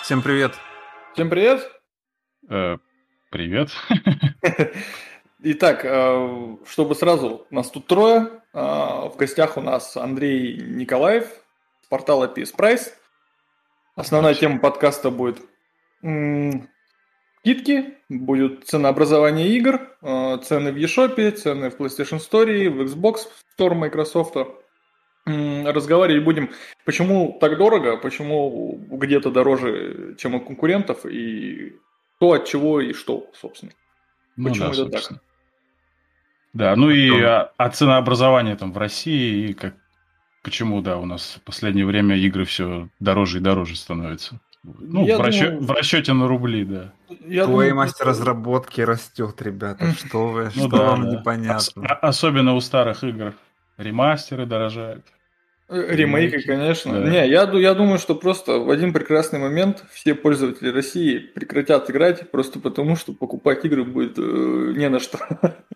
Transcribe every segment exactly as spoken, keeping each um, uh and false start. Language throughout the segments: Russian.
Всем привет. Всем привет. Э, привет. Итак, э, чтобы сразу, нас тут трое. Э, В гостях у нас Андрей Николаев с портала пи эс Price. Основная Отлично. тема подкаста будет м, скидки, будет ценообразование игр, э, цены в eShop, цены в PlayStation Store, в Xbox Store Microsoft. М, Разговаривать будем, почему так дорого, почему где-то дороже, чем у конкурентов, и кто от чего и что, собственно. Ну Почему да, это так? собственно. Да, ну и Потом. а, а ценообразование там в России, и как, почему, да, у нас в последнее время игры все дороже и дороже становятся. Ну, Я в, расчё- думаю, в расчете на рубли, да. я думаю, Стоимость просто- разработки растет, ребята. Что вы, Ну что да, вам да. Ос- непонятно? а- особенно у старых игр. Ремастеры дорожают. э, ремейки, ремейки, конечно. да. Не, я, ду- я думаю, что просто в один прекрасный момент все пользователи России прекратят играть просто потому, что покупать игры будет э, не на что.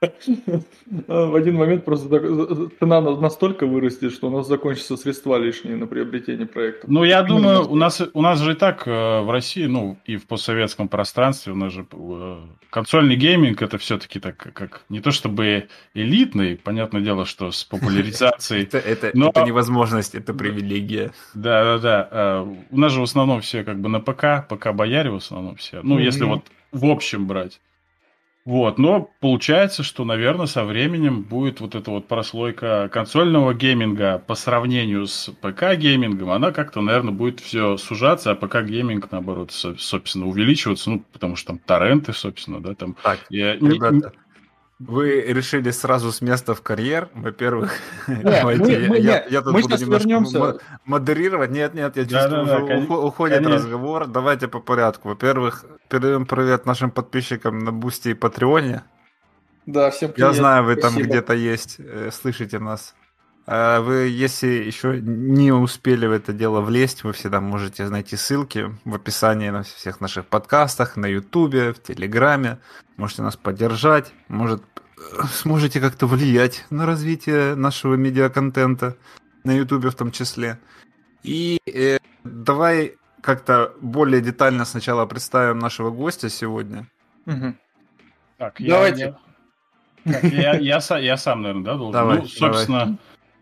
В один момент просто так- э, цена на- настолько вырастет, что у нас закончатся средства лишние на приобретение проектов. Ну, я Именно думаю, на у нас, у нас же и так э, в России, ну, и в постсоветском пространстве, у нас же э, консольный гейминг это все-таки так, как не то чтобы элитный, понятное дело, что с популяризацией. Это, это, Но- это невозможность, это привилегия. Да, да, да. э, У нас же в основном все как бы на ПК, ПК-бояре в основном все. Ну, если Мгм. вот в общем брать. Вот, но получается, что, наверное, со временем будет вот эта вот прослойка консольного гейминга по сравнению с ПК-геймингом, она как-то, наверное, будет все сужаться, а ПК-гейминг, наоборот, со- собственно, увеличиваться, ну, потому что там торренты, собственно, да, там... Так, Я не- ребята, вы решили сразу с места в карьер, во-первых. Не, Давайте, мы- я- мы- я, не, я тут мы буду щас немножко вернемся. мо- модерировать. Нет, нет, я Да, чувствую, да, да, уже кон- ухо- уходит конечно. разговор. Давайте по порядку. Во-первых, передаем привет нашим подписчикам на Бусти и Патреоне. Да, всем Я привет. знаю, вы там Спасибо. где-то есть, э, слышите нас. А вы, если еще не успели в это дело влезть, вы всегда можете найти ссылки в описании на всех наших подкастах, на Ютубе, в Телеграме. Можете нас поддержать, может, э, сможете как-то влиять на развитие нашего медиаконтента, на Ютубе в том числе. И э, давай как-то более детально сначала представим нашего гостя сегодня. Мгм. Так, я- Давайте. я- так, я, я са- я сам, наверное, да, должен? Давай, ну, собственно,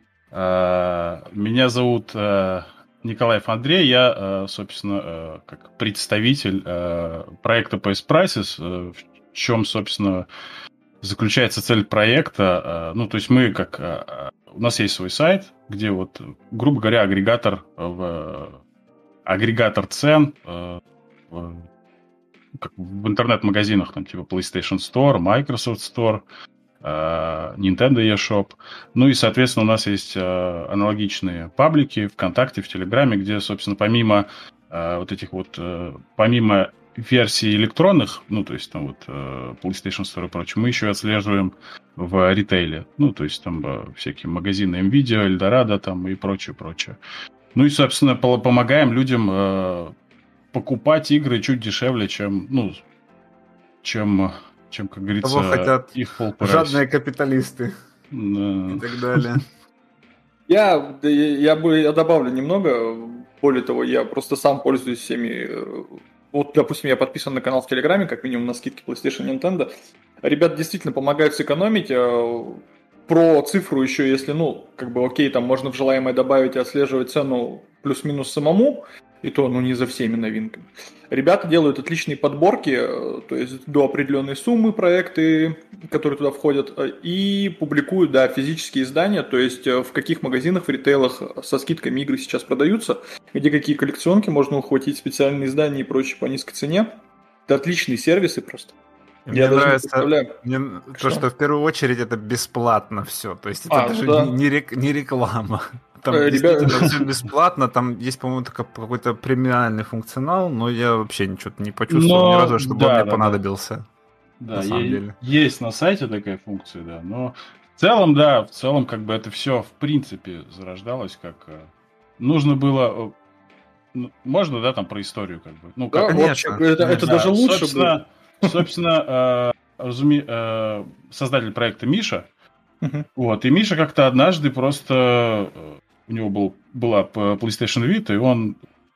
э, меня зовут э, Николаев Андрей, я, э, собственно, э, как представитель э, проекта пи эс Prices, э, в чем, собственно, заключается цель проекта. Э, ну, то есть мы как... э, у нас есть свой сайт, где вот, грубо говоря, агрегатор в агрегатор цен э, в, как в интернет-магазинах, там типа PlayStation Store, Microsoft Store, э, Nintendo eShop. Ну и, соответственно, у нас есть э, аналогичные паблики ВКонтакте, в Телеграме, где, собственно, помимо э, вот этих вот, э, помимо версий электронных, ну, то есть там вот э, PlayStation Store и прочее, мы еще отслеживаем в ритейле. Ну, то есть там э, всякие магазины Nvidia, Eldorado там и прочее, прочее. Ну и, собственно, по- помогаем людям э, покупать игры чуть дешевле, чем, ну, чем, чем, как говорится, Того хотят их full price. жадные капиталисты Да. и так далее. Я, да, я, я бы я добавлю немного. Более того, я просто сам пользуюсь всеми. э, Вот, допустим, я подписан на канал в Телеграме, как минимум на скидки PlayStation Nintendo. Ребята действительно помогают сэкономить. э, Про цифру еще, если, ну, как бы, окей, там можно в желаемое добавить и отслеживать цену плюс-минус самому, и то, ну, не за всеми новинками. Ребята делают отличные подборки, э, то есть до определенной суммы проекты, которые туда входят, э, и публикуют, да, физические издания, то есть э, в каких магазинах, в ритейлах со скидками игры сейчас продаются, где какие коллекционки можно ухватить, специальные издания и прочее по низкой цене. Это отличные сервисы просто. Мне Я даже не нравится представляю. мне Что? то, что в первую очередь это бесплатно все. То есть это А, ну даже да. не, не рек- не реклама. Там Э, ребя- действительно все бесплатно. Там есть, по-моему, только какой-то премиальный функционал, но я вообще ничего не почувствовал Но, ни разу, чтобы да, он мне да, да. понадобился. Да, на самом е- деле. есть на сайте такая функция, да, но в целом, да, в целом, как бы это все, в принципе, зарождалось, как э, нужно было, э, ну, можно, да, там про историю, как бы, ну, Да, как, Конечно. вообще, это, это Да, даже лучше было. собственно, собственно, э, разуме- э, создатель проекта Миша, Мгм. вот, и Миша как-то однажды просто, э, у него был, была п- PlayStation Vita, и он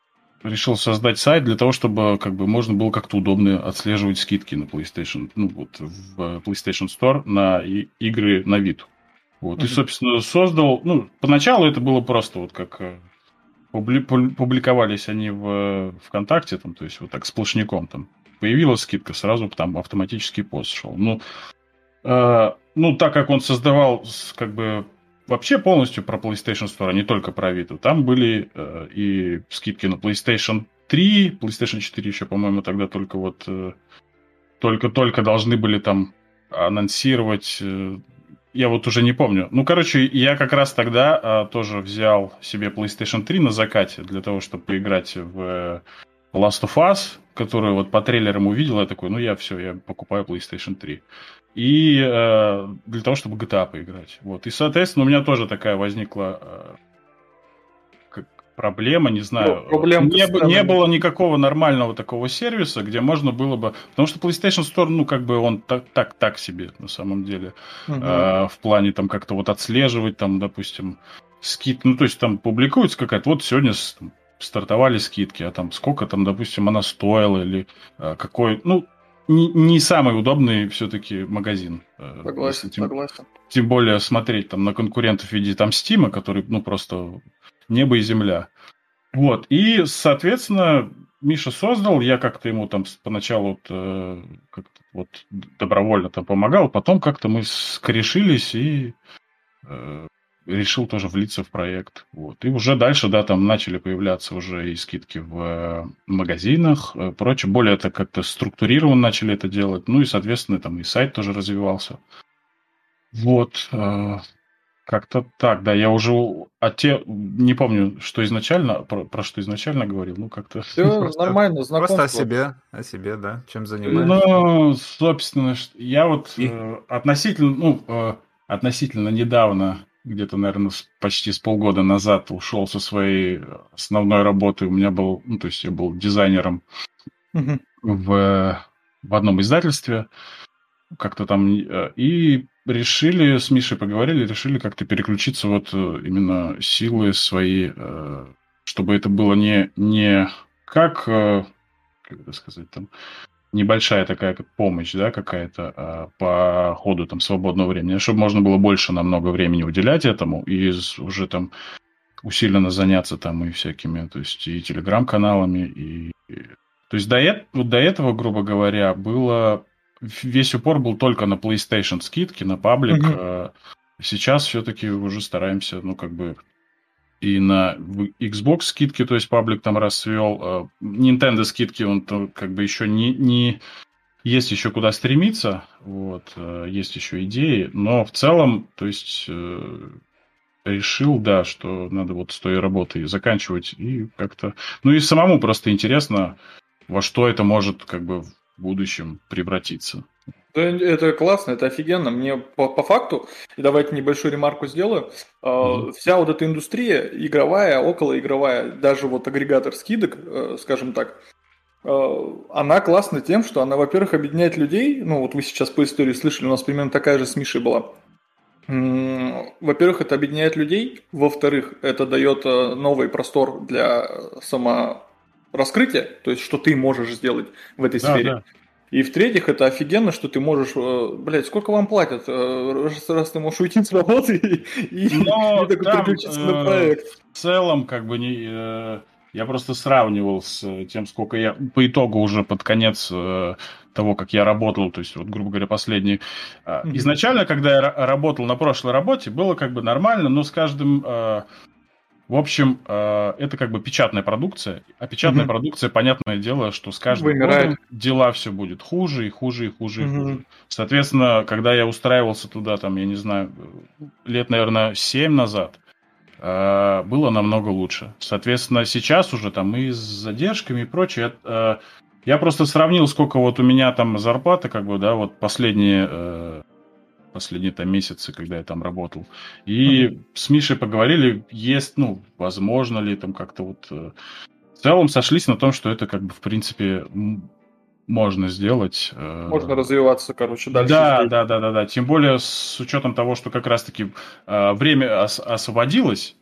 решил создать сайт для того, чтобы как бы можно было как-то удобно отслеживать скидки на PlayStation, ну вот в PlayStation Store на и- игры на Vita. Вот, mm-hmm. И, собственно, создал, ну, поначалу это было просто вот как публи, публиковались они в ВКонтакте, там, то есть вот так сплошняком там появилась скидка, сразу там автоматический пост шел. Ну, э, ну, так как он создавал как бы вообще полностью про PlayStation Store, а не только про Vita, там были э, и скидки на PlayStation три, PlayStation четыре еще, по-моему, тогда только вот э, только-только должны были там анонсировать. Э, я вот уже не помню. Ну, короче, я как раз тогда а, тоже взял себе PlayStation три на закате для того, чтобы поиграть в Last of Us, которую вот по трейлерам увидел, я такой, ну, я все, я покупаю PlayStation три. И э, для того, чтобы джи ти эй поиграть. Вот. И, соответственно, у меня тоже такая возникла э, как проблема, не знаю. Проблем не, не было никакого нормального такого сервиса, где можно было бы... Потому что PlayStation Store, ну, как бы он так, так, так себе, на самом деле. Угу. Э, в плане там как-то вот отслеживать, там, допустим, скид... Ну, то есть там публикуется какая-то... Вот сегодня там, стартовали скидки, а там сколько там, допустим, она стоила или э, какой... Ну, не, не самый удобный все-таки магазин. Согласен, тем, согласен. Тем более смотреть там на конкурентов в виде там Steam, который, ну, просто небо и земля. Вот. И, соответственно, Миша создал, я как-то ему там поначалу вот, э, как-то вот добровольно там помогал, потом как-то мы скорешились и э, решил тоже влиться в проект. Вот. И уже дальше, да, там начали появляться уже и скидки в магазинах, э, прочее. Более это как-то структурированно начали это делать. Ну и, соответственно, там и сайт тоже развивался. Вот. Э, как-то так, да. Я уже а те не помню, что изначально, про, про что изначально говорил. Ну, как-то... Все просто, нормально, знакомство. Просто о себе, о себе, да, чем занимаешься. Ну, собственно, я вот и... э, относительно, ну, э, относительно недавно, где-то, наверное, почти с полгода назад ушел со своей основной работы. У меня был, ну, то есть я был дизайнером угу. в, в одном издательстве, как-то там, и решили, с Мишей поговорили, решили как-то переключиться вот именно силы свои, чтобы это было не, не как, как это сказать, там, небольшая такая как помощь, да, какая-то а, по ходу там свободного времени, чтобы можно было больше намного времени уделять этому и уже там усиленно заняться там и всякими, то есть и телеграм-каналами, и... То есть до, это, вот до этого, грубо говоря, было... Весь упор был только на PlayStation скидки, на паблик. Mm-hmm. А сейчас все-таки уже стараемся, ну, как бы... И на Xbox скидки, то есть паблик там расцвел. Nintendo скидки, он как бы еще не, не... Есть еще куда стремиться, вот, есть еще идеи, но в целом, то есть, решил, да, что надо вот с той работой заканчивать и как-то... Ну и самому просто интересно, во что это может как бы в будущем превратиться. Это классно, это офигенно. Мне по, по факту, и давайте небольшую ремарку сделаю, mm-hmm. вся вот эта индустрия, игровая, околоигровая, даже вот агрегатор скидок, скажем так, она классна тем, что она, во-первых, объединяет людей. Ну, вот вы сейчас по истории слышали, у нас примерно такая же с Мишей была. Во-первых, это объединяет людей. Во-вторых, это дает новый простор для самораскрытия, то есть, что ты можешь сделать в этой да, сфере. Да. И в-третьих, это офигенно, что ты можешь, блядь, сколько вам платят, раз, раз ты можешь уйти с работы и, Но и так там, переключиться э, на проект. В целом, как бы, не, э, я просто сравнивал с тем, сколько я по итогу уже под конец э, того, как я работал, то есть, вот, грубо говоря, последний. Э, mm-hmm. Изначально, когда я работал на прошлой работе, было как бы нормально, но с каждым... Э, В общем, это как бы печатная продукция, а печатная mm-hmm. продукция, понятное дело, что с каждым Вымирает. годом дела все будет хуже и хуже и хуже и mm-hmm. хуже. Соответственно, когда я устраивался туда, там, я не знаю, лет, наверное, семь назад, было намного лучше. Соответственно, сейчас уже там и с задержками и прочее, я просто сравнил, сколько вот у меня там зарплата, как бы, да, вот последние... последние там месяцы, когда я там работал. И mm-hmm. с Мишей поговорили, есть, ну, возможно ли там как-то вот... В целом сошлись на том, что это как бы, в принципе, можно сделать. Можно развиваться, короче, дальше. Да, здесь. да, да, да, да. Тем более с учетом того, что как раз-таки время ос- освободилось,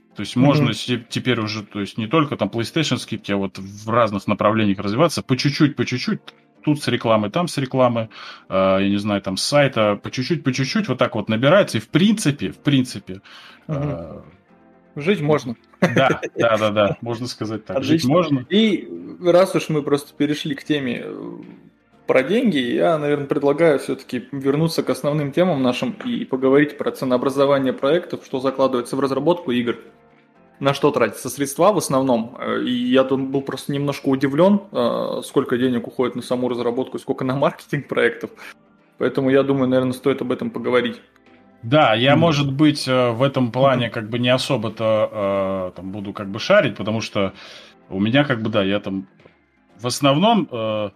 То есть можно mm-hmm. теперь уже, то есть не только там PlayStation скидки, а вот в разных направлениях развиваться, по чуть-чуть, по чуть-чуть, тут с рекламы, там с рекламы, э, я не знаю, там с сайта, по чуть-чуть, по чуть-чуть вот так вот набирается, и в принципе, в принципе... Mm-hmm. Э, Жить можно. Да, да, да, да, можно сказать так. Отлично. Жить можно. И раз уж мы просто перешли к теме про деньги, я, наверное, предлагаю все-таки вернуться к основным темам нашим и поговорить про ценообразование проектов, что закладывается в разработку игр, на что тратятся средства в основном. И я тут был просто немножко удивлен, сколько денег уходит на саму разработку и сколько на маркетинг проектов. Поэтому я думаю, наверное, стоит об этом поговорить. Да, я, mm-hmm. может быть, в этом плане как бы не особо-то э, там буду как бы шарить, потому что у меня как бы, да, я там в основном, э,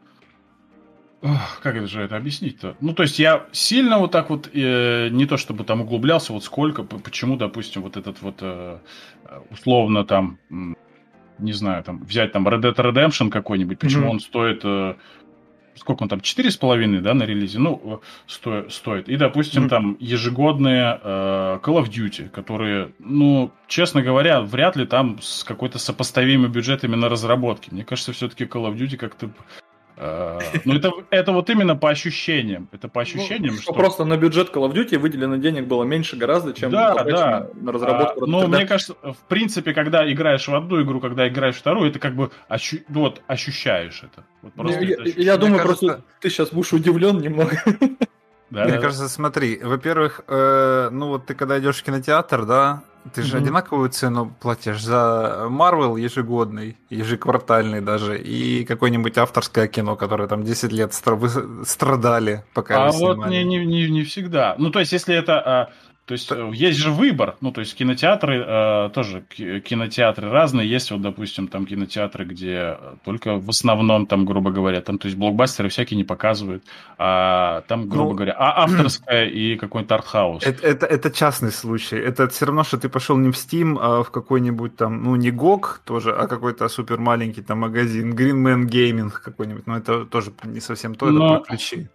как это же это объяснить-то? Ну, то есть я сильно вот так вот, э, не то чтобы там углублялся, вот сколько, почему, допустим, вот этот вот э, условно там, не знаю, там взять там Red Dead Redemption какой-нибудь, почему mm-hmm. он стоит... Э, сколько он там, четыре с половиной, да, на релизе, ну, сто, стоит. И, допустим, mm-hmm. там ежегодные э, Call of Duty, которые, ну, честно говоря, вряд ли там с какой-то сопоставимой бюджетами на разработке. Мне кажется, все-таки Call of Duty как-то... Э, ну, это, это вот именно по ощущениям. Это по ощущениям, ну, что... Просто на бюджет Call of Duty выделено денег было меньше гораздо, чем да, да. на разработку. А, ну, мне кажется, в принципе, когда играешь в одну игру, когда играешь в вторую, это как бы ощу... вот, ощущаешь это. Вот я я, это я думаю, кажется... просто ты сейчас будешь удивлен немного. Да, Мне да, кажется, да. смотри, во-первых, э, ну вот ты когда идешь в кинотеатр, да, ты же mm-hmm. одинаковую цену платишь за Marvel ежегодный, ежеквартальный даже, и какое-нибудь авторское кино, которое там десять лет стра- страдали, пока А вы вот снимали. не, не, не, не всегда. Ну, то есть, если это... То есть, Т- есть же выбор, ну, то есть, кинотеатры, э, тоже кинотеатры разные, есть вот, допустим, там кинотеатры, где только в основном, там, грубо говоря, там, то есть, блокбастеры всякие не показывают, а там, грубо ну, говоря, а авторское и какой-нибудь артхаус. Это, это, это частный случай, это все равно, что ты пошел не в Steam, а в какой-нибудь там, ну, не гог тоже, а какой-то супер маленький там магазин, Green Man Gaming какой-нибудь, но это тоже не совсем то, но... это про ключи.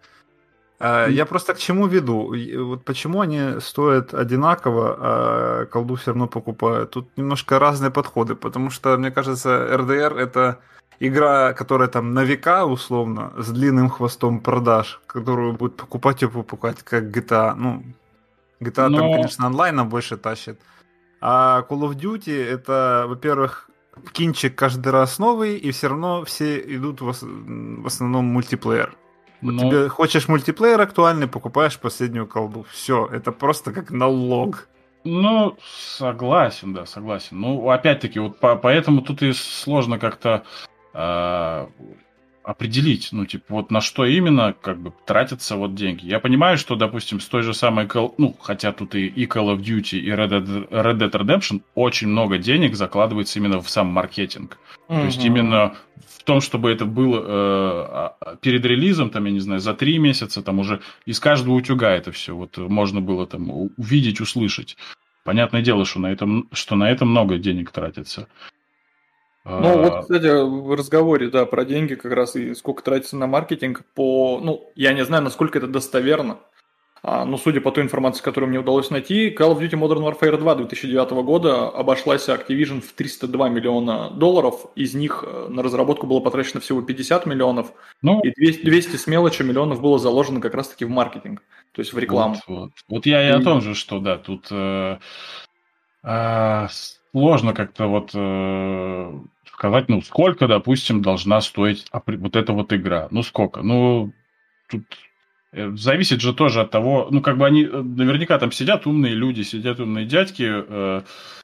Я просто к чему веду? Вот почему они стоят одинаково, а колду все равно покупают? Тут немножко разные подходы, потому что, мне кажется, эр дэ эр это игра, которая там на века, условно, с длинным хвостом продаж, которую будут покупать и покупать, как джи ти эй. Ну, джи ти эй Но... там, конечно, онлайном больше тащит. А Call of Duty это, во-первых, кинчик каждый раз новый, и все равно все идут в, в основном мультиплеер. Вот Но... тебе хочешь мультиплеер актуальный, покупаешь последнюю колду. Все, это просто как налог. Ну, согласен, да, согласен. Ну, опять-таки, вот по- поэтому тут и сложно как-то э- определить, ну, типа, вот на что именно, как бы, тратятся вот деньги. Я понимаю, что, допустим, с той же самой, Call... ну, хотя тут и, и Call of Duty, и Red Dead, Red Dead Redemption, очень много денег закладывается именно в сам маркетинг. Mm-hmm. То есть именно в том, чтобы это было э, перед релизом, там, я не знаю, за три месяца, там уже из каждого утюга это все вот можно было там увидеть, услышать. Понятное дело, что на этом, что на этом много денег тратится. Ну, вот, кстати, в разговоре, да, про деньги как раз и сколько тратится на маркетинг по... Ну, я не знаю, насколько это достоверно, а, но судя по той информации, которую мне удалось найти, Call of Duty Modern Warfare два две тысячи девятого года обошлась Activision в триста два миллиона долларов, из них на разработку было потрачено всего пятьдесят миллионов, ну, и двести, двести с мелочью миллионов было заложено как раз-таки в маркетинг, то есть в рекламу. Вот, вот. вот я и, и о том же, что, да, тут... Э, э, сложно как-то вот э, сказать, ну, сколько, допустим, должна стоить вот эта вот игра. Ну, сколько? Ну, тут зависит же тоже от того, ну, как бы они наверняка там сидят умные люди, сидят умные дядьки э,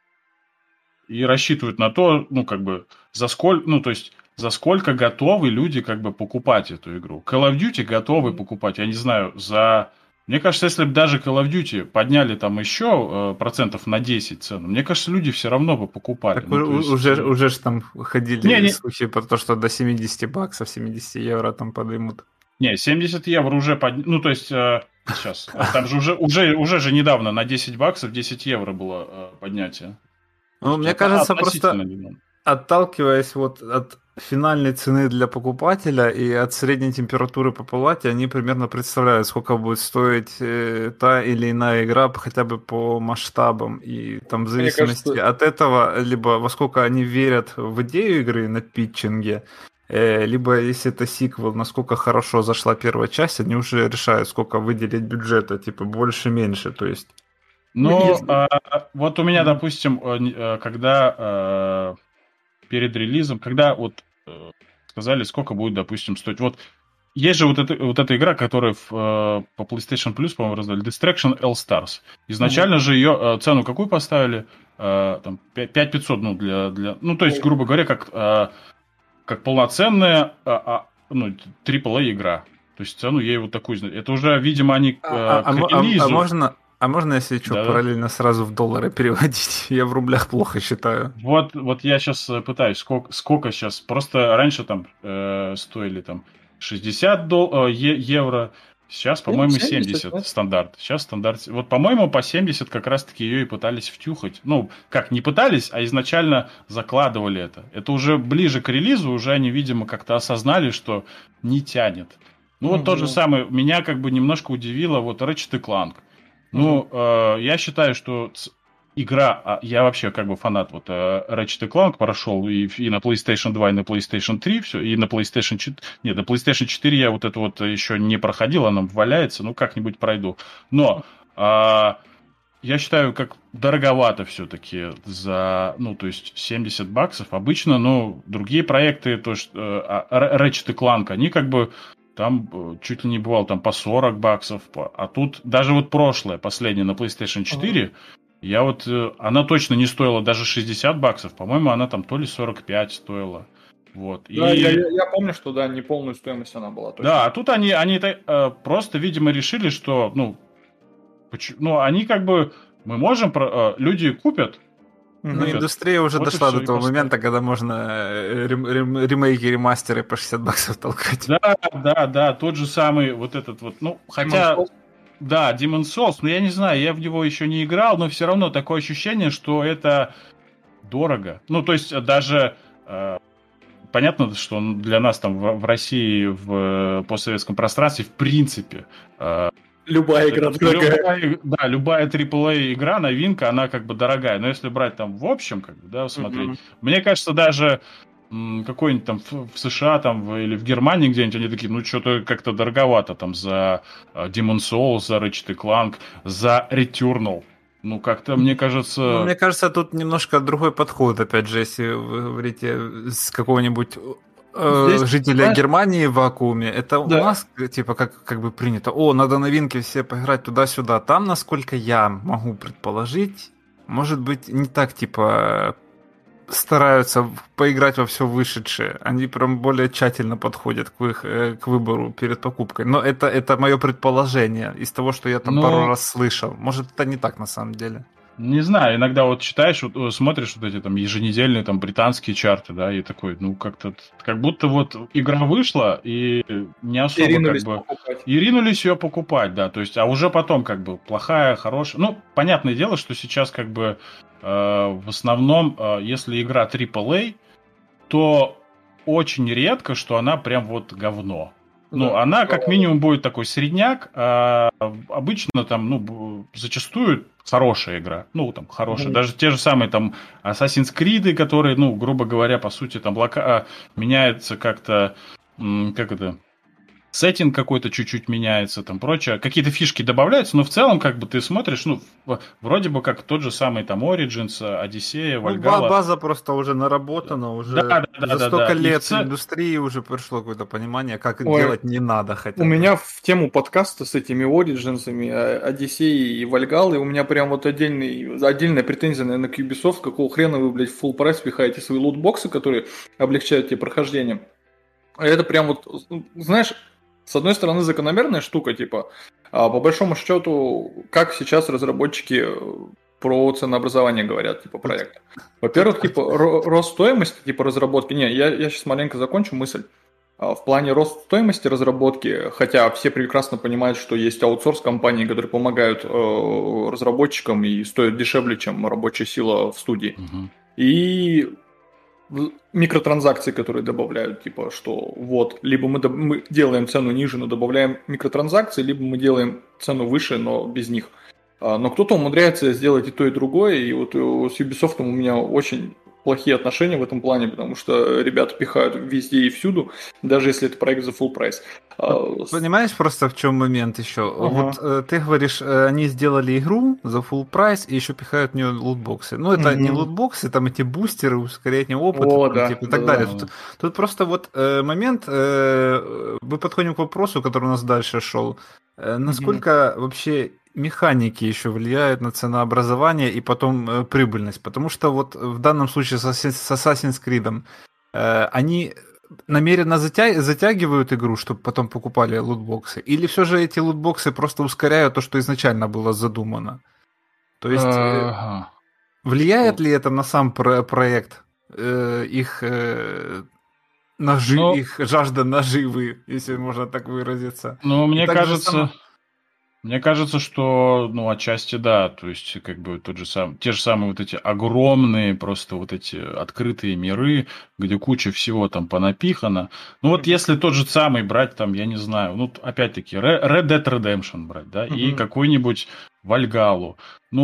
и рассчитывают на то, ну, как бы, за сколько, ну, то есть, за сколько готовы люди, как бы, покупать эту игру. Call of Duty готовы покупать, я не знаю, за... Мне кажется, если бы даже Call of Duty подняли там еще э, процентов на десять цену, мне кажется, люди все равно бы покупали. Так ну, есть... уже, уже ж там ходили не, не... слухи про то, что до семьдесят баксов, семьдесят евро там подымут. Не, семьдесят евро уже под... Ну, то есть, э, сейчас. Там же уже, уже, уже же недавно на десять баксов десять евро было э, поднятие. Ну, мне кажется, просто немного. Отталкиваясь вот от финальной цены для покупателя и от средней температуры по палате они примерно представляют, сколько будет стоить э, та или иная игра хотя бы по масштабам. И там в Мне зависимости кажется, от этого, либо во сколько они верят в идею игры на питчинге, э, либо если это сиквел, насколько хорошо зашла первая часть, они уже решают, сколько выделить бюджета, типа больше-меньше, то есть... ну, Но если... а, вот у меня, Мгм. допустим, э, не- э, когда э, перед релизом, когда вот э, сказали, сколько будет, допустим, стоить. Вот есть же вот эта, вот эта игра, которая в, э, по PlayStation Plus, по-моему, раздали, Distraction All Stars. Изначально Мгм. же ее э, цену какую поставили? Э, там, пять тысяч пятьсот, ну, для, для... Ну, то есть, грубо говоря, как, э, как полноценная а, а, ну, трипл эй игра. То есть цену ей вот такую... зна- Это уже, видимо, они А, э, а- а к мо- а- а релизу... можно, а можно, если что, Да-да. параллельно сразу в доллары переводить? Я в рублях плохо считаю. Вот, вот я сейчас пытаюсь, сколько, сколько сейчас. Просто раньше там э, стоили там шестьдесят дол- э, е- евро, сейчас, по-моему, семьдесят, семьдесят да? стандарт. Сейчас стандарт. Вот, по-моему, по семьдесят как раз-таки ее и пытались втюхать. Ну, как не пытались, а изначально закладывали это. Это уже ближе к релизу, уже они, видимо, как-то осознали, что не тянет. Ну, вот тот же Мгм. самый, меня как бы немножко удивило вот Ratchet и Clank. Мгм. Ну, э, я считаю, что ц- игра, а я вообще как бы фанат вот э, Ratchet и Clank прошел и, и на PlayStation два, и на PlayStation три, все, и на PlayStation четыре. Нет, на PlayStation четыре я вот это вот еще не проходил, оно валяется, ну как-нибудь пройду. Но а, я считаю, как дороговато все-таки за, ну, то есть семьдесят баксов. Обычно, ну, другие проекты, то есть э, а, Р- Ratchet и Clank, они как бы там э, чуть ли не бывало там по сорок баксов. по- А тут даже вот прошлое, последнее на PlayStation Ага. четыре, я вот, э, она точно не стоила даже шестьдесят баксов. По-моему, она там то ли сорок пять стоила. Вот. Да, я, И я, я помню, что да, не полную стоимость она была точно. да, а тут они, они та- э, просто, видимо, решили, что, ну, поч- ну, они как бы, мы можем, про- э, люди купят, Ну, Мгм. купят, индустрия уже вот и дошла все, до и того поставят. момента, когда можно э, рем- рем- ремейки, ремастеры по шестьдесят баксов толкать. Да, да, да, тот же самый вот этот вот, ну, Demon's хотя, Souls. да, Demon's Souls, но я не знаю, я в него еще не играл, но все равно такое ощущение, что это дорого. Ну, то есть э, даже э, понятно, что для нас там в, в России, в э, постсоветском пространстве, в принципе, э, Любая игра дорогая. любая, да, любая трипл эй игра, новинка, она как бы дорогая. Но если брать там в общем, как бы, да, смотреть, Мгм. мне кажется, даже м, какой-нибудь там в, в США там в- или в Германии где-нибудь они такие, ну что-то как-то дороговато там за э, Demon's Souls, за Ratchet и Clank, за Returnal. Ну как-то мне кажется, Ну, мне кажется, тут немножко другой подход, опять же, если вы говорите с какого-нибудь э, Здесь, жителя знаешь, Германии в вакууме, это у да. нас, э, типа, как, как бы принято, о, надо новинки все поиграть туда-сюда. Там, насколько я могу предположить, может быть, не так, типа, стараются в- поиграть во все вышедшее. Они прям более тщательно подходят к, их, э, к выбору перед покупкой. Но это, это мое предположение из того, что я там пару ну, раз слышал. Может, это не так на самом деле. не знаю, иногда вот читаешь, вот, э, смотришь вот эти там еженедельные там британские чарты, да, и такой, ну как-то, как будто вот игра вышла и не И особо как ринулись бы покупать. и ринулись ее покупать, да, то есть, а уже потом как бы плохая, хорошая, ну понятное дело, что сейчас как бы э, в основном, э, если игра трипл эй, то очень редко, что она прям вот говно. Ну, Да. она как минимум будет такой средняк, а обычно там, ну, б- зачастую хорошая игра. Ну, там, хорошая. Мгм. Даже те же самые там Assassin's Creed, которые, ну, грубо говоря, по сути, там лока... а, меняется как-то, м, как это, сеттинг какой-то чуть-чуть меняется, там прочее. Какие-то фишки добавляются, но в целом, как бы ты смотришь, ну, в- вроде бы как тот же самый там Origins, Одиссея, Ну, ба- Valhalla. база просто уже наработана, уже Да, да, да, за да, столько да. И в лет ц- индустрии уже пришло какое-то понимание, как Ой, делать не надо хотя У бы. меня в тему подкаста с этими Ориджинсами, Одиссеей и Вальгаллой, у меня прям вот отдельный, отдельная претензия, наверное, к Ubisoft, какого хрена вы, блядь, в full прайс пихаете свои лутбоксы, которые облегчают тебе прохождение. А это прям вот, знаешь, с одной стороны закономерная штука, типа, а по большому счету, как сейчас разработчики про ценообразование говорят, типа, проекта. Во-первых, типа, ро- рост стоимости, типа, разработки, не, я, я сейчас маленько закончу мысль. А В плане роста стоимости разработки, хотя все прекрасно понимают, что есть аутсорс компании, которые помогают э, разработчикам и стоят дешевле, чем рабочая сила в студии. Мгм. И микротранзакции, которые добавляют, типа, что вот, либо мы, мы делаем цену ниже, но добавляем микротранзакции, либо мы делаем цену выше, но без них. Но кто-то умудряется сделать и то, и другое, и вот с Ubisoft у меня очень плохие отношения в этом плане, потому что ребята пихают везде и всюду, даже если это проект за full прайс. Понимаешь просто в чем момент еще? Ага. Вот э, ты говоришь, э, они сделали игру за full прайс и еще пихают в нее лутбоксы. Ну, это mm-hmm. не лутбоксы, там эти бустеры, ускорение опыта О, там, да, типа, и да, так далее. да. Тут, тут просто вот э, момент, э, мы подходим к вопросу, который у нас дальше шел. Э, насколько mm-hmm. вообще механики еще влияют на ценообразование и потом э, прибыльность? Потому что вот в данном случае с, с Assassin's Creed э, они намеренно затя... затягивают игру, чтобы потом покупали лутбоксы? Или все же эти лутбоксы просто ускоряют то, что изначально было задумано? То есть э, влияет ли это на сам про- проект? Э, их, э, нажи... Но... их жажда наживы, если можно так выразиться? Ну, мне кажется... Само... Мне кажется, что, ну, отчасти да, то есть, как бы, тот же сам, те же самые вот эти огромные, просто вот эти открытые миры, где куча всего там понапихано. Ну, вот mm-hmm. если тот же самый брать, там, я не знаю, ну, опять-таки, Red Dead Redemption брать, да, mm-hmm. и какой-нибудь Вальгалу.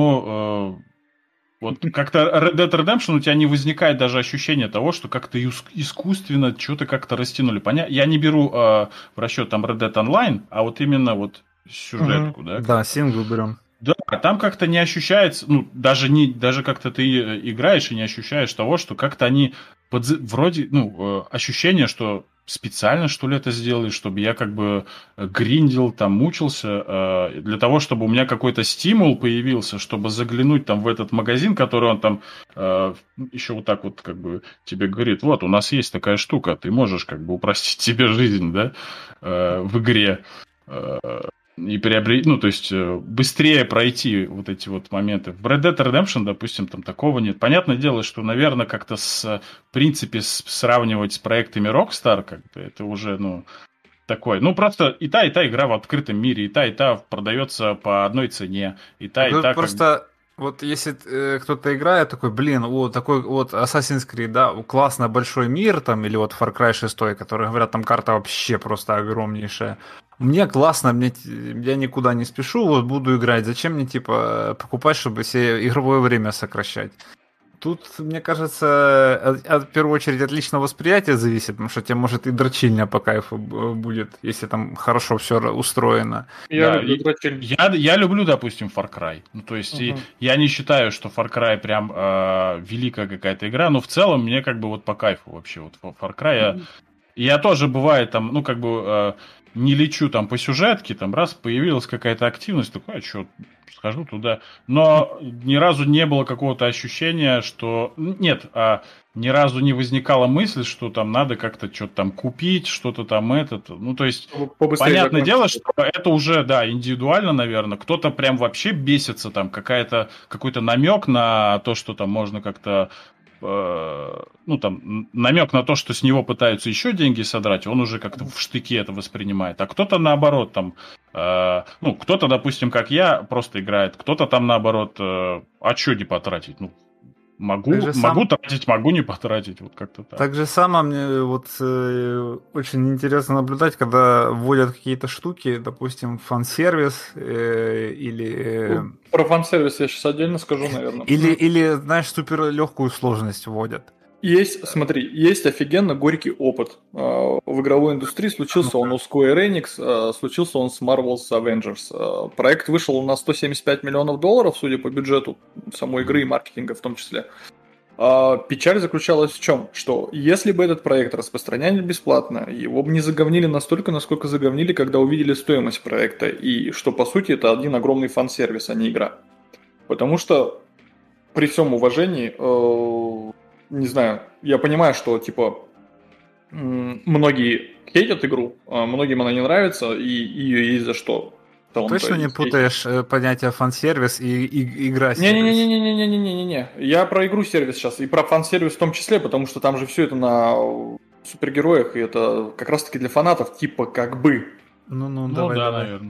Ну, э, вот как-то Red Dead Redemption у тебя не возникает даже ощущения того, что как-то искусственно что-то как-то растянули. Поня... Я не беру э, в расчет там Red Dead Online, а вот именно вот сюжетку, угу. да? Да, сингл берем. Да, там как-то не ощущается, ну, даже, не, даже как-то ты играешь и не ощущаешь того, что как-то они подз... вроде, ну, ощущение, что специально, что ли, это сделали, чтобы я как бы гриндил, там, мучился, э, для того, чтобы у меня какой-то стимул появился, чтобы заглянуть там в этот магазин, который он там э, еще вот так вот как бы тебе говорит, вот, у нас есть такая штука, ты можешь как бы упростить себе жизнь, да, э, в игре. Э, и приобрести, ну, то есть быстрее пройти вот эти вот моменты. В Red Dead Redemption, допустим, там такого нет. Понятное дело, что, наверное, как-то с, в принципе, с, сравнивать с проектами Rockstar, как бы, это уже, ну, такое. Ну, просто и та, и та игра в открытом мире, и та, и та продается по одной цене, и та, ну, и та... Просто... Как... Вот если э, кто-то играет, такой, блин, вот такой вот Assassin's Creed, да, классно большой мир, там, или вот Far Cry шесть, которые говорят, там карта вообще просто огромнейшая. Мне классно, мне, я никуда не спешу, вот буду играть. Зачем мне, типа, покупать, чтобы себе игровое время сокращать? Тут, мне кажется, от, от, в первую очередь от личного восприятия зависит, потому что тебе, может, и дрочильня по кайфу будет, если там хорошо все устроено. Я, да, люблю, я, я люблю, допустим, Far Cry. Ну, то есть, uh-huh. и, я не считаю, что Far Cry прям э, великая какая-то игра, но в целом мне как бы вот по кайфу вообще. Вот Far Cry uh-huh. я, я тоже бывает там, ну, как бы э, не лечу там по сюжетке, там раз появилась какая-то активность, такой, а что, схожу туда. Но ни разу не было какого-то ощущения, что... Нет, а ни разу не возникала мысль, что там надо как-то что-то там купить, что-то там это. Ну, то есть, побыстрее понятное закончить. Дело, что это уже, да, индивидуально, наверное. Кто-то прям вообще бесится, там, какая-то, какой-то намек на то, что там можно как-то... ну, там, намек на то, что с него пытаются еще деньги содрать, он уже как-то в штыке это воспринимает. А кто-то наоборот, там, э, ну, кто-то, допустим, как я, просто играет, кто-то там наоборот, э, а что не потратить? Ну, могу, могу сам... тратить, могу не потратить, вот как-то так. Так же само мне вот э, очень интересно наблюдать, когда вводят какие-то штуки, допустим, фан-сервис э, или... Э, Про фан-сервис я сейчас отдельно скажу, наверное. Или, или знаешь, супер легкую сложность вводят. Есть, смотри, есть офигенно горький опыт в игровой индустрии. Случился он у Square Enix, случился он с Marvel's Avengers. Проект вышел на сто семьдесят пять миллионов долларов, судя по бюджету самой игры и маркетинга в том числе. Печаль заключалась в чем? Что если бы этот проект распространяли бесплатно, его бы не заговнили настолько, насколько заговнили, когда увидели стоимость проекта. И что, по сути, это один огромный фан-сервис, а не игра. Потому что, при всем уважении... Не знаю, я понимаю, что, типа, многие хейтят игру, а многим она не нравится, и ее есть за что. Точно не путаешь хейтить. Понятие фан-сервис и, и игра-сервис? Не-не-не-не-не-не-не-не. Я про игру-сервис сейчас, и про фан-сервис в том числе, потому что там же все это на супергероях, и это как раз-таки для фанатов, типа, как бы. Ну-ну, ну давай, да, давай. наверное.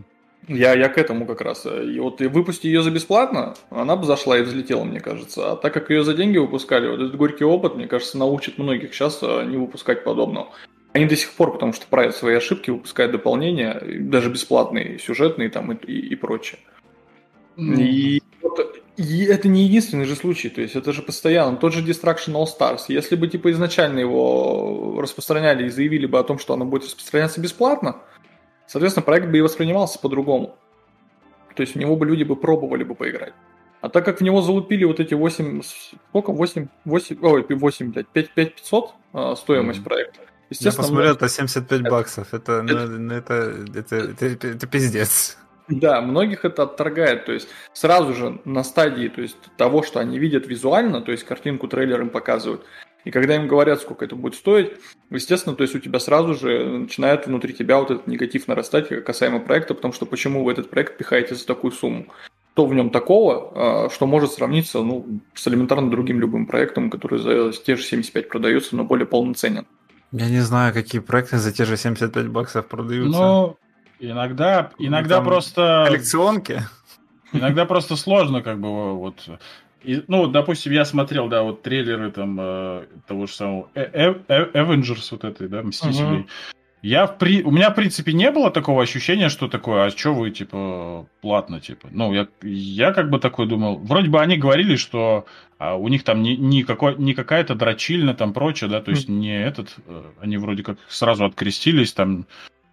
Я, я к этому как раз. И вот и выпусти ее за бесплатно, она бы зашла и взлетела, мне кажется. А так как ее за деньги выпускали, вот этот горький опыт, мне кажется, научит многих сейчас не выпускать подобного. Они до сих пор, потому что правят свои ошибки, выпускают дополнения, даже бесплатные, сюжетные там и, и, и прочее. Mm. И, вот, и это не единственный же случай, то есть это же постоянно. Тот же Destruction All Stars, если бы типа изначально его распространяли и заявили бы о том, что оно будет распространяться бесплатно, соответственно, проект бы и воспринимался по-другому. То есть в него бы люди бы пробовали бы поиграть. А так как в него залупили вот эти восемь... Сколько? восемь... восемь... Ой, восемь, блядь, пять тысяч пятьсот а, стоимость mm. проекта. Я посмотрел, это семьдесят пять баксов. Это, это... Ну, это, это, это, это, это пиздец. Да, многих это отторгает. То есть сразу же на стадии то есть, того, что они видят визуально, то есть картинку, трейлер им показывают. И когда им говорят, сколько это будет стоить, естественно, то есть у тебя сразу же начинает внутри тебя вот этот негатив нарастать касаемо проекта, потому что почему вы этот проект пихаете за такую сумму? Что в нем такого, что может сравниться ну, с элементарно другим любым проектом, который за те же семьдесят пять продается, но более полноценен? Я не знаю, какие проекты за те же семьдесят пять баксов продаются. Ну, иногда, иногда Там просто... Коллекционки? Иногда просто сложно, как бы, вот... И, ну, допустим, я смотрел, да, вот трейлеры там э, того же самого Avengers, вот этой, да, Мстителей. Uh-huh. Я в при... У меня, в принципе, не было такого ощущения, что такое, а что вы, типа, платно, типа. Ну, я, я как бы такой думал. Вроде бы они говорили, что а, у них там не, не, какой, не какая-то дрочильня, там, прочее, да, то есть uh-huh. не этот... Они вроде как сразу открестились, там...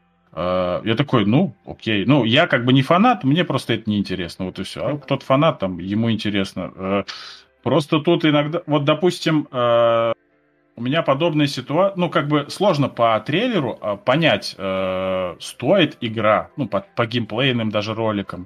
Я такой, ну, окей. Ну, я как бы не фанат, мне просто это неинтересно. Вот и все. А кто-то фанат, там, ему интересно. Просто тут иногда... Вот, допустим, у меня подобная ситуация... Ну, как бы сложно по трейлеру понять, стоит игра, ну, по, по геймплейным даже роликам.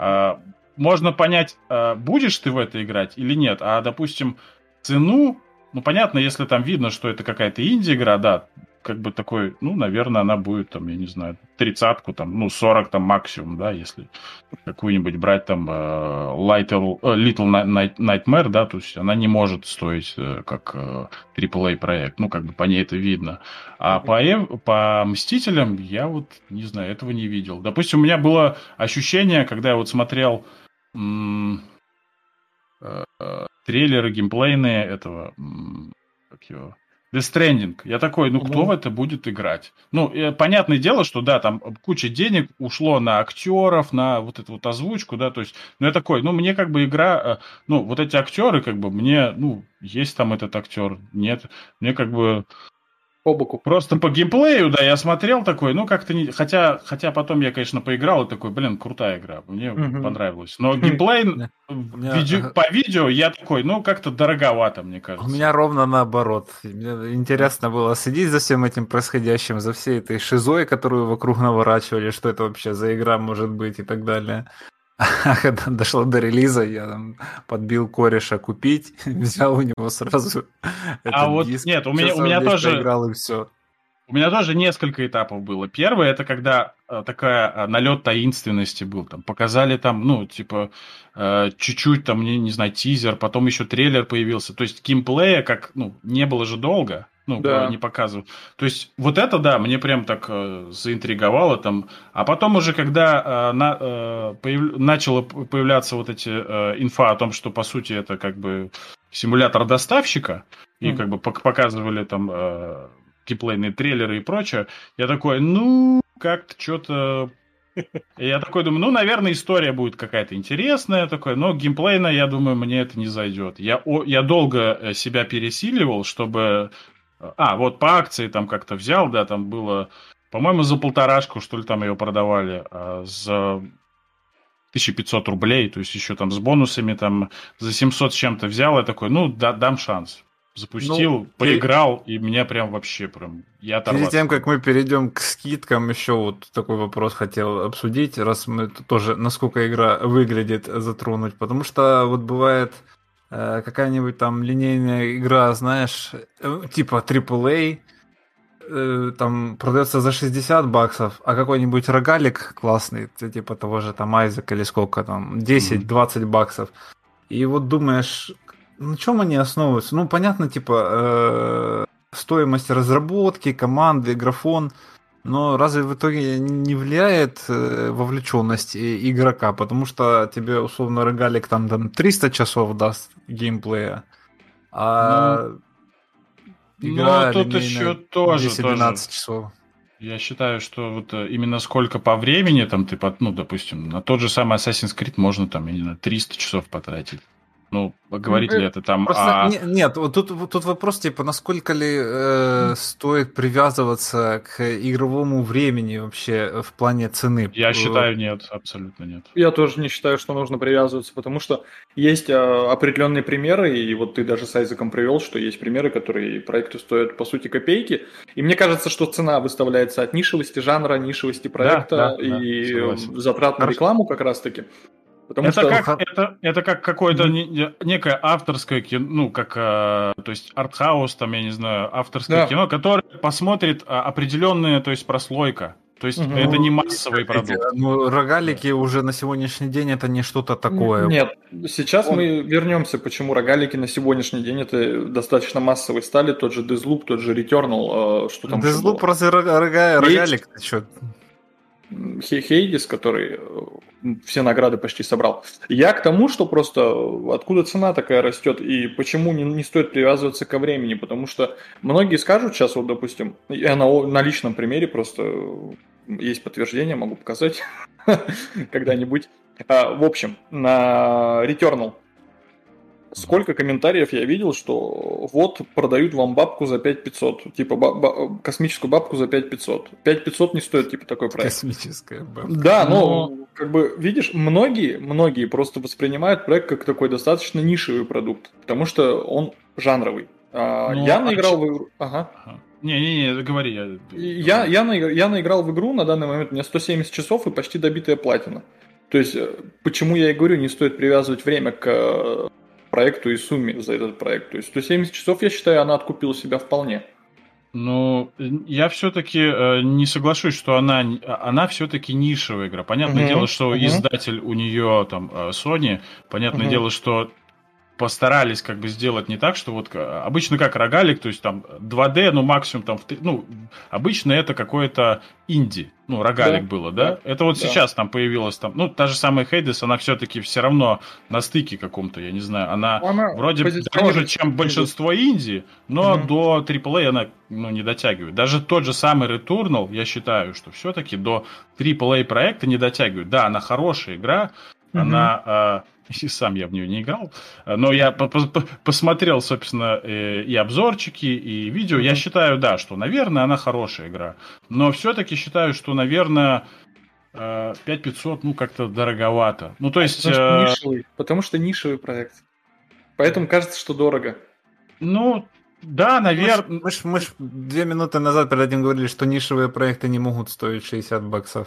Можно понять, будешь ты в это играть или нет. А, допустим, цену... Ну, понятно, если там видно, что это какая-то инди-игра, да, как бы такой, ну, наверное, она будет, там, я не знаю, тридцатку, там, ну, сорок там максимум, да, если какую-нибудь брать там uh, Little, uh, Little Nightmare, да, то есть она не может стоить uh, как uh, трипл эй проект, ну, как бы по ней это видно. А по, по Мстителям я вот, не знаю, этого не видел. Допустим, у меня было ощущение, когда я вот смотрел м- uh, uh, трейлеры геймплейные этого, м- как его... Death Stranding. Я такой, ну, кто mm-hmm. в это будет играть? Ну, понятное дело, что, да, там куча денег ушло на актеров, на вот эту вот озвучку, да, то есть, ну, я такой, ну, мне как бы игра, ну, вот эти актеры, как бы, мне, ну, есть там этот актер, нет, мне как бы... По боку. Просто по геймплею, да, я смотрел такой, ну, как-то не... Хотя, хотя потом я, конечно, поиграл и такой, блин, крутая игра, мне mm-hmm. понравилось. Но геймплей меня... видео... по видео я такой, ну, как-то дороговато, мне кажется. У меня ровно наоборот. Мне интересно было следить за всем этим происходящим, за всей этой шизой, которую вокруг наворачивали, что это вообще за игра может быть и так далее. А когда дошло до релиза, я там подбил кореша купить, взял у него сразу а вот диск. Нет, у меня, у меня тоже... Поиграл, и все. У меня тоже несколько этапов было. Первый, это когда э, такая э, налет таинственности был. Там показали там, ну, типа, э, чуть-чуть там, не, не знаю, тизер, потом еще трейлер появился. То есть геймплея как, ну, не было же долго. Ну, да. не показывал. То есть, вот это, да, мне прям так э, заинтриговало там. А потом уже, когда э, на, э, появ... начало появляться вот эти э, инфа о том, что, по сути, это как бы симулятор доставщика, mm. и как бы показывали там э, геймплейные трейлеры и прочее, я такой, ну, как-то что-то... И я такой думаю, ну, наверное, история будет какая-то интересная, такой, но геймплейно, я думаю, мне это не зайдет. Я, о, я долго себя пересиливал, чтобы... А, вот по акции там как-то взял, да, там было, по-моему, за полторашку, что ли, там ее продавали, а за тысяча пятьсот рублей, то есть еще там с бонусами, там за семьсот с чем-то взял, я такой, ну, да, дам шанс. Запустил, ну, поиграл, и... и меня прям вообще прям... Я Перед тем, как мы перейдем к скидкам, еще вот такой вопрос хотел обсудить, раз мы тоже, насколько игра выглядит, затронуть, потому что вот бывает... какая-нибудь там линейная игра, знаешь, типа трипл эй, там продается за шестьдесят баксов, а какой-нибудь рогалик классный, типа того же там Айзек или сколько там, десять-двадцать баксов. И вот думаешь, на чем они основываются? Ну, понятно, типа, э, стоимость разработки, команды, графон. Но разве в итоге не влияет э, вовлеченность и- игрока? Потому что тебе, условно, рогалик там, там триста часов даст геймплея, Ну, а ну, игра тут еще линейная тоже, тоже. десять-двенадцать часов. Я считаю, что вот э, именно сколько по времени там ты, под- ну, допустим, на тот же самый Assassin's Creed можно там, я не знаю, триста часов потратить. Ну, М, говорит ли э, это там Просто о... не- нет, вот тут, вот тут вопрос, типа, насколько ли э, стоит привязываться к игровому времени вообще в плане цены? Я Э, считаю, нет, абсолютно нет. Я тоже не считаю, что нужно привязываться, потому что есть э, определенные примеры, и вот ты даже с Айзеком привел, что есть примеры, которые проекты стоят по сути копейки. И мне кажется, что цена выставляется от нишевости жанра, нишевости Да, проекта да, да, и э, согласен. затрат на Хорошо. рекламу как раз-таки. Потому Это что... как, это, это как какое-то Мгм. не- некое авторское кино, ну, как, э, то есть, артхаус, там, я не знаю, авторское Да. кино, которое посмотрит а, определенная, то есть, прослойка. То есть, Мгм. это Ну, не массовый эти, продукт. ну, Да. рогалики уже на сегодняшний день это не что-то Н- такое. Нет, сейчас Он мы вернемся, почему рогалики на сегодняшний день это достаточно массовые стали, тот же Deathloop, тот же Returnal, э, что там еще Deathloop было. разве рога- рога- Есть рогалик? Ты чё? Хе- Хейдис, который э, все награды почти собрал. Я к тому, что просто э, откуда цена такая растет и почему не, не стоит привязываться ко времени, потому что многие скажут сейчас, вот, допустим, я на, о- на личном примере просто э, есть подтверждение, могу показать когда-нибудь. А, В общем, на Returnal сколько комментариев я видел, что вот продают вам бабку за пять пятьсот, типа ба- ба- космическую бабку за пять пятьсот. пять пятьсот не стоит типа такой проект. Космическая бабка. Да, Но ну, как бы, видишь, многие, многие просто воспринимают проект как такой достаточно нишевый продукт, потому что он жанровый. А, Ну, Я а наиграл ч- в игру... Ага. ага. Не-не-не, говори, я И Я, договорю. я, наигр- я наиграл в игру, на данный момент у меня сто семьдесят часов и почти добитая платина. То есть, э, почему я и говорю, не стоит привязывать время к э, проекту и сумме за этот проект. То есть, сто семьдесят часов, я считаю, она откупила себя вполне. Ну, я все-таки не соглашусь, что она, н- а- она все-таки нишевая игра. Понятное дело, Угу, что угу, издатель у нее там э, Sony, понятное угу. дело, что постарались как бы сделать не так, что вот э, обычно как рогалик, то есть там два дэ, ну максимум там, в три- ну обычно это какое-то инди, ну рогалик Да, было, да, да? Это вот да. сейчас там появилось там, ну та же самая Hades, она все-таки все равно на стыке каком-то, я не знаю, она Она вроде дороже, позиционируется чем как инди. большинство инди, но Мгм. до трипл эй она ну, не дотягивает. Даже тот же самый Returnal, я считаю, что все-таки до трипл эй проекта не дотягивает. Да, она хорошая игра, Мгм. она... э, и сам я в нее не играл, э, но я по- по- по- посмотрел, собственно, э, и обзорчики, и видео. Я Мгм. считаю, да, что, наверное, она хорошая игра. Но все-таки считаю, что, наверное, э, пять пятьсот, ну, как-то дороговато. Ну, то есть, Потому что э, нишевый, потому что нишевый проект. Поэтому кажется, что дорого. ну, да, Мы ж, наверное... мы, ж, мы ж две минуты назад перед этим говорили, что нишевые проекты не могут стоить шестьдесят баксов.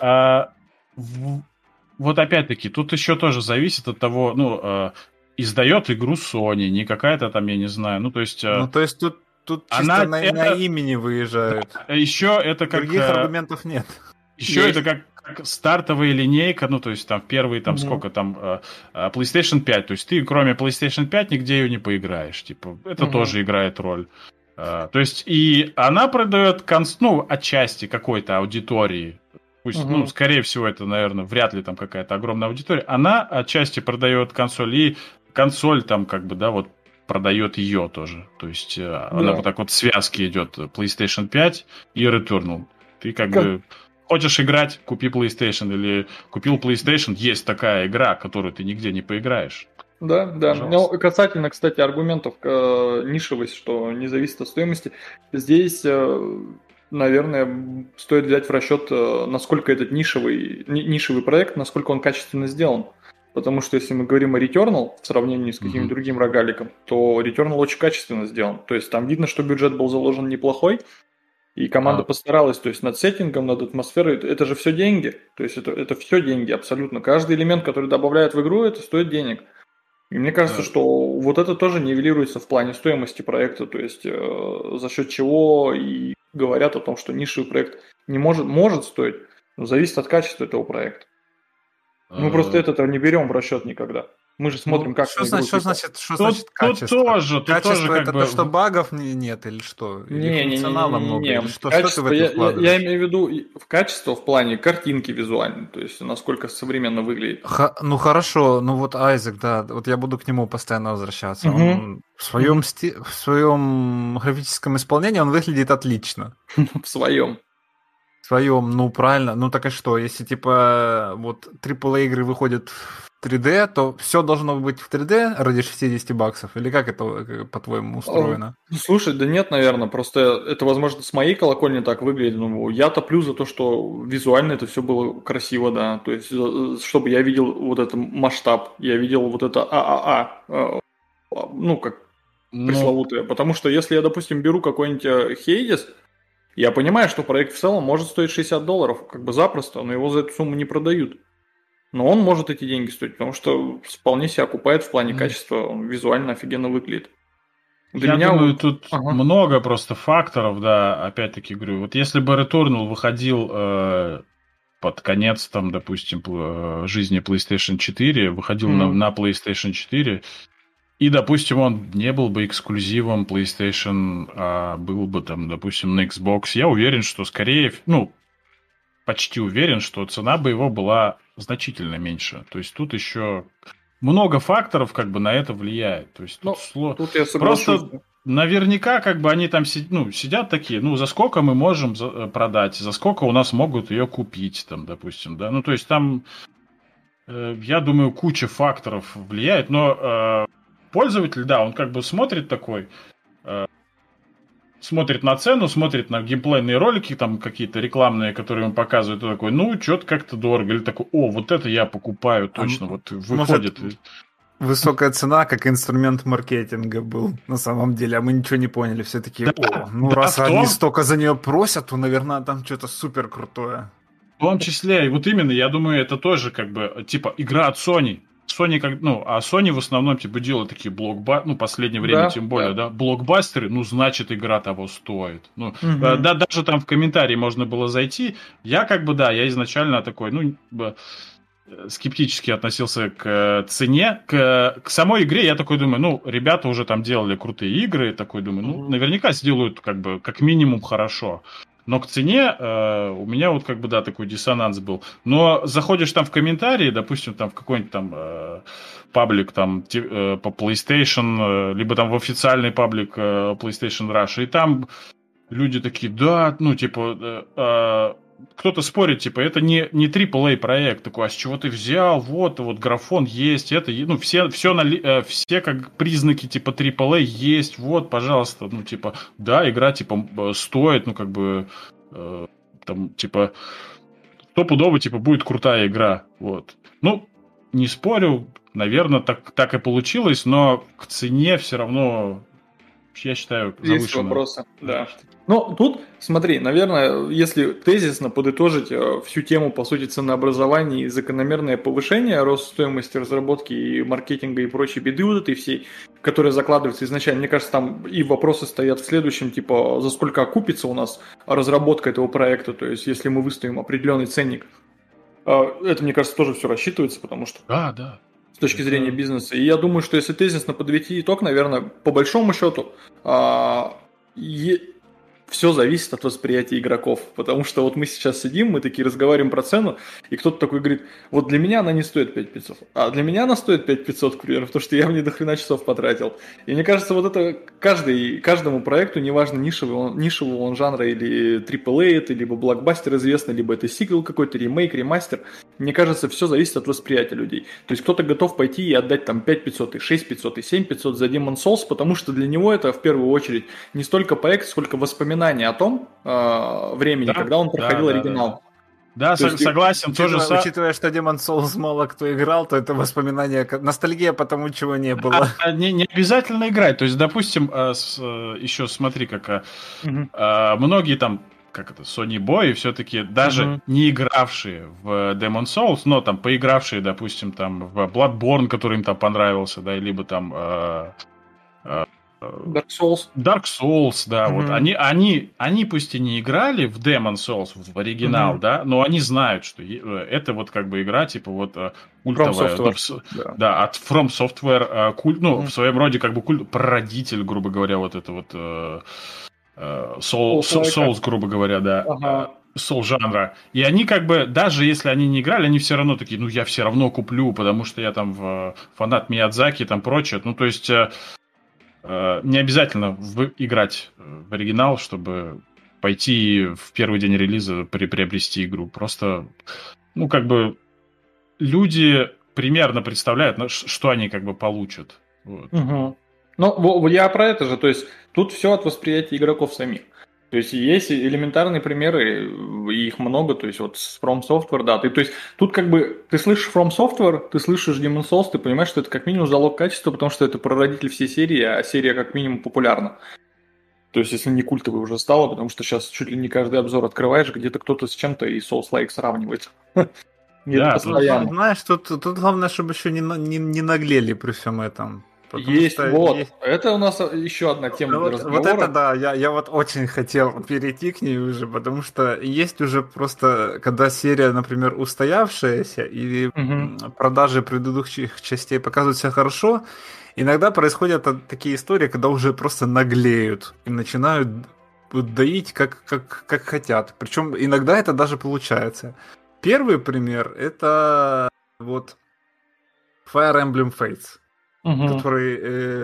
Вот опять-таки, тут еще тоже зависит от того, ну, э, издает игру Sony, не какая-то там, я не знаю, ну, то есть... э, Ну, то есть тут, тут чисто она на, на это... имени выезжают. Еще это как... Других э, аргументов нет. Еще Есть. это как, как стартовая линейка, ну, то есть там первые, там, Мгм. сколько там, э, э, PlayStation пять, то есть ты, кроме PlayStation пять, нигде ее не поиграешь, типа, это Мгм. тоже играет роль. Э, то есть и она продает, конс... ну, отчасти какой-то аудитории, пусть, Мгм. ну, скорее всего, это, наверное, вряд ли там какая-то огромная аудитория, она отчасти продает консоль, и консоль там, как бы, да, вот, продает ее тоже, то есть э, она Да. вот так вот в связке идет PlayStation пять и Returnal. Ты как Как- бы... Хочешь играть, купи PlayStation. Или купил PlayStation, есть такая игра, которую ты нигде не поиграешь. Да, да. Пожалуйста. Ну, касательно, кстати, аргументов э, нишевость, что не зависит от стоимости, здесь, э, наверное, стоит взять в расчет, э, насколько этот нишевый, ни- нишевый проект, насколько он качественно сделан. Потому что если мы говорим о Returnal в сравнении с каким-нибудь Мгм. другим рогаликом, то Returnal очень качественно сделан. То есть там видно, что бюджет был заложен неплохой, и команда А, постаралась, то есть над сеттингом, над атмосферой, это, это же все деньги. То есть это, это все деньги абсолютно. Каждый элемент, который добавляют в игру, это стоит денег. И мне кажется, э, что вот это тоже нивелируется в плане стоимости проекта, то есть э, за счет чего и говорят о том, что нишевый проект не может, может стоить, но зависит от качества этого проекта. Мы просто э, это не берем в расчет никогда. Мы же смотрим, Ну, как что на игру, значит, что типа. значит, что Тут, значит тут качество? тоже, тут Качество тоже как это бы... то, что багов не- нет, или что? Или функционала много, или Не-не-не-не-не-не. что? Что ты в Качество, это я, я, я вкладываешь? имею в виду и- в качество в плане картинки визуальной, то есть насколько современно выглядит. Ха- ну хорошо, ну вот Айзек, да, вот я буду к нему постоянно возвращаться. Мгм. Он в своем, Мгм. сти... в своем графическом исполнении он выглядит отлично. В своем. В своем, ну правильно, ну так и что, если типа вот трипл эй игры выходят в три дэ, то все должно быть в три дэ ради шестьдесят баксов? Или как это, э, по-твоему, А, устроено? Слушай, да нет, наверное, просто это, возможно, с моей колокольни так выглядит. Ну, я топлю за то, что визуально это все было красиво, да. То есть, э, чтобы я видел вот этот масштаб, я видел вот это ААА, э, ну, как Ну, пресловутое. Потому что если я, допустим, беру какой-нибудь э, Хейдис, я понимаю, что проект в целом может стоить шестьдесят долларов, как бы запросто, но его за эту сумму не продают. Но он может эти деньги стоить, потому что вполне себя окупает в плане М. качества, он визуально офигенно выглядит. Для я меня думаю, вот- тут Ага. много просто факторов, да, опять-таки говорю. Вот если бы Returnal выходил э, под конец, там, допустим, пл- э, жизни PlayStation четыре, выходил на, Мгм. на PlayStation четыре, и, допустим, он не был бы эксклюзивом PlayStation, а был бы там, допустим, на Xbox, я уверен, что скорее, ну, почти уверен, что цена бы его была значительно меньше. То есть тут еще много факторов как бы на это влияет. То есть Ну, тут сло- Тут я соглашусь. Просто наверняка как бы они там си- ну, сидят такие, ну, за сколько мы можем за- э, продать, за сколько у нас могут ее купить, там, допустим, да. Ну, то есть там, э, я думаю, куча факторов влияет, но э, пользователь, да, он как бы смотрит такой, э, смотрит на цену, смотрит на геймплейные ролики, там какие-то рекламные, которые ему показывают, и такой, ну, что-то как-то дорого. Или такой, о, вот это я покупаю точно, м- вот выходит. может, Высокая цена как инструмент маркетинга был на самом деле, а мы ничего не поняли. Все такие, о, ну да, раз в они том- столько за нее просят, то, наверное, там что-то супер крутое. В том числе, и вот именно, я думаю, это тоже как бы, типа, игра от Sony. Sony как, ну, а Sony в основном, типа, делают такие блокбастеры, ну, в последнее время Да, тем более, да. да. блокбастеры, ну, значит, игра того стоит. Ну, Мгм. э, да, даже там в комментарии можно было зайти. Я как бы, да, я изначально такой, ну, б- э, скептически относился к э, цене, к, к самой игре. Я такой думаю, ну, ребята уже там делали крутые игры, такой думаю, ну, Мгм. наверняка сделают как бы как минимум хорошо. Но к цене э, у меня вот как бы, да, такой диссонанс был. Но заходишь там в комментарии, допустим, там в какой-нибудь там э, паблик там ти- э, по PlayStation, э, либо там в официальный паблик э, PlayStation Russia, и там люди такие, да, ну, типа, э, э, кто-то спорит, типа, это не, не трипл эй проект такой, а с чего ты взял, вот, вот графон есть, это, е- ну, все, все, нали- э, все как признаки, типа, трипл эй есть, вот, пожалуйста, ну, типа, да, игра, типа, э, стоит, ну, как бы, э, там, типа, стопудово, типа, будет крутая игра, вот. Ну, не спорю, наверное, так, так и получилось, но к цене все равно, я считаю, Есть завышенно. вопросы, да. Ну, тут, смотри, наверное, если тезисно подытожить э, всю тему, по сути, ценообразования и закономерное повышение, рост стоимости разработки и маркетинга и прочей беды вот этой всей, которая закладывается изначально, мне кажется, там и вопросы стоят в следующем, типа, за сколько окупится у нас разработка этого проекта, то есть если мы выставим определенный ценник. Э, Это, мне кажется, тоже все рассчитывается, потому что Да, да. с точки Это- зрения бизнеса. И я думаю, что если тезисно подвести итог, наверное, по большому счету, все зависит от восприятия игроков. Потому что вот мы сейчас сидим, мы такие разговариваем про цену, и кто-то такой говорит, вот для меня она не стоит пять тысяч пятьсот, а для меня она стоит пять тысяч пятьсот, к примеру, потому что я в ней до хрена часов потратил. И мне кажется, вот это каждый, каждому проекту, неважно, нишевый он, нишевого он жанра или трипл эй это, либо блокбастер известный, либо это сиквел какой-то, ремейк, ремастер, мне кажется, все зависит от восприятия людей. То есть кто-то готов пойти и отдать там пять тысяч пятьсот, и шесть тысяч пятьсот, и семь тысяч пятьсот за Demon's Souls, потому что для него это в первую очередь не столько проект, сколько воспоминания о том э, времени, Да, когда он да, проходил да, оригинал. Да, То со- есть, согласен, Учитывая, тоже са- учитывая, что Demon Souls мало кто играл, то это воспоминание, ка- ностальгия по тому, чего не было. А, не, не обязательно играть. То есть, допустим, э, с, э, еще смотри, как э, Мгм. э, многие там, как это, Sony Boy, все-таки даже Мгм. не игравшие в Demon's Souls, но там поигравшие, допустим, там в Bloodborne, который им там понравился, да, либо там э, э, Dark Souls. Dark Souls, да, mm-hmm. вот они, они, они пусть и не играли в Demon Souls, в оригинал, mm-hmm. да, но они знают, что это вот как бы игра, типа вот культовая, ну, в, да. да, от From Software, культ, ну, mm-hmm. в своем роде как бы культ, прародитель, грубо говоря, вот это вот uh, uh, Soul, Soul, Souls, грубо говоря, да, ага. Soul жанра. И они как бы, даже если они не играли, они все равно такие, ну, я все равно куплю, потому что я там в, фанат Миядзаки и там прочее, ну, то есть... Не обязательно в, играть в оригинал, чтобы пойти в первый день релиза при, приобрести игру. Просто, ну, как бы, люди примерно представляют, что они как бы получат. Вот. Угу. Ну, я про это же. То есть, тут все от восприятия игроков самих. То есть, есть элементарные примеры, и их много, то есть, вот с From Software, да. Ты, то есть, тут как бы, ты слышишь From Software, ты слышишь Demon's Souls, ты понимаешь, что это как минимум залог качества, потому что это прародитель всей серии, а серия как минимум популярна. То есть, если не культовой уже стала, потому что сейчас чуть ли не каждый обзор открываешь, где-то кто-то с чем-то и Souls-like сравнивает. Да, постоянно. Знаешь, тут главное, чтобы еще не наглели при всем этом. Потому есть, вот. Есть... Это у нас еще одна тема вот, для разговора. Вот это да, я, я вот очень хотел перейти к ней уже, потому что есть уже просто, когда серия, например, устоявшаяся, и угу. продажи предыдущих частей показывают себя хорошо, иногда происходят такие истории, когда уже просто наглеют и начинают доить как, как, как хотят. Причем иногда это даже получается. Первый пример — это вот Fire Emblem Fates. Uh-huh. Который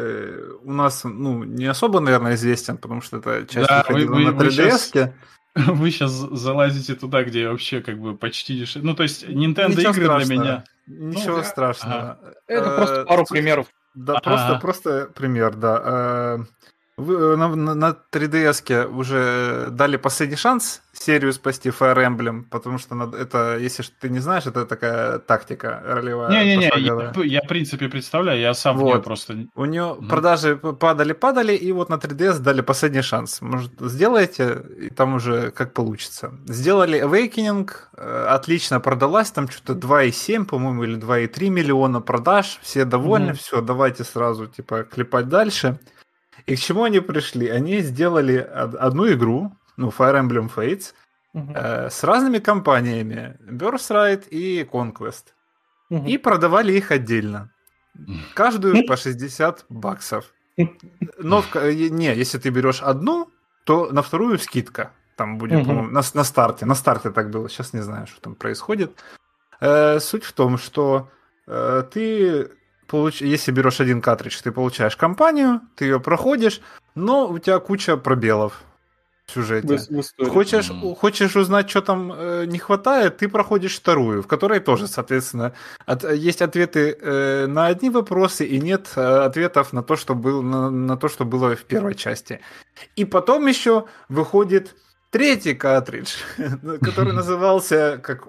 э, у нас, ну, не особо, наверное, известен, потому что это часть да, выходила вы, вы, на три ди эс-ке. Вы сейчас залазите туда, где вообще как бы почти дешевле. Ну, то есть, Nintendo Ничего игры страшного. Для меня... Ничего ну, страшного. Ага. Это э, просто пару примеров. Да, ага. просто, просто пример, да. Вы, на, на три ди эс-ке уже дали последний шанс серию спасти Fire Emblem, потому что это, если ты не знаешь, это такая тактика ролевая. Не-не-не, я, я в принципе представляю, я сам вот. в нее просто... У нее mm. продажи падали-падали, и вот на три ди эс дали последний шанс. Может, сделайте, и там уже как получится. Сделали Awakening, отлично продалась, там что-то два и семь, по-моему, или два и три миллиона продаж, все довольны, mm-hmm. все, давайте сразу, типа, клепать дальше. И к чему они пришли? Они сделали одну игру, ну, Fire Emblem Fates, uh-huh. э, с разными компаниями, Birthright и Conquest, uh-huh. и продавали их отдельно. Каждую по шестьдесят баксов. Но, не, если ты берешь одну, то на вторую скидка. Там будет, uh-huh. по-моему, на, на старте. На старте так было, сейчас не знаю, что там происходит. Э, суть в том, что э, ты... Получ... Если берешь один картридж, ты получаешь кампанию, ты ее проходишь, но у тебя куча пробелов в сюжете. В, в хочешь, mm-hmm. хочешь узнать, что там э, не хватает, ты проходишь вторую, в которой тоже, соответственно, от... есть ответы э, на одни вопросы и нет э, ответов на то, что был... на... на то, что было в первой части. И потом еще выходит третий картридж, который назывался как...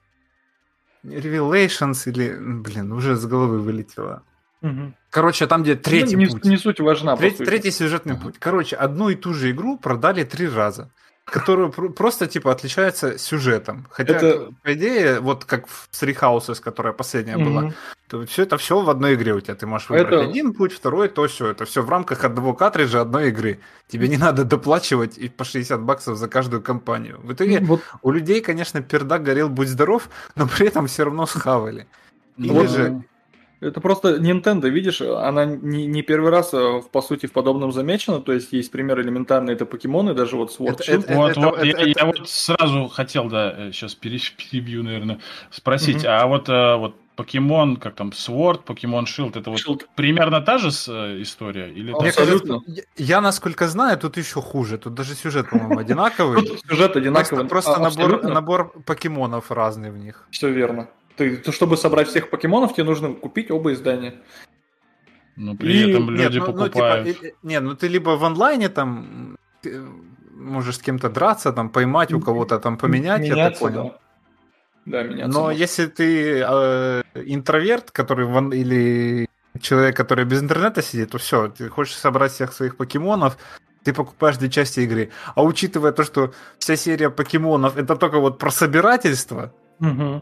Revelations или... Блин, уже с головы вылетело. Угу. Короче, там, где третий ну, не, путь. Не суть важна. Треть, третий сюжетный uh-huh. путь. Короче, одну и ту же игру продали три раза. Которая просто, типа, отличается сюжетом. Хотя, это... по идее, вот как в Three Houses, которая последняя mm-hmm. была, то все это все в одной игре у тебя. Ты можешь выбрать это... один путь, второй, то все. Это все в рамках одного картриджа одной игры. Тебе не надо доплачивать и по шестьдесят баксов за каждую компанию. В итоге вот. У людей, конечно, пердак горел, будь здоров, но при этом все равно схавали. Или вот. же... Это просто Nintendo, видишь, она не, не первый раз, по сути, в подобном замечена, то есть есть пример элементарный, это покемоны, даже вот Sword Shield. Это, вот, это, вот, это, я, это, я это... вот сразу хотел, да, сейчас перебью, наверное, спросить, угу. а вот, вот покемон, как там, Sword, покемон Shield, это вот Shield. Примерно та же история? Или Мне кажется, я, я, насколько знаю, тут еще хуже, тут даже сюжет, по-моему, одинаковый. Сюжет одинаковый. Просто набор покемонов разный в них. Все верно. Ты, чтобы собрать всех покемонов, тебе нужно купить оба издания. Ну, при и... этом люди нет, ну, покупают. Ну, типа, не, ну ты либо в онлайне там можешь с кем-то драться, там поймать у кого-то, там поменять, меняться, я так понял. Да, да меняться. Но можно. Если ты э, интроверт, который в, или человек, который без интернета сидит, то все, ты хочешь собрать всех своих покемонов, ты покупаешь две части игры. А учитывая то, что вся серия покемонов это только вот про собирательство, угу.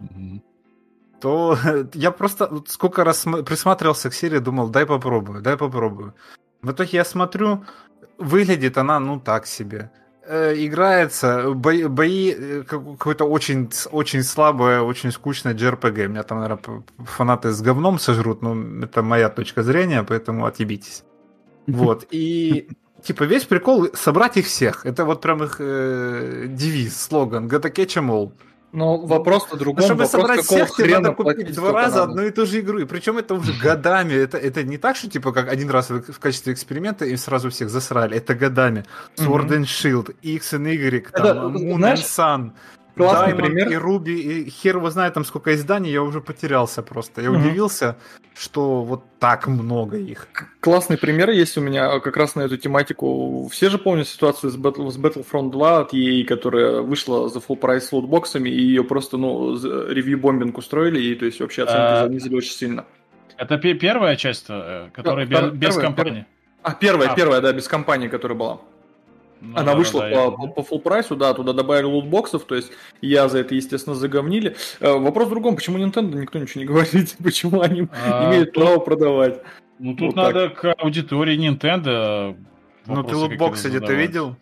то я просто сколько раз присматривался к серии, думал, дай попробую, дай попробую. В итоге я смотрю, выглядит она, ну, так себе. Э, играется, бои, бои э, как- какое-то очень, с- очень слабое, очень скучное джей ар пи джи. Меня там, наверное, фанаты с говном сожрут, но это моя точка зрения, поэтому отъебитесь. Вот, и типа весь прикол собрать их всех. Это вот прям их э, девиз, слоган «Gotta catch 'em all». Но вопрос-то Но другом. чтобы Вопрос, собрать какого всех, тебе хрена надо купить платить два столько раза надо? одну и ту же игру. И причем это уже годами. Это, это не так, что типа как один раз в, в качестве эксперимента и сразу всех засрали. Это годами. Sword Мгм. and Shield, X and Y, там, Это, Moon знаешь, and Sun, классный Diamond пример. и Ruby. И хер его знает там сколько изданий, я уже потерялся просто. Я Мгм. удивился, что вот так много их. Классный пример есть у меня как раз на эту тематику. Все же помнят ситуацию с, Battle, с Battlefront два от и эй, которая вышла за full прайс с лутбоксами, и ее просто, ну, за- ревью-бомбинг устроили, и то есть вообще оценки А, занизили очень сильно. Это пе- первая часть, э, которая Да, без, втор- без первая, компании. А, первая, А. первая, да, без компании, которая была. Ну Она да, вышла да, да, я по, помню. по, по full прайсу, да, туда добавили лутбоксов, то есть я за это, естественно, заговнили. Э, Вопрос в другом, почему Nintendo никто ничего не говорит, почему они А, имеют тут- право продавать. Ну тут Вот так. надо к аудитории Nintendo Ну ты вопросы лутбоксы какие-то где-то задавать. видел?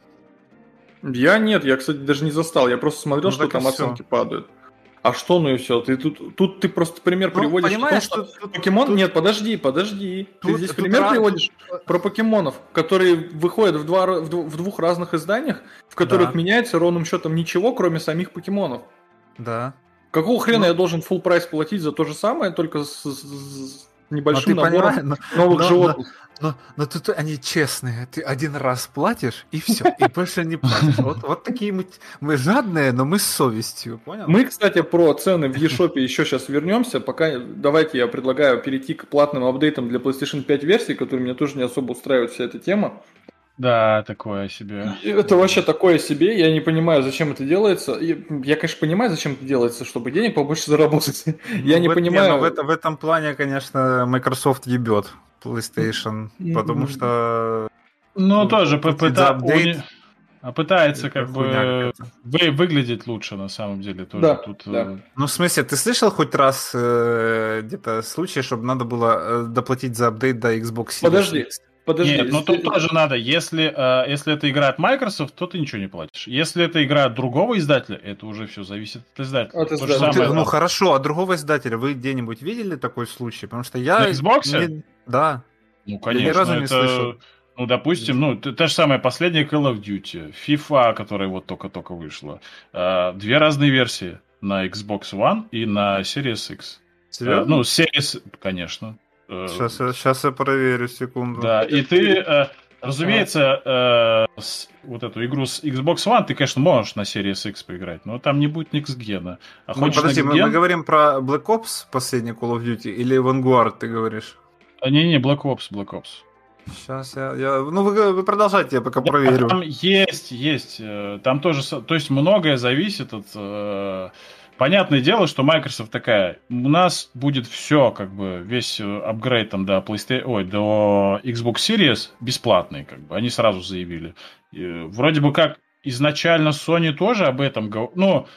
Я нет, я, кстати, даже не застал. Я просто смотрел, Ну, что так и там всё. оценки падают. А что, ну и все. Ты тут, тут ты просто пример Ну, приводишь. понимаешь, о том, тут- тут- покемон. тут- Нет, подожди, подожди. Ты Тут- здесь тут пример ра- приводишь тут- про покемонов, которые выходят в, два, ра- в дву- в двух разных изданиях, в которых Да. меняется ровным счетом ничего, кроме самих покемонов. Да. Какого хрена Ну- я должен full прайс платить за то же самое, только с, с- с Но небольшим ты набором понимаешь, но, новых но- животных? но- но тут они честные. Ты один раз платишь, и все, и больше не платишь. Вот, вот такие мы, мы жадные, но мы с совестью, понял? Мы, кстати, про цены в eShop еще сейчас вернемся. Пока давайте я предлагаю перейти к платным апдейтам для PlayStation пять версий, которые меня тоже не особо устраивает вся эта тема. Да, такое себе. И это вообще такое себе. Я не понимаю, зачем это делается. И Я, конечно, понимаю, зачем это делается, чтобы денег побольше заработать. Я Ну, не в это- понимаю. но в, это- в этом плане, конечно, Microsoft ебет PlayStation, М-м. потому что Ну, Ну, тоже платить попыта- за апдейт. уни- а пытается это как хуйня бы какая-то. вы- выглядеть лучше на самом деле тоже. Да, Тут, да. э, Ну, в смысле, ты слышал хоть раз э, где-то случай, чтобы надо было э, доплатить за апдейт до Xbox Series Подожди. X? Подожди. Нет, ну здесь- тут тоже надо. Если, э, если это игра от Microsoft, то ты ничего не платишь. Если это игра от другого издателя, это уже все зависит от издателя. От То же издателя. Ну, ты- самое, ну, там, хорошо, а другого издателя вы где-нибудь видели такой случай? Потому что я... На Xbox? не- Да. ну, ни конечно, разу не это, слышал. ну, допустим, ну, т- та же самая последняя Call of Duty, FIFA, которая вот только-только вышла. Э, Две разные версии на Xbox One и на Series X. Э, Серьезно? Ну, Series, конечно. Э, Сейчас, я- сейчас я проверю, секунду. Да, и ты, э, разумеется, э, с- вот эту игру с Xbox One ты, конечно, можешь на Series X поиграть, но там не будет Next Gen. А Ну, хочешь подожди, Next мы, Gen? мы говорим про Black Ops, последний Call of Duty, или Vanguard, ты говоришь? А, Не-не, Black Ops, Black Ops. Сейчас я... я... Ну, вы, вы продолжайте, я пока проверю. Там есть, есть. э, Там тоже, со- то есть многое зависит от... э, Понятное дело, что Microsoft такая, у нас будет все, как бы, весь э, апгрейд там до PlayStation, ой, до Xbox Series бесплатный, как бы, они сразу заявили. И, вроде бы как изначально Sony тоже об этом говорил, ну,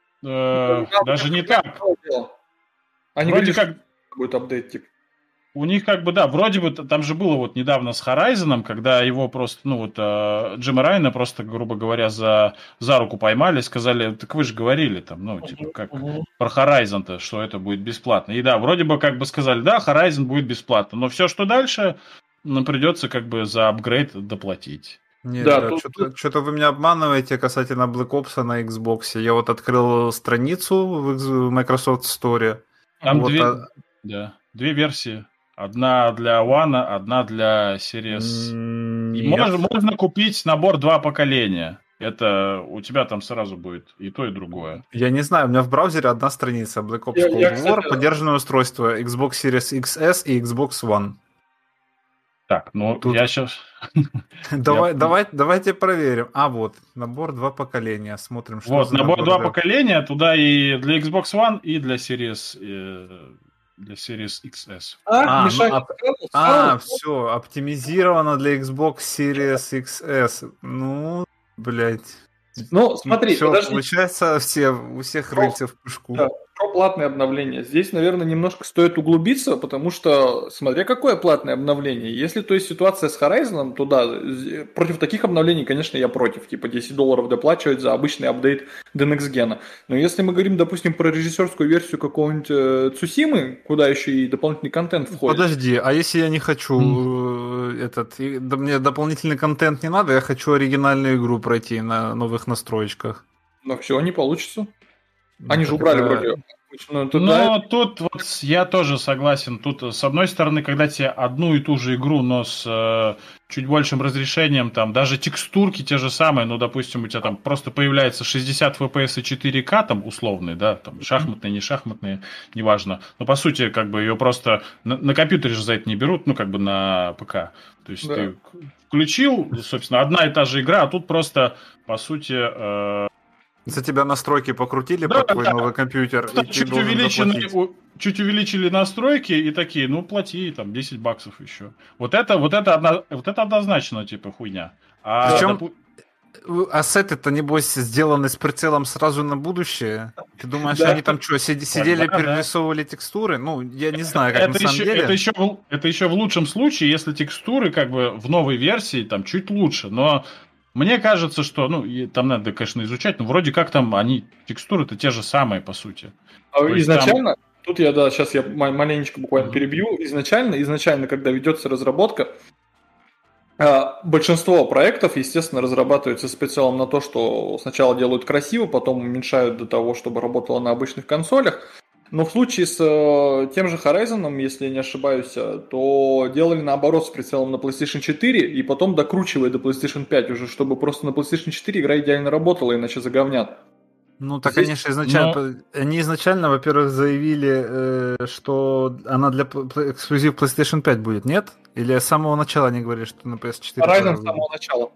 э, даже не так. Они Вроде говорили, как что будет апдейт, типа. у них как бы, да, вроде бы т- там же было вот недавно с Horizon, когда его просто, ну вот, э, Джима Райана просто, грубо говоря, за, за руку поймали, сказали, так вы же говорили там, ну, типа, как Мгм. про Horizon-то, что это будет бесплатно. И да, вроде бы как бы сказали, да, Horizon будет бесплатно, но все, что дальше, ну, придется как бы за апгрейд доплатить. Нет, Да, да, тут- что-то, что-то вы меня обманываете касательно Black Ops на Xbox. Я вот открыл страницу в X- в Microsoft Store. Там Вот, две, а- да, две версии. Одна для One, одна для Series. М, И нет. можно, можно купить набор два поколения. Это у тебя там сразу будет и то, и другое. Я не знаю, у меня в браузере одна страница. Black Ops Я- Cold я, War, кстати- поддержанное устройство Xbox Series икс эс и Xbox One. Так, ну Тут- я сейчас... Давай, давай, давайте проверим. А, вот, набор два поколения. Смотрим, что Вот, за набор два да. поколения, туда и для Xbox One, и для Series, э, для Series икс эс. А, А, мешать. ну, а- А, все, оптимизировано для Xbox Series икс эс. Ну, блядь. Ну, смотри, Всё, подожди. получается, все, у всех Ну, рыльца в пушку. да. про платное обновление. Здесь, наверное, немножко стоит углубиться, потому что, смотря какое платное обновление. Если то есть ситуация с Horizon, то да, против таких обновлений, конечно, я против. Типа десять долларов доплачивать за обычный апдейт до Next Gen. Но если мы говорим, допустим, про режиссерскую версию какого-нибудь Цусимы, куда еще и дополнительный контент входит. Подожди, а если я не хочу mm. этот, да, мне дополнительный контент не надо, я хочу оригинальную игру пройти на новых настроечках. Но все, не получится. Они ну, же убрали это... вроде. Но туда... тут вот я тоже согласен. Тут, с одной стороны, когда тебе одну и ту же игру, но с э, чуть большим разрешением, там даже текстурки те же самые, ну, допустим, у тебя там просто появляется шестьдесят эф пи эс и четыре ка, там, условные, да, там, шахматные, не шахматные, неважно. Но, по сути, как бы ее просто на, на компьютере же за это не берут, ну, как бы на ПК. То есть да. ты включил, собственно, одна и та же игра, а тут просто, по сути... Э, За тебя настройки покрутили да, под твой да. новый компьютер. И чуть, увеличили, чуть увеличили настройки и такие, ну плати там десять баксов еще. Вот это, вот это, одно, вот это однозначно типа хуйня. А, Причем допу... ассеты-то, небось, сделаны с прицелом сразу на будущее. Ты думаешь, да. они там что, сидели, да, перерисовывали да. текстуры? Ну, я не знаю, как это на самом еще, деле. Это еще, в, это еще в лучшем случае, если текстуры как бы в новой версии там чуть лучше, но... Мне кажется, что, ну, там надо, конечно, изучать, но вроде как там они, текстуры-то те же самые, по сути. А изначально, там... тут я, да, сейчас я маленечко буквально mm-hmm. перебью, изначально, изначально, когда ведется разработка, большинство проектов, естественно, разрабатываются с прицелом на то, что сначала делают красиво, потом уменьшают до того, чтобы работало на обычных консолях. Но в случае с э, тем же Horizon, если я не ошибаюсь, то делали наоборот с прицелом на PlayStation четыре и потом докручивая до PlayStation пять уже, чтобы просто на PlayStation четыре игра идеально работала, иначе заговнят. Ну, так, Здесь... конечно, изначально... Но... Они изначально, во-первых, заявили, э, что она для эксклюзив PlayStation пять будет, нет? Или с самого начала они говорили, что на пи эс четыре? Horizon с самого начала.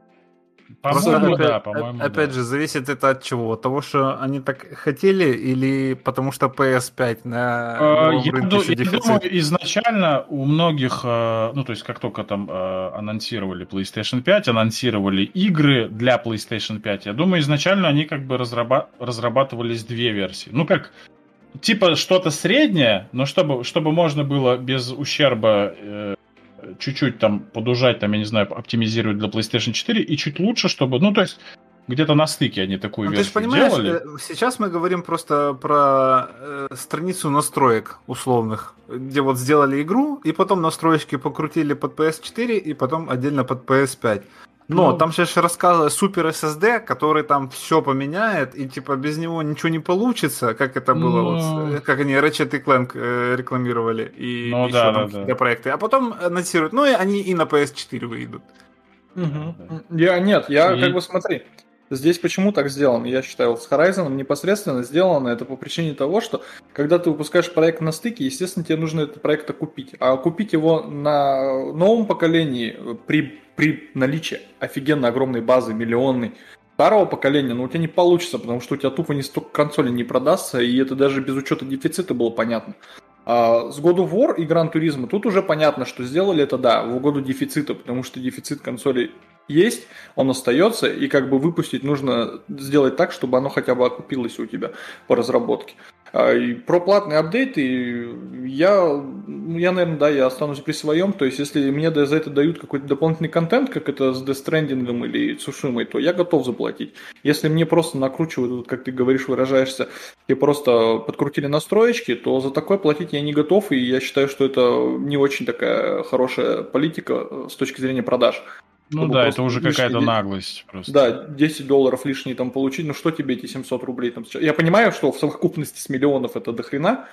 По-моему, опять, да, по-моему, опять да. же, зависит это от чего? От того, что они так хотели, или потому что пи эс пять на новом я рынке ду- еще я дефицит? думаю, изначально у многих, ну, то есть, как только там анонсировали PlayStation пять, анонсировали игры для PlayStation пять, я думаю, изначально они как бы разраба- разрабатывались две версии. Ну, как, типа что-то среднее, но чтобы, чтобы можно было без ущерба... Э- чуть-чуть там подужать, там, я не знаю, оптимизировать для PlayStation четыре, и чуть лучше, чтобы, ну, то есть, где-то на стыке они такую ну, версию ты же понимаешь, делали. Сейчас мы говорим просто про э, страницу настроек условных, где вот сделали игру, и потом настроечки покрутили под пи эс четыре, и потом отдельно под пи эс пять. Но ну, там же рассказывают супер эс эс ди, который там все поменяет, и типа без него ничего не получится, как это было, ну, вот, как они Ratchet и Clank э, рекламировали, и ну, еще да, там да, какие-то да. проекты. А потом анонсируют, ну и они и на пи эс четыре выйдут. Угу. Я, нет, я и... как бы смотри, здесь почему так сделано? Я считаю, с Horizon непосредственно сделано это по причине того, что когда ты выпускаешь проект на стыке, естественно, тебе нужно этот проект окупить. А купить его на новом поколении при, при наличии офигенно огромной базы, миллионной, старого поколения, ну у тебя не получится, потому что у тебя тупо не столько консолей не продастся, и это даже без учета дефицита было понятно. А с God of War и Gran Turismo тут уже понятно, что сделали это, да, в угоду дефицита, потому что дефицит консолей есть, он остается, и как бы выпустить нужно сделать так, чтобы оно хотя бы окупилось у тебя по разработке. И про платные апдейты я, я, наверное, да, я останусь при своем, то есть если мне за это дают какой-то дополнительный контент, как это с Death Stranding или Цушимой, то я готов заплатить. Если мне просто накручивают, как ты говоришь, выражаешься, и просто подкрутили настроечки, то за такое платить я не готов, и я считаю, что это не очень такая хорошая политика с точки зрения продаж. Ну да, это уже какая-то наглость просто. Да, десять долларов лишние там получить, ну что тебе эти семьсот рублей там сейчас? Я понимаю, что в совокупности с миллионов это дохрена,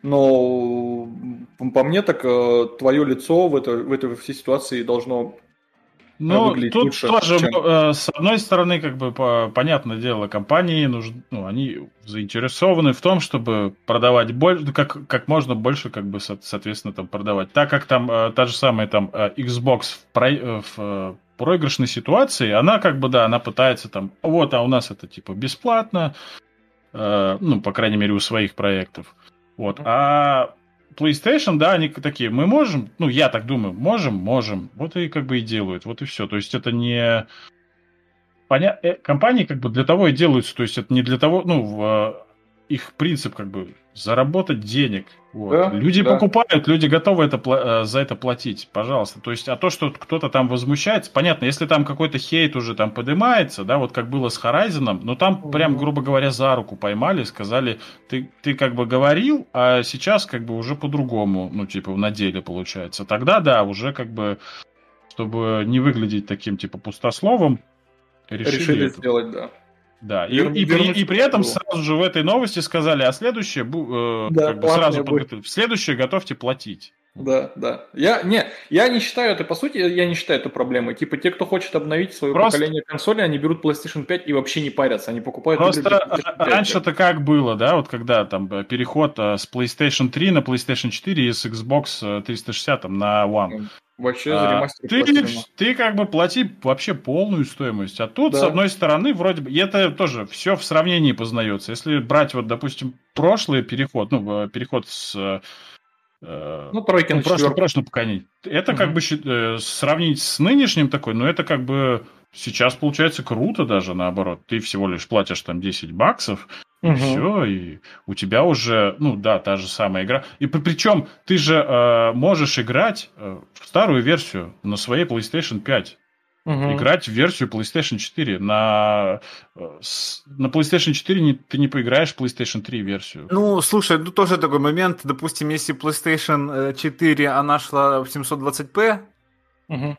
но по мне так твое лицо в, это, в этой всей ситуации должно ну, выглядеть тут лучше. Тоже, чем... с одной стороны, как бы, по, понятное дело, компании нужны, ну, они заинтересованы в том, чтобы продавать больше, как, как можно больше, как бы, соответственно, там продавать. Так как там та же самая там Xbox в, про, в проигрышной ситуации, она как бы, да, она пытается там, вот, а у нас это типа бесплатно, э, ну, по крайней мере, у своих проектов. Вот. А PlayStation, да, они такие, мы можем, ну, я так думаю, можем, можем. Вот и как бы и делают, вот и все. То есть это не... Поня... Компании как бы для того и делаются, то есть это не для того, ну, в... их принцип как бы заработать денег. Вот. Да, люди да. покупают, люди готовы это, за это платить, пожалуйста. То есть, а то, что кто-то там возмущается, понятно, если там какой-то хейт уже там поднимается, да, вот как было с Horizon, но там угу. прям, грубо говоря, за руку поймали, сказали, ты, ты как бы говорил, а сейчас как бы уже по-другому, ну, типа, на деле получается. Тогда, да, уже как бы, чтобы не выглядеть таким, типа, пустословом, решили, решили это. сделать, да. Да, и, и, при, и при этом сразу же в этой новости сказали, а следующее, э, да, как бы сразу подготовить, следующее готовьте платить. Да, да. Я не, я не считаю это, по сути, я не считаю это проблемой. Типа, те, кто хочет обновить свое Просто... поколение консоли, они берут PlayStation пять и вообще не парятся, они покупают... Просто раньше-то как было, да, вот когда там переход с PlayStation три на PlayStation четыре и с Xbox триста шестьдесят там, на One. Вообще за ремастер. Ты, ты как бы плати вообще полную стоимость. А тут, да. с одной стороны, вроде бы, и это тоже все в сравнении познается. Если брать, вот, допустим, прошлый переход, ну, переход с... Ну, тройки ну, на прошлое, прошлое поколение. Это угу. как бы э, сравнить с нынешним такой, но это как бы сейчас получается круто даже, наоборот. Ты всего лишь платишь там десять баксов, и угу. все, и у тебя уже, ну да, та же самая игра. И при, причем ты же э, можешь играть э, в старую версию на своей PlayStation пять. Угу. Играть в версию PlayStation четыре. На, на PlayStation четыре не, ты не поиграешь в PlayStation три версию. Ну, слушай, ну тоже такой момент. Допустим, если PlayStation четыре, она шла в семьсот двадцать пэ, угу.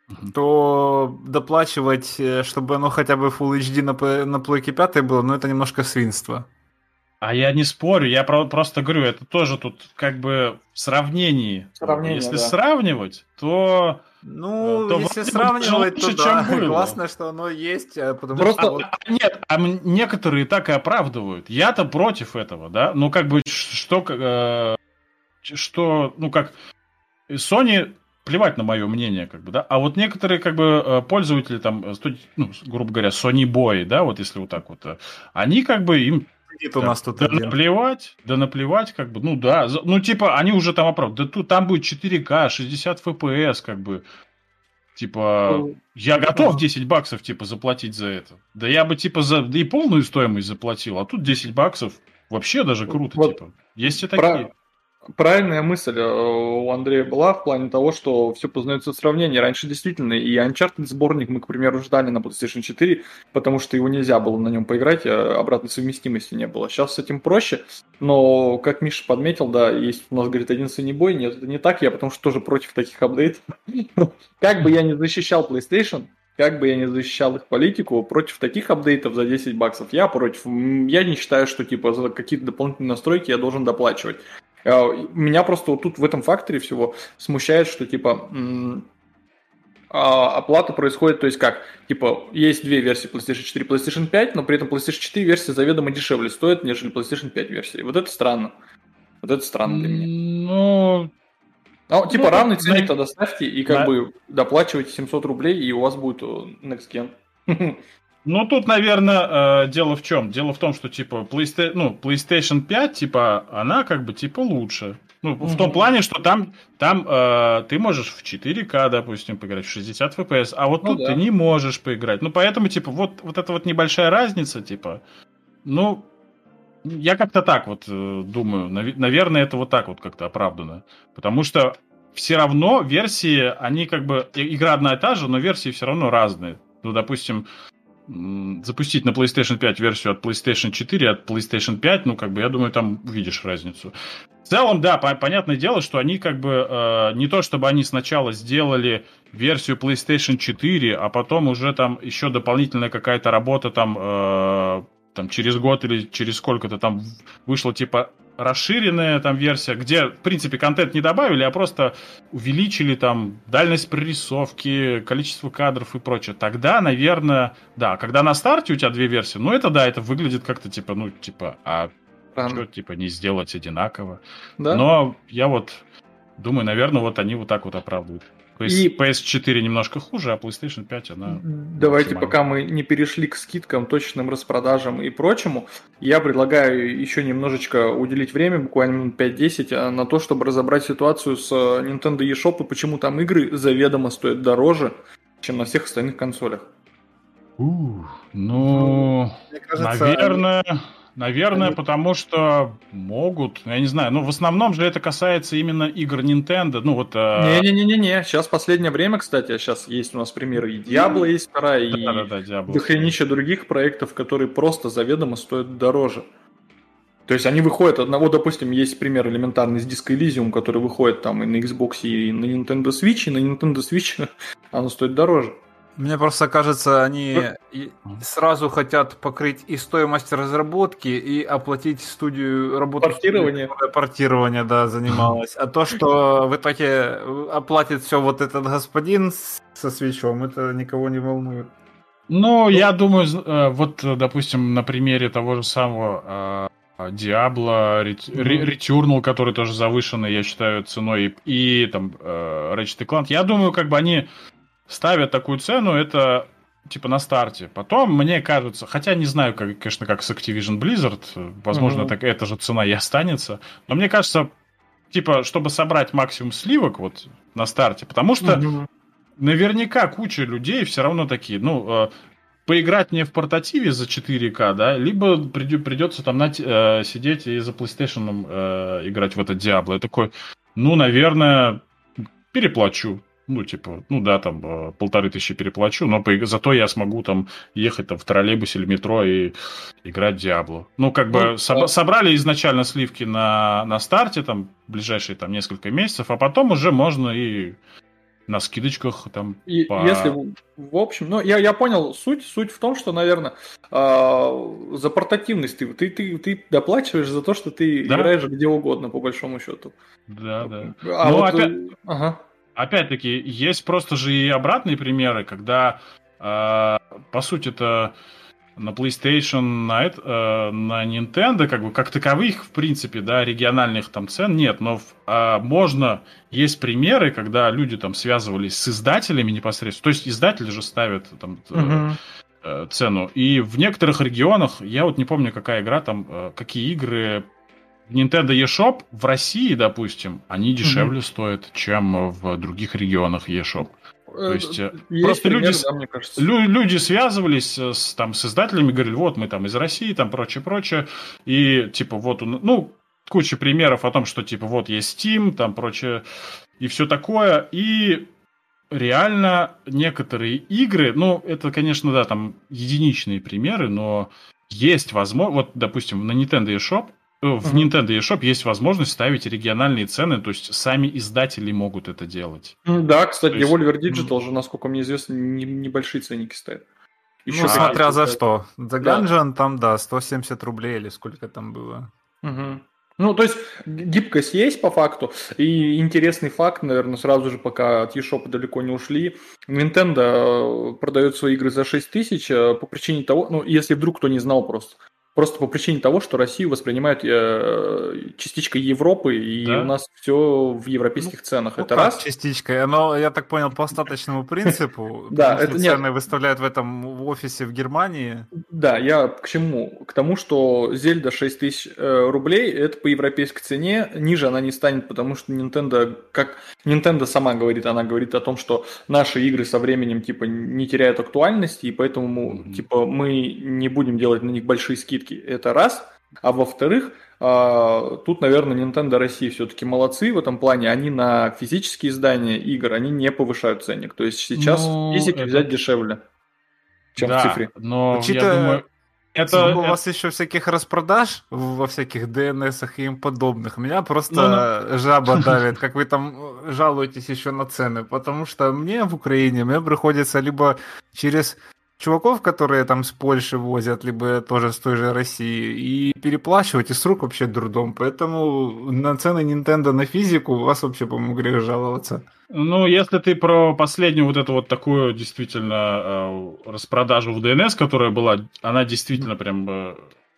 то доплачивать, чтобы оно хотя бы Full эйч ди на, на Плойке пять было, ну это немножко свинство. А я не спорю, я про- просто говорю, это тоже тут как бы в сравнении. Сравнение, если да. сравнивать, то... Ну, то если сравнивать, лучше, то да, было. Классно, что оно есть. Потому Просто, что... а, нет, а некоторые так и оправдывают. Я-то против этого, да? Ну, как бы, что... Э, что, ну, как... Sony... Плевать на мое мнение, как бы, да. А вот некоторые, как бы, пользователи, там, ну, грубо говоря, Sony Boy, да, вот если вот так вот, они, как бы, им... Нет, у нас тут да один. наплевать, да наплевать, как бы, ну да, ну типа, они уже там оправдывают, да тут там будет четыре ка, шестьдесят эф пи эс, как бы, типа, я готов десять баксов, типа, заплатить за это. Да я бы, типа, за, да и полную стоимость заплатил, а тут десять баксов, вообще даже круто, вот типа, есть и такие. Про... Правильная мысль у Андрея была в плане того, что все познается в сравнении. Раньше действительно и Uncharted сборник мы, к примеру, ждали на PlayStation четыре, потому что его нельзя было на нем поиграть, а обратной совместимости не было. Сейчас с этим проще, но, как Миша подметил, да, есть у нас, говорит, один Sony Boy. Нет, это не так, я потому что тоже против таких апдейтов. Как бы я не защищал PlayStation, как бы я не защищал их политику, против таких апдейтов за десять баксов я против. Я не считаю, что типа за какие-то дополнительные настройки я должен доплачивать. Меня просто вот тут в этом факторе всего смущает, что типа м- а, оплата происходит, то есть как, типа есть две версии PlayStation четыре и PlayStation пять, но при этом PlayStation четыре версия заведомо дешевле стоит, нежели PlayStation пять версии. Вот это странно. Вот это странно для меня. Ну... Ну, типа ну, равный ценник тогда ставьте и как да. бы доплачивайте семьсот рублей, и у вас будет Next Gen. Ну, тут, наверное, э, дело в чем? Дело в том, что, типа, PlayStation, ну, PlayStation пять, типа, она, как бы, типа, лучше. Ну, mm-hmm. в том плане, что там, там э, ты можешь в четыре ка, допустим, поиграть, в шестьдесят эф пи эс, а вот ну, тут да. ты не можешь поиграть. Ну, поэтому, типа, вот, вот эта вот небольшая разница, типа, ну, я как-то так вот э, думаю. Нав- наверное, это вот так вот как-то оправдано. Потому что все равно версии, они, как бы, игра одна и та же, но версии все равно разные. Ну, допустим... запустить на PlayStation пять версию от PlayStation четыре, от PlayStation пять, ну, как бы, я думаю, там увидишь разницу. В целом, да, по- понятное дело, что они, как бы, э, не то, чтобы они сначала сделали версию PlayStation четыре, а потом уже там еще дополнительная какая-то работа там, э, там через год или через сколько-то там вышла, типа, расширенная там версия, где, в принципе, контент не добавили, а просто увеличили там дальность прорисовки, количество кадров и прочее. Тогда, наверное, да, когда на старте у тебя две версии, ну это да, это выглядит как-то типа, ну типа, а что, типа, не сделать одинаково. Да? Но я вот думаю, наверное, вот они вот так вот оправдывают. То есть и... пи эс четыре немножко хуже, а PlayStation пять, она... Давайте, пока мы не перешли к скидкам, точным распродажам и прочему, я предлагаю еще немножечко уделить время, буквально минут пять-десять, на то, чтобы разобрать ситуацию с Nintendo eShop и почему там игры заведомо стоят дороже, чем на всех остальных консолях. Ух, ну, кажется, наверное... Наверное, Они- потому что могут, я не знаю, ну в основном же это касается именно игр Nintendo, ну вот... э, Не-не-не-не, сейчас последнее время, кстати, сейчас есть у нас примеры и Diablo есть вторая, и Да-да-да, Diablo. дохренища других проектов, которые просто заведомо стоят дороже. То есть они выходят одного, допустим, есть пример элементарный с Disco Elysium, который выходит там и на Xbox, и на Nintendo Switch, и на Nintendo Switch оно стоит дороже. Мне просто кажется, они Ну- и сразу хотят покрыть и стоимость разработки, и оплатить студию работу Портирование. студии, которая портирование, да, занималась. А то, что в итоге оплатит все вот этот господин с- со свечом, это никого не волнует. Ну, я думаю, з- э, вот, э, допустим, на примере того же самого э, Diablo, Ret- Re- Returnal, который тоже завышенный, я считаю, ценой, и, и там э, Ratchet и Clank, я думаю, как бы они ставят такую цену, это типа на старте. Потом, мне кажется, хотя не знаю, как, конечно, как с Activision Blizzard, э, возможно, Мгм. так, эта же цена и останется, но мне кажется, типа, чтобы собрать максимум сливок вот на старте, потому что Мгм. наверняка куча людей все равно такие, ну, э, поиграть мне в портативе за четыре ка, да, либо приди- придется там на, э, сидеть и за PlayStation э, играть в это Diablo. Я такой, ну, наверное, переплачу. Ну, типа, ну да, там э, полторы тысячи переплачу, но поиг- зато я смогу там ехать там в троллейбусе или метро и играть в Diablo. Ну, как бы Ну, соб- да. собрали изначально сливки на, на старте, там, ближайшие там несколько месяцев, а потом уже можно и на скидочках там И по... если в в общем, ну я, я понял суть. Суть в том, что, наверное, за портативность ты, ты, ты, ты доплачиваешь за то, что ты Да. играешь где угодно, по большому счету. Да, да. А Ну, вот, опять- э, ага. Опять-таки, есть просто же и обратные примеры, когда, э, по сути, это на PlayStation, на, это, э, на Nintendo, как бы, как таковых, в принципе, да, региональных там цен нет, но в- а, можно, есть примеры, когда люди там связывались с издателями непосредственно, то есть издатели же ставят там э, Мгм. э, цену, и в некоторых регионах, я вот не помню, какая игра там, э, какие игры... Nintendo eShop в России, допустим, они дешевле стоят, чем в других регионах eShop. То есть, э, Есть просто пример, люди, да, мне кажется. лю- люди связывались с, там, с издателями, говорили, вот мы там из России, там прочее-прочее, и типа вот, он- ну, куча примеров о том, что типа вот есть Steam, там прочее, и все такое, и реально некоторые игры, ну, это, конечно, да, там единичные примеры, но есть возможность, вот, допустим, на Nintendo eShop, э, в Мгм. Nintendo eShop есть возможность ставить региональные цены, то есть сами издатели могут это делать. М, Да, кстати, То есть- Devolver Digital же, насколько мне известно, не- небольшие ценники ставят. Еще Ну, какие-то смотря за ставят. что. За Да. Gungeon там, да, сто семьдесят рублей или сколько там было. Мгм. Ну, то есть г- гибкость есть по факту. И интересный факт, наверное, сразу же, пока от eShop далеко не ушли. Nintendo э, продает свои игры за шесть тысяч э, по причине того, ну, если вдруг кто не знал просто. Просто по причине того, что Россию воспринимают э, частичкой Европы, и Да. у нас все в европейских ценах. Ну, это как раз. частичкой. Оно, я так понял, по остаточному принципу. Да, потому что это нет. цены выставляют в этом в офисе в Германии. Да, я к чему? К тому, что Зельда шесть тысяч э, рублей, это по европейской цене, ниже она не станет, потому что Nintendo, как Nintendo сама говорит, она говорит о том, что наши игры со временем типа не теряют актуальности, и поэтому Мгм. типа мы не будем делать на них большие скидки. Это раз. А во-вторых, а, тут, наверное, Nintendo России все-таки молодцы в этом плане. Они на физические издания игр, они не повышают ценник. То есть сейчас Ну, в физике это- взять дешевле, чем да, в цифре. но я Учитывая, думаю, это... сколько у это- вас еще всяких распродаж во всяких ди эн эсах и им подобных, меня просто жаба давит, как вы там жалуетесь еще на цены, потому что мне в Украине мне приходится либо через чуваков, которые там с Польши возят, либо тоже с той же России, и переплачивать, и с рук вообще дурдом, поэтому на цены Nintendo на физику у вас вообще, по-моему, грех жаловаться. Ну, если ты про последнюю вот эту вот такую действительно э, распродажу в ди эн эс, которая была, она действительно прям... э,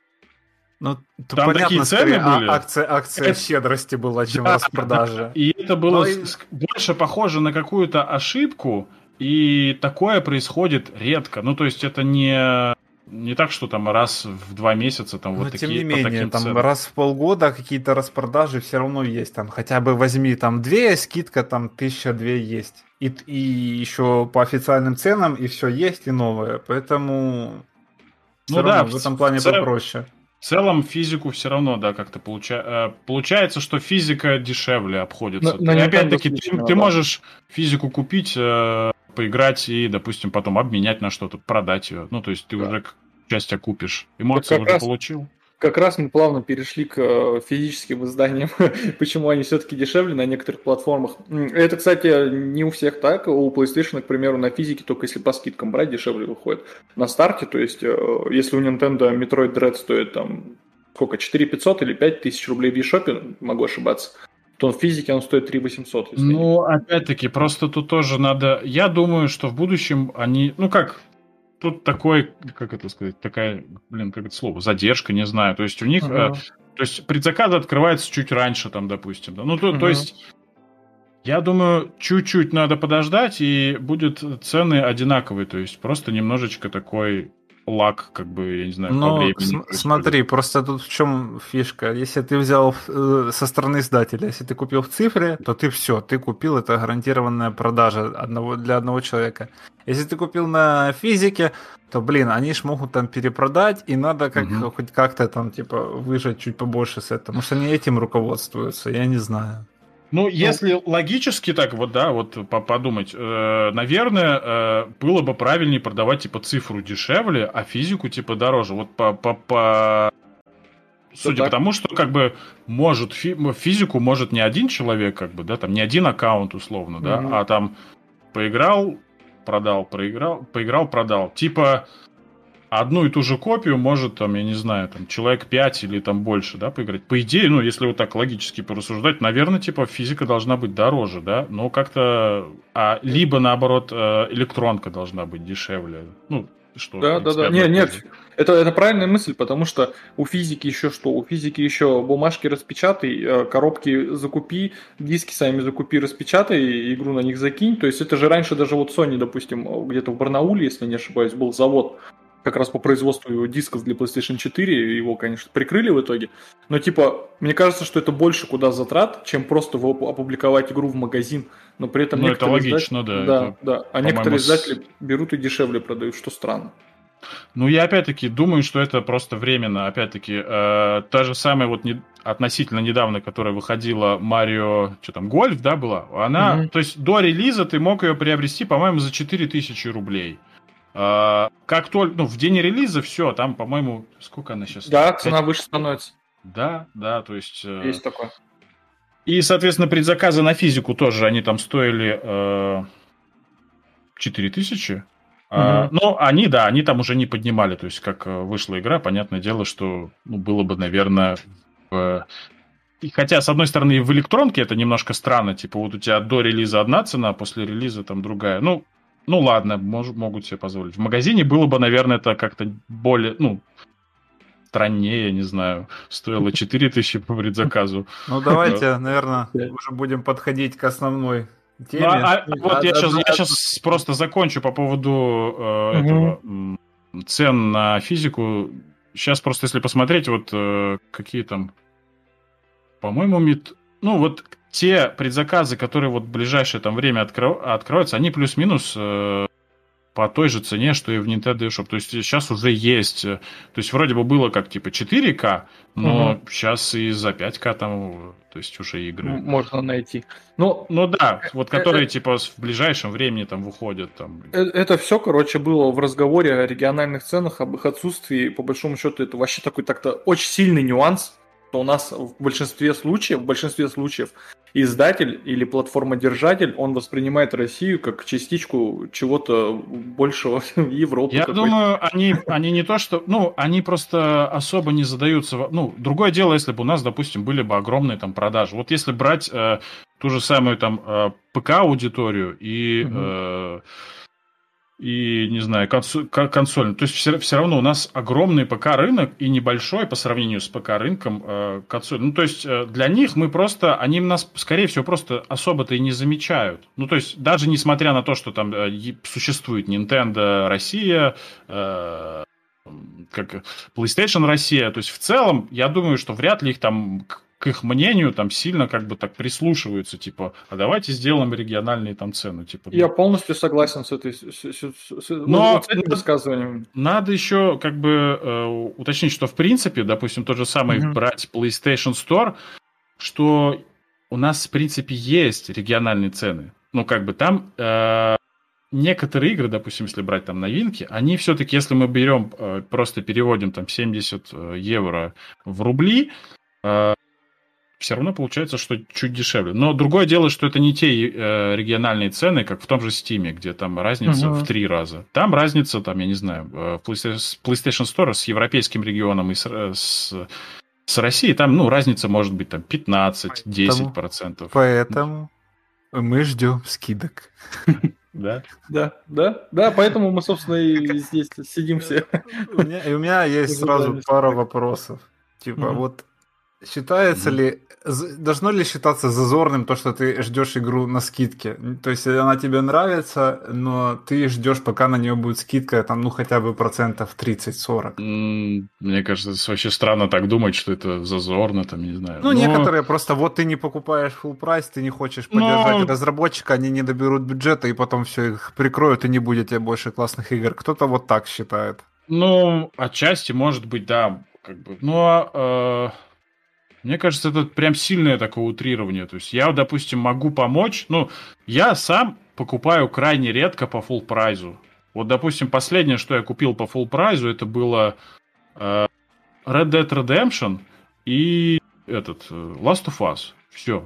Ну, тут Там понятно, такие цены скорее, а- были. акция, акция Это- щедрости была, чем Да, распродажа. И это было Ну, и- с- больше похоже на какую-то ошибку, и такое происходит редко. Ну, то есть это не, не так, что там раз в два месяца там Но вот тем такие, не по менее, таким там ценам. раз в полгода какие-то распродажи все равно есть. Там хотя бы возьми там две, скидка там тысяча две есть. И, и еще по официальным ценам и все есть, и новое. Поэтому все Ну равно да, в в этом ц- плане в цел- попроще. В целом физику все равно, да, как-то получа... получается, что физика дешевле обходится. На, И на опять-таки, Nintendo ты, Switch, ты да. можешь физику купить, э, поиграть и, допустим, потом обменять на что-то, продать ее. Ну, то есть ты Да. уже часть окупишь. Так Эмоции как уже раз, получил. как раз мы плавно перешли к э, физическим изданиям, почему они все-таки дешевле на некооторых платформах. М, Это, кстати, не у всех так. У PlayStation, к примеру, на физике только если по скидкам брать, дешевле выходит. На старте, то есть, э, если у Nintendo Metroid Dread стоит там сколько, четыре пятьсот или пять тысяч рублей в eShop, могу ошибаться, то в физике он стоит три восемьсот, если я не Ну, опять-таки, просто тут тоже надо... Я думаю, что в будущем они... Ну, как... Тут такой, как это сказать, такая, блин, как это слово, задержка, не знаю. То есть у них... э, Мгм. то есть предзаказы открываются чуть раньше, там, допустим. Да. Ну, то, то Мгм. есть... Я думаю, чуть-чуть надо подождать, и будут цены одинаковые. То есть просто немножечко такой лаг, как бы, я не знаю, по Но времени см- происходит. смотри, просто тут в чем фишка. Если ты взял э, со стороны издателя, если ты купил в цифре, то ты все, ты купил, это гарантированная продажа одного, для одного человека. Если ты купил на физике, то, блин, они ж могут там перепродать, и надо как, Мгм. хоть как-то там, типа, выжать чуть побольше с этого. Может, они этим руководствуются, я не знаю. Ну, если логически так вот, да, вот по- подумать, э, наверное, э, было бы правильнее продавать, типа, цифру дешевле, а физику, типа, дороже. Вот по... по, по... Судя так. по тому, что, как бы, может, фи- физику может не один человек, как бы, да, там, не один аккаунт, условно, да, Мгм. а там поиграл, продал, проиграл, поиграл, продал. Типа, одну и ту же копию может, там, я не знаю, там, человек пять или там больше, да, поиграть. По идее, ну, если вот так логически порассуждать, наверное, типа, физика должна быть дороже, да, но как-то... А, либо, наоборот, э, электронка должна быть дешевле. Ну, что, в Да, да, принципе, да. одно и Нет, то нет, же. это, это правильная мысль, потому что у физики еще что? У физики еще бумажки распечатай, э, коробки закупи, диски сами закупи, распечатай, игру на них закинь. То есть это же раньше даже вот Sony, допустим, где-то в Барнауле, если не ошибаюсь, был завод как раз по производству дисков для PlayStation четыре, его, конечно, прикрыли в итоге. Но типа, мне кажется, что это больше куда затрат, чем просто в- опубликовать игру в магазин. Но при этом Ну, это некоторые издатели... логично, да, Да, это, да. А по-моему, некоторые с... издатели берут и дешевле продают, что странно. Ну, я опять-таки думаю, что это просто временно. Опять-таки, э, та же самая вот не- относительно недавно, которая выходила Марио, что там, Гольф, да, была? Она, Мгм. то есть до релиза ты мог ее приобрести, по-моему, за четыре тысячи рублей. А, как только, ну, в день релиза, все, там, по-моему, сколько она сейчас Да, стоит? цена Пять- выше становится. Да, да, то есть... э, Есть такое. И, соответственно, предзаказы на физику тоже, они там стоили э, четыре тысячи. А, Мгм. но они, да, они там уже не поднимали. То есть, как э, вышла игра, понятное дело, что ну, было бы, наверное, в... и хотя, с одной стороны, и в электронке это немножко странно. Типа, вот у тебя до релиза одна цена, после релиза там другая. Ну, ну ладно, мож, могут себе позволить. В магазине было бы, наверное, это как-то более, ну, страннее, не знаю. Стоило четыре тысячи по предзаказу. Ну, Э, давайте, наверное, уже будем подходить к основной Ну, а, теме. а вот я Од- сейчас, одна- я сейчас просто закончу по поводу э, Мгм. этого м, цен на физику. Сейчас просто, если посмотреть, вот э, какие там, по-моему, мет... ну вот те предзаказы, которые вот в ближайшее там время откро- откроются, они плюс-минус э, по той же цене, что и в Nintendo eShop. То есть сейчас уже есть, э, то есть вроде бы было как типа четыре ка, но Мгм. сейчас и за пять ка там, э, то есть уже игры. М, Можно найти. Ну, Ну да, вот э- которые э- типа в ближайшем времени там выходят там. э- это все, короче, было в разговоре о региональных ценах, об их отсутствии. По большому счету, это вообще такой так-то очень сильный нюанс, что у нас в большинстве случаев, в большинстве случаев издатель или платформодержатель, он воспринимает Россию как частичку чего-то большего Европы Я какой-то. думаю, они, они не то что... Ну, они просто особо не задаются... во- Ну, другое дело, если бы у нас, допустим, были бы огромные там продажи. Вот если брать э, ту же самую там э, ПК-аудиторию и... Мгм. э, и, не знаю, консоль, консоль. То есть все, все равно у нас огромный ПК-рынок и небольшой по сравнению с ПК-рынком э, консоль. Ну, то есть э, для них мы просто, они нас, скорее всего, просто особо-то и не замечают. Ну, то есть даже несмотря на то, что там э, е- существует Nintendo Россия, э, как PlayStation Россия, то есть в целом, я думаю, что вряд ли их там к- к их мнению там сильно как бы так прислушиваются, типа, а давайте сделаем региональные там цены. Типа, Я полностью согласен с этой с, с, с, Но с этим высказыванием. Надо еще как бы э, уточнить, что в принципе, допустим, тот же самый mm-hmm. брать PlayStation Store, что у нас в принципе есть региональные цены. Ну, как бы там э, некоторые игры, допустим, если брать там новинки, они все-таки, если мы берем, э, просто переводим там семьдесят евро в рубли, э, все равно получается, что чуть дешевле. Но другое дело, что это не те э, региональные цены, как в том же Steam, где там разница uh-huh. в три раза. Там разница, там, я не знаю, в PlayStation Store с европейским регионом и с, с, с Россией, там, ну, разница может быть там пятнадцать-десять процентов. Поэтому мы ждем скидок. Да? Да, да, да, поэтому мы, собственно, и здесь сидим все. У меня, и у меня есть сразу пара вопросов. Типа, вот считается mm-hmm. ли, должно ли считаться зазорным то, что ты ждешь игру на скидке? То есть она тебе нравится, но ты ждешь, пока на нее будет скидка, там, ну, хотя бы процентов тридцать-сорок. Mm, мне кажется, это вообще странно так думать, что это зазорно, там, не знаю. Ну, но... некоторые просто, вот ты не покупаешь full прайс, ты не хочешь поддержать но... разработчика, они не доберут бюджета, и потом все их прикроют, и не будет тебе больше классных игр. Кто-то вот так считает. Ну, отчасти, может быть, да, как бы, но... Э... Мне кажется, это прям сильное такое утрирование. То есть я, допустим, могу помочь. Ну, я сам покупаю крайне редко по full прайзу. Вот, допустим, последнее, что я купил по full прайзу, это было э, Red Dead Redemption и этот Last of Us. Все.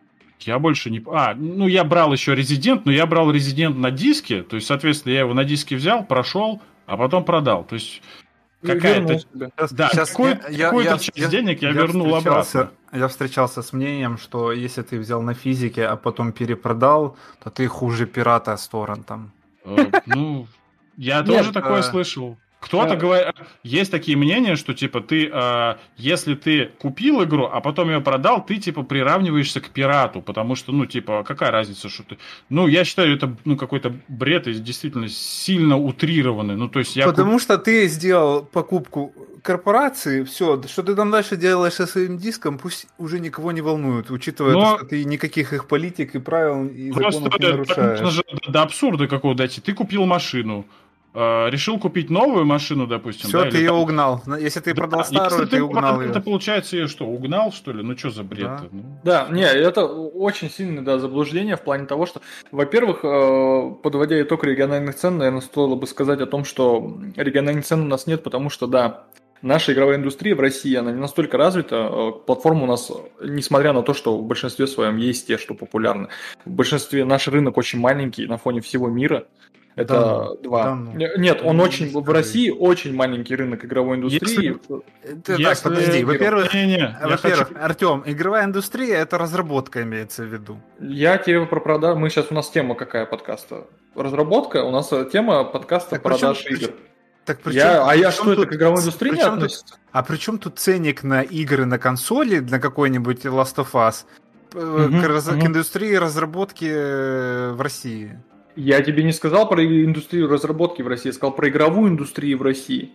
Я больше не... А, ну, я брал еще Resident, но я брал Resident на диске. То есть, соответственно, я его на диске взял, прошел, а потом продал. То есть... Какая-то... Да, сейчас какой-то, я, какой-то я, часть я, денег я, я вернул обратно. Я встречался с мнением, что если ты взял на физике, а потом перепродал, то ты хуже пирата с торрентом. Ну, я тоже такое слышал. Кто-то говорит, есть такие мнения, что типа ты, э, если ты купил игру, а потом ее продал, ты типа приравниваешься к пирату, потому что, ну, типа, какая разница, что ты... Ну, я считаю, это, ну, какой-то бред и действительно сильно утрированный. Ну, то есть я... Потому куп... что ты сделал покупку корпорации, все, что ты там дальше делаешь со своим диском, пусть уже никого не волнует, учитывая Но... то, что ты никаких их политик и правил и Просто законов не нарушаешь. Просто до, до абсурда какого дойти. Ты купил машину, решил купить новую машину, допустим. Все, да, ты ее там... угнал. Если ты да, продал старую, ты, ты угнал ее. Это получается ее что, угнал, что ли? Ну, что за бред? Да, ну, да не, это очень сильное да, заблуждение в плане того, что, во-первых, подводя итог региональных цен, наверное, стоило бы сказать о том, что региональных цен у нас нет, потому что, да, наша игровая индустрия в России, она не настолько развита. Платформа у нас, несмотря на то, что в большинстве своем есть те, что популярны, в большинстве наш рынок очень маленький на фоне всего мира. Это да, два. Да, ну, Нет, он ну, очень в России очень маленький рынок игровой индустрии. Если... Ты, так, подожди. Во-первых, не, не, не. во-первых хочу... Артем, игровая индустрия это разработка имеется в виду. Я тебе про продажу. Мы сейчас у нас тема какая подкаста? Разработка. У нас тема подкаста так, продаж причем, игр. Так причем, я, а я что тут, это к игровой индустрии не относится? А при чем тут ценник на игры на консоли для какой-нибудь Last of Us uh-huh, к, раз... uh-huh. к индустрии разработки в России? Я тебе не сказал про индустрию разработки в России, я сказал про игровую индустрию в России.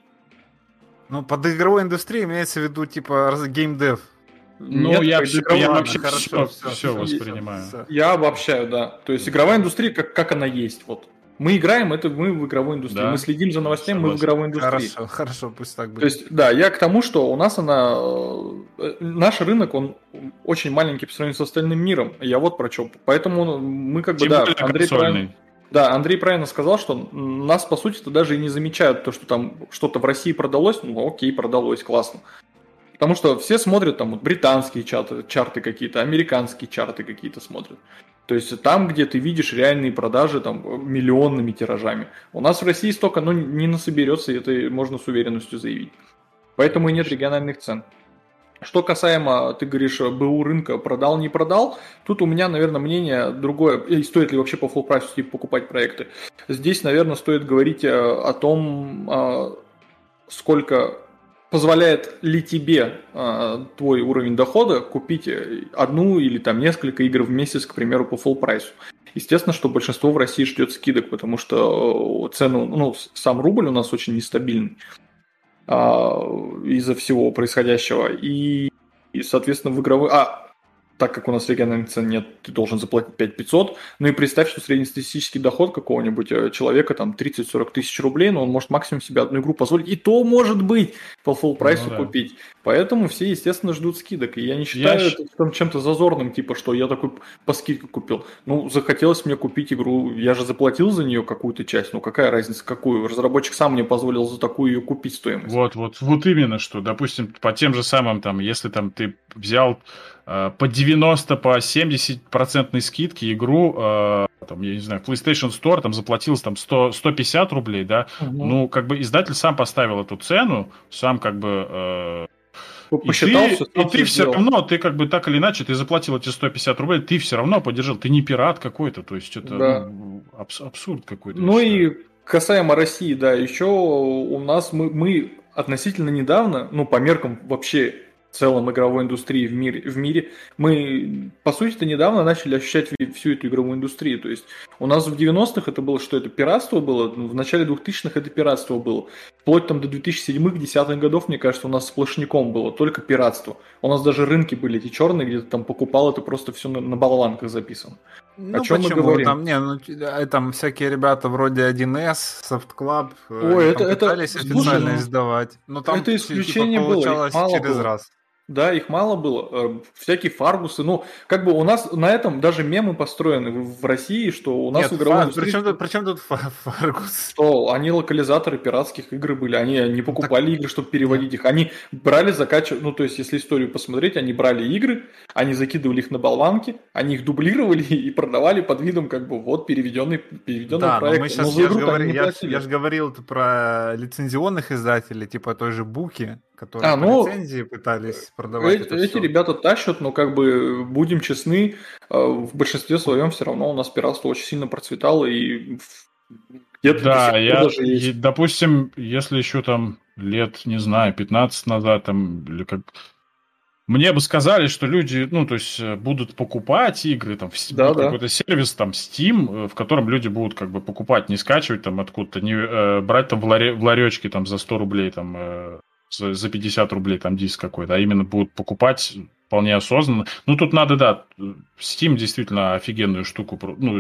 Ну, под игровой индустрией имеется в виду, типа, геймдев. Ну, Нет, я, вообще, я вообще хорошо, все, все, все воспринимаю. Все. Я обобщаю, да. То есть игровая индустрия, как, как она есть, вот. Мы играем, это мы в игровой индустрии. Да. Мы следим за новостями, мы в игровой индустрии. Хорошо, хорошо, пусть так будет. То есть, да, я к тому, что у нас она... Наш рынок, он очень маленький по сравнению с остальным миром. Я вот про что. Поэтому мы как бы, да, Андрей правильно... Да, Андрей правильно сказал, что нас, по сути-то, даже и не замечают, то, что там что-то в России продалось, ну, окей, продалось, классно. Потому что все смотрят там вот, британские чарты, чарты какие-то, американские чарты какие-то смотрят. То есть там, где ты видишь реальные продажи там, миллионными тиражами. У нас в России столько ну, не насоберется, и это можно с уверенностью заявить. Поэтому и нет региональных цен. Что касаемо, ты говоришь, БУ рынка продал, не продал, тут у меня, наверное, мнение другое. И стоит ли вообще по full прайсу типа, покупать проекты? Здесь, наверное, стоит говорить о том, сколько позволяет ли тебе твой уровень дохода купить одну или там несколько игр в месяц, к примеру, по full прайсу. Естественно, что большинство в России ждет скидок, потому что цену, ну, сам рубль у нас очень нестабильный из-за всего происходящего. И и, соответственно, в игровой... А, так как у нас региональных цен нет, ты должен заплатить пять тысяч пятьсот. Ну и представь, что среднестатистический доход какого-нибудь человека там тридцать-сорок тысяч рублей, но он может максимум себе одну игру позволить. И то может быть по full прайсу ну, да. купить. Поэтому все, естественно, ждут скидок. И я не считаю я это там, чем-то зазорным, типа, что я такой по скидке купил. Ну, захотелось мне купить игру, я же заплатил за нее какую-то часть. Ну, какая разница, какую? Разработчик сам мне позволил за такую ее купить стоимость. Вот, вот, вот именно, что, допустим, по тем же самым, там, если там ты взял по девяносто, по семьдесят процентной скидки игру, э, там, я не знаю, PlayStation Store там заплатил там сто, сто пятьдесят рублей, да, угу. Ну, как бы издатель сам поставил эту цену, сам как бы... Э, Посчитал, и все, ты, и ты все равно, ты как бы так или иначе, ты заплатил эти сто пятьдесят рублей, ты все равно поддержал, ты не пират какой-то, то есть это да. ну, абс- абсурд какой-то. Ну и касаемо России, да, еще у нас мы, мы относительно недавно, ну по меркам вообще... в целом игровой индустрии в мире, в мире, мы, по сути-то, недавно начали ощущать всю эту игровую индустрию. То есть у нас в девяностых это было, что это пиратство было, в начале двухтысячных это пиратство было. Вплоть там до две тысячи седьмых-десятых годов, мне кажется, у нас сплошняком было только пиратство. У нас даже рынки были эти черные, где ты там покупал, это просто все на, на болванках записано. Ну, о чем почему? мы говорим? Там, не, ну, там всякие ребята вроде один эс, Soft Club Ой, это, пытались это, официально слушай, издавать. Но там это исключение типа, получалось было, мало через было. раз. Да, их мало было. Всякие фаргусы. Ну, как бы у нас на этом даже мемы построены в России, что у нас Нет, в игровой фар... индустрии... Причем тут, причем тут фаргус? Что они локализаторы пиратских игр были. Они не покупали так... игры, чтобы переводить Нет. их. Они брали, закачивали... Ну, то есть, если историю посмотреть, они брали игры, они закидывали их на болванки, они их дублировали и продавали под видом, как бы, вот, переведенный, переведенный да, проект. Но мы сейчас, но я, же говорю, я, я же говорил про лицензионных издателей, типа той же Буки, которые а, по ну, лицензии пытались продавать эти, это эти все. ребята тащат, но как бы будем честны, в большинстве своем все равно у нас пиратство очень сильно процветало и где-то да, я, даже есть. Допустим, если еще там лет, не знаю, пятнадцать назад там или как мне бы сказали, что люди, ну, то есть, будут покупать игры, там, да, будет да. какой-то сервис, там, Steam, в котором люди будут, как бы, покупать, не скачивать, там, откуда-то, не э, брать, там, в, ларе, в ларечке, там, за сто рублей, там, э, за, за пятьдесят рублей, там, диск какой-то, а именно будут покупать вполне осознанно. Ну, тут надо, да, Steam действительно офигенную штуку, ну,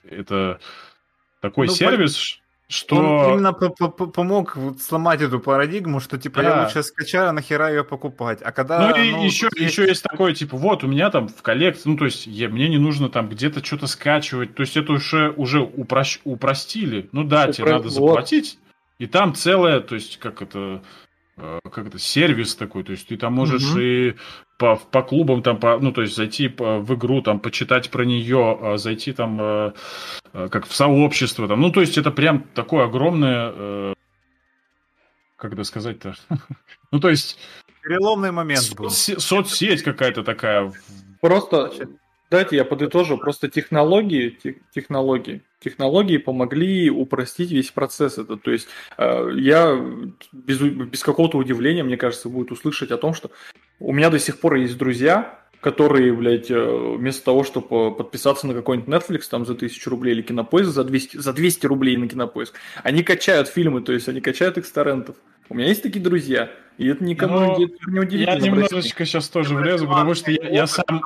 это такой ну, сервис... Что... Он именно помог сломать эту парадигму, что типа да. я лучше скачаю, а нахера ее покупать. А когда, ну и ну, еще, есть... еще есть такое, типа, вот у меня там в коллекции, ну то есть я, мне не нужно там где-то что-то скачивать, то есть это уже, уже упрощ, упростили. Ну да, Упро... тебе надо заплатить, вот. И там целое, то есть как это... как это, сервис такой, то есть ты там можешь угу. и по, по клубам, там, по, ну, то есть зайти по, в игру, там, почитать про нее, зайти там, как в сообщество, там, ну, то есть это прям такое огромное, как это сказать-то, ну, то есть... Переломный момент соц, был. Соцсеть какая-то такая. Просто... Дайте я подытожу, просто технологии, технологии, технологии помогли упростить весь процесс этот. То есть э, я без, без какого-то удивления, мне кажется, будет услышать о том, что у меня до сих пор есть друзья, которые, блядь, вместо того, чтобы подписаться на какой-нибудь Netflix там за тысячу рублей или Кинопоиск за двести, за двести рублей на Кинопоиск, они качают фильмы, то есть они качают их с торрентов. У меня есть такие друзья, и это никому ну, не удивительно. Я немножечко сейчас тоже влезу, потому что я, я сам...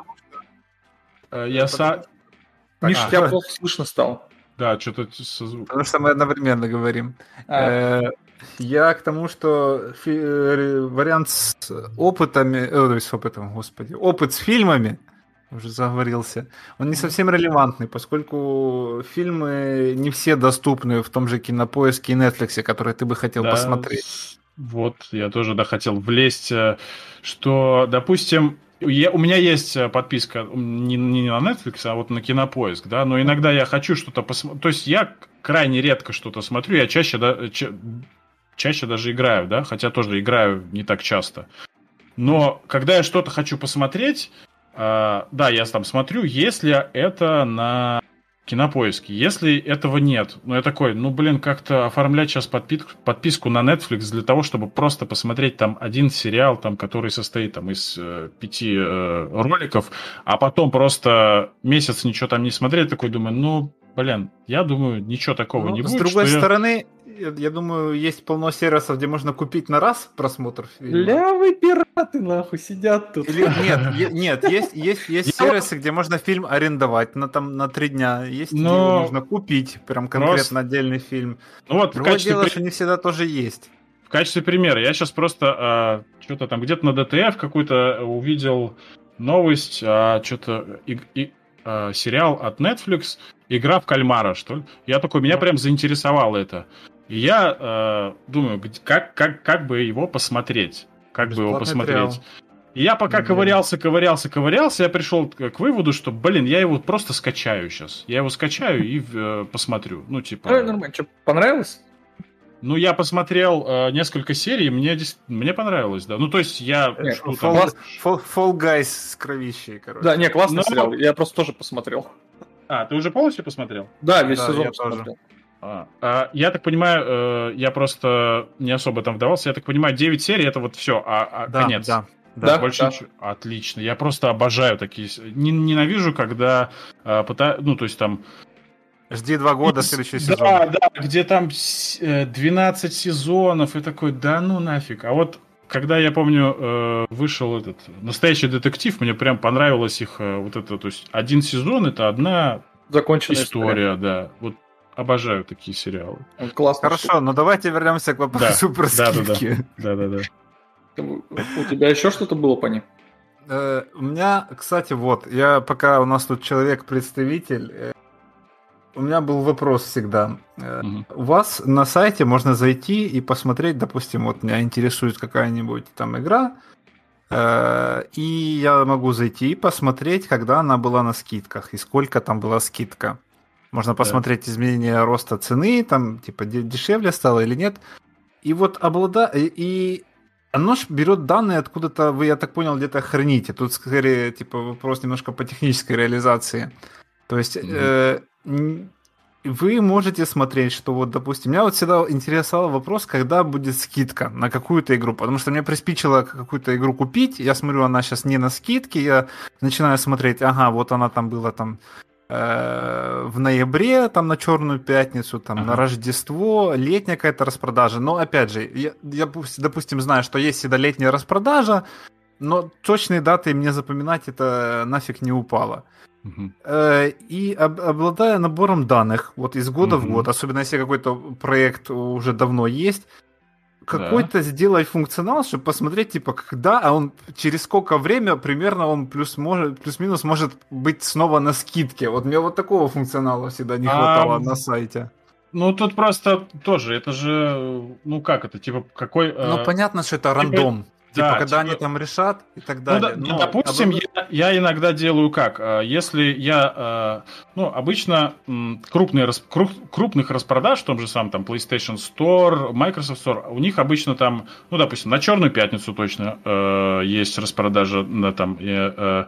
Я сам... Миша, а, тебя плохо слышно стало. Да, что-то со звуком. Потому что мы одновременно говорим. А. Я к тому, что фи- вариант с опытами, э, с опытом, господи, опыт с фильмами, уже заговорился, он не совсем релевантный, поскольку фильмы не все доступны в том же Кинопоиске и Netflix, которые ты бы хотел да, посмотреть. Вот, я тоже, да, хотел влезть, что, допустим, Я, у меня есть подписка не, не на Netflix, а вот на Кинопоиск, да, но иногда я хочу что-то посмотреть, то есть я крайне редко что-то смотрю, я чаще, да, ча... чаще даже играю, да, хотя тоже играю не так часто, но когда я что-то хочу посмотреть, э, да, я там смотрю, если это на Кинопоиске, если этого нет, ну я такой, ну блин, как-то оформлять сейчас подписку, подписку на Netflix для того, чтобы просто посмотреть там один сериал, там, который состоит там из э, пяти э, роликов, а потом просто месяц ничего там не смотреть, такой думаю, ну блин, я думаю, ничего такого ну, не с будет. С другой стороны, я... я думаю, есть полно сервисов, где можно купить на раз просмотр фильма. Лявый пират. А ты нахуй сидят тут. Или, нет, е- нет, есть, есть, есть Я сервисы, где можно фильм арендовать на, там, на три дня. Есть, где Но его можно купить, прям конкретно просто- отдельный фильм. Ну вот в Другое качестве, дело, при- что не всегда тоже есть. в качестве примера, я сейчас просто а, что-то там где-то на ди ти эф какую-то увидел новость, а, что-то и, и, а, сериал от Netflix «Игра в кальмара», что ли. Я такой, меня Ну. прям заинтересовало это. И я а, думаю, где- как, как, как бы его посмотреть? Как бы его Бесплатный посмотреть? материал. И я пока Мгм. ковырялся, ковырялся, ковырялся, я пришел к, к выводу, что, блин, я его просто скачаю сейчас. Я его скачаю и э, посмотрю. Ну, типа... Ну, нормально. Что, понравилось? Ну, я посмотрел э, несколько серий, мне, дес- мне понравилось, да. Ну, то есть я... Нет, что ну, там, Fall, Fall, Fall Guys с кровищей, короче. Да, не, классный Но- сериал. Я просто тоже посмотрел. А, ты уже полностью посмотрел? Да, весь Да, сезон я тоже. посмотрел. А, а, я так понимаю, э, я просто не особо там вдавался, я так понимаю, девять серий это вот все, а, а Да, конец. да, Да. да. Больше да. ничего. Отлично. Я просто обожаю такие. с- не- Ненавижу, когда а, пыта- ну, то есть там. Жди два года, Из- следующий да, сезон. да, где там с- э, двенадцать сезонов и такой, да ну нафиг. А вот когда я помню, э, вышел этот «Настоящий детектив», мне прям понравилось их э, вот это, то есть один сезон это одна Законченная история, да. Вот обожаю такие сериалы. история. Классно. Хорошо, но давайте вернемся к вопросу про да, да, да. скидки. Да-да-да. У тебя еще что-то было по ним? Э, У меня, кстати, вот, я пока у нас тут человек-представитель, э, у меня был вопрос всегда. Э, Мгм. У вас на сайте можно зайти и посмотреть, допустим, вот меня интересует какая-нибудь там игра, э, и я могу зайти и посмотреть, когда она была на скидках и сколько там была скидка. Можно посмотреть изменения роста цены, там типа де- дешевле стало или нет. И вот облада... И, и оно ж берет данные откуда-то, вы, я так понял, где-то храните. Тут скорее типа вопрос немножко по технической реализации. То есть Мгм. э, н- вы можете смотреть, что вот, допустим, меня вот всегда интересовал вопрос, когда будет скидка на какую-то игру, потому что мне приспичило какую-то игру купить, я смотрю, она сейчас не на скидке, я начинаю смотреть, ага, вот она там была там э, в ноябре, там на Черную пятницу, там Ага. на Рождество, летняя какая-то распродажа, но опять же, я, я, пусть- допустим, знаю, что есть всегда летняя распродажа, но точные даты мне запоминать это нафиг не упало. Мгм. Э, И об- обладая набором данных, вот из года Мгм. в год, особенно если какой-то проект уже давно есть, какой-то сделай функционал, чтобы посмотреть, типа, когда, а он через сколько время примерно он плюс может, плюс-минус может быть снова на скидке. Вот мне вот такого функционала всегда не А, хватало на сайте. Ну, тут просто тоже, это же, ну как это, типа, какой... Ну, э, понятно, что это рандом. Типа, да, когда типа- они там решат и так Ну, далее. да, Но допустим, обла- я, я иногда делаю как? э, Если я, э, ну, обычно м, крупные, рас- кру- крупных распродаж, в том же самом там PlayStation Store, Microsoft Store, у них обычно там, ну, допустим, на Черную пятницу точно э, есть распродажа, на там э, э,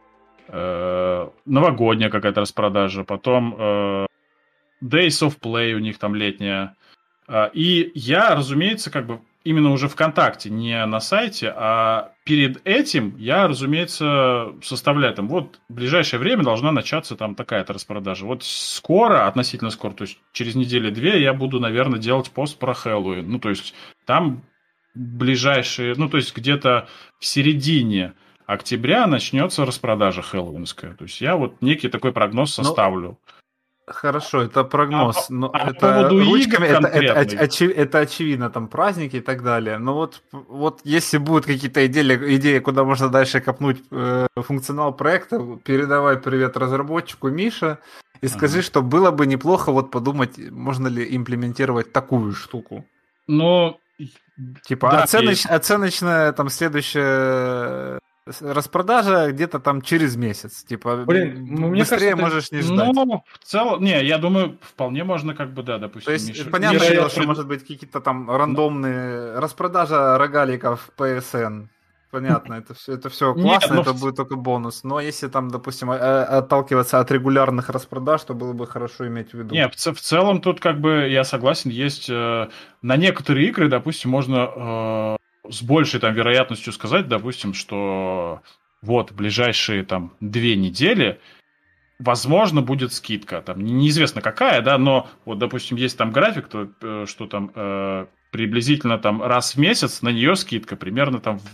э, новогодняя какая-то распродажа, потом э, Days of Play у них там летняя. А, И я, разумеется, как бы именно уже ВКонтакте, не на сайте, а перед этим я, разумеется, составляю там, вот в ближайшее время должна начаться там такая-то распродажа. Вот скоро, относительно скоро, то есть через неделю-две я буду, наверное, делать пост про Хэллоуин. Ну, то есть там ближайшие, ну, то есть где-то в середине октября начнется распродажа хэллоуинская. То есть я вот некий такой прогноз Ну, составлю. Хорошо, это прогноз, А но по- а по это поводу игр ручками, это, это, конкретных? оч- очи- это очевидно, там праздники и так далее. Но вот, вот если будут какие-то идеи, идеи, куда можно дальше копнуть э, функционал проекта, передавай привет разработчику Миша и скажи, Ага. что было бы неплохо вот подумать, можно ли имплементировать такую штуку. Ну, Типа да, оценоч- есть. оценочная там следующая распродажа где-то там через месяц. Типа Блин, ну, мне быстрее кажется, это- можешь не ждать. Ну, в целом, не, я думаю, вполне можно как бы, да, допустим, То есть, Миша- понятное Миша дело, пред- что может быть какие-то там рандомные распродажа рогаликов пэ эс эн. Понятно, это все, это все Нет, классно, ну, это в- будет только бонус. Но если там, допустим, э, отталкиваться от регулярных распродаж, то было бы хорошо иметь в виду. Не, в, ц- в целом тут как бы я согласен, есть э, на некоторые игры, допустим, можно э, с большей там вероятностью сказать, допустим, что вот ближайшие там две недели, возможно, будет скидка, там не- неизвестно какая, да, но вот, допустим, есть там график, то, э, что там э, приблизительно там раз в месяц на нее скидка, примерно там в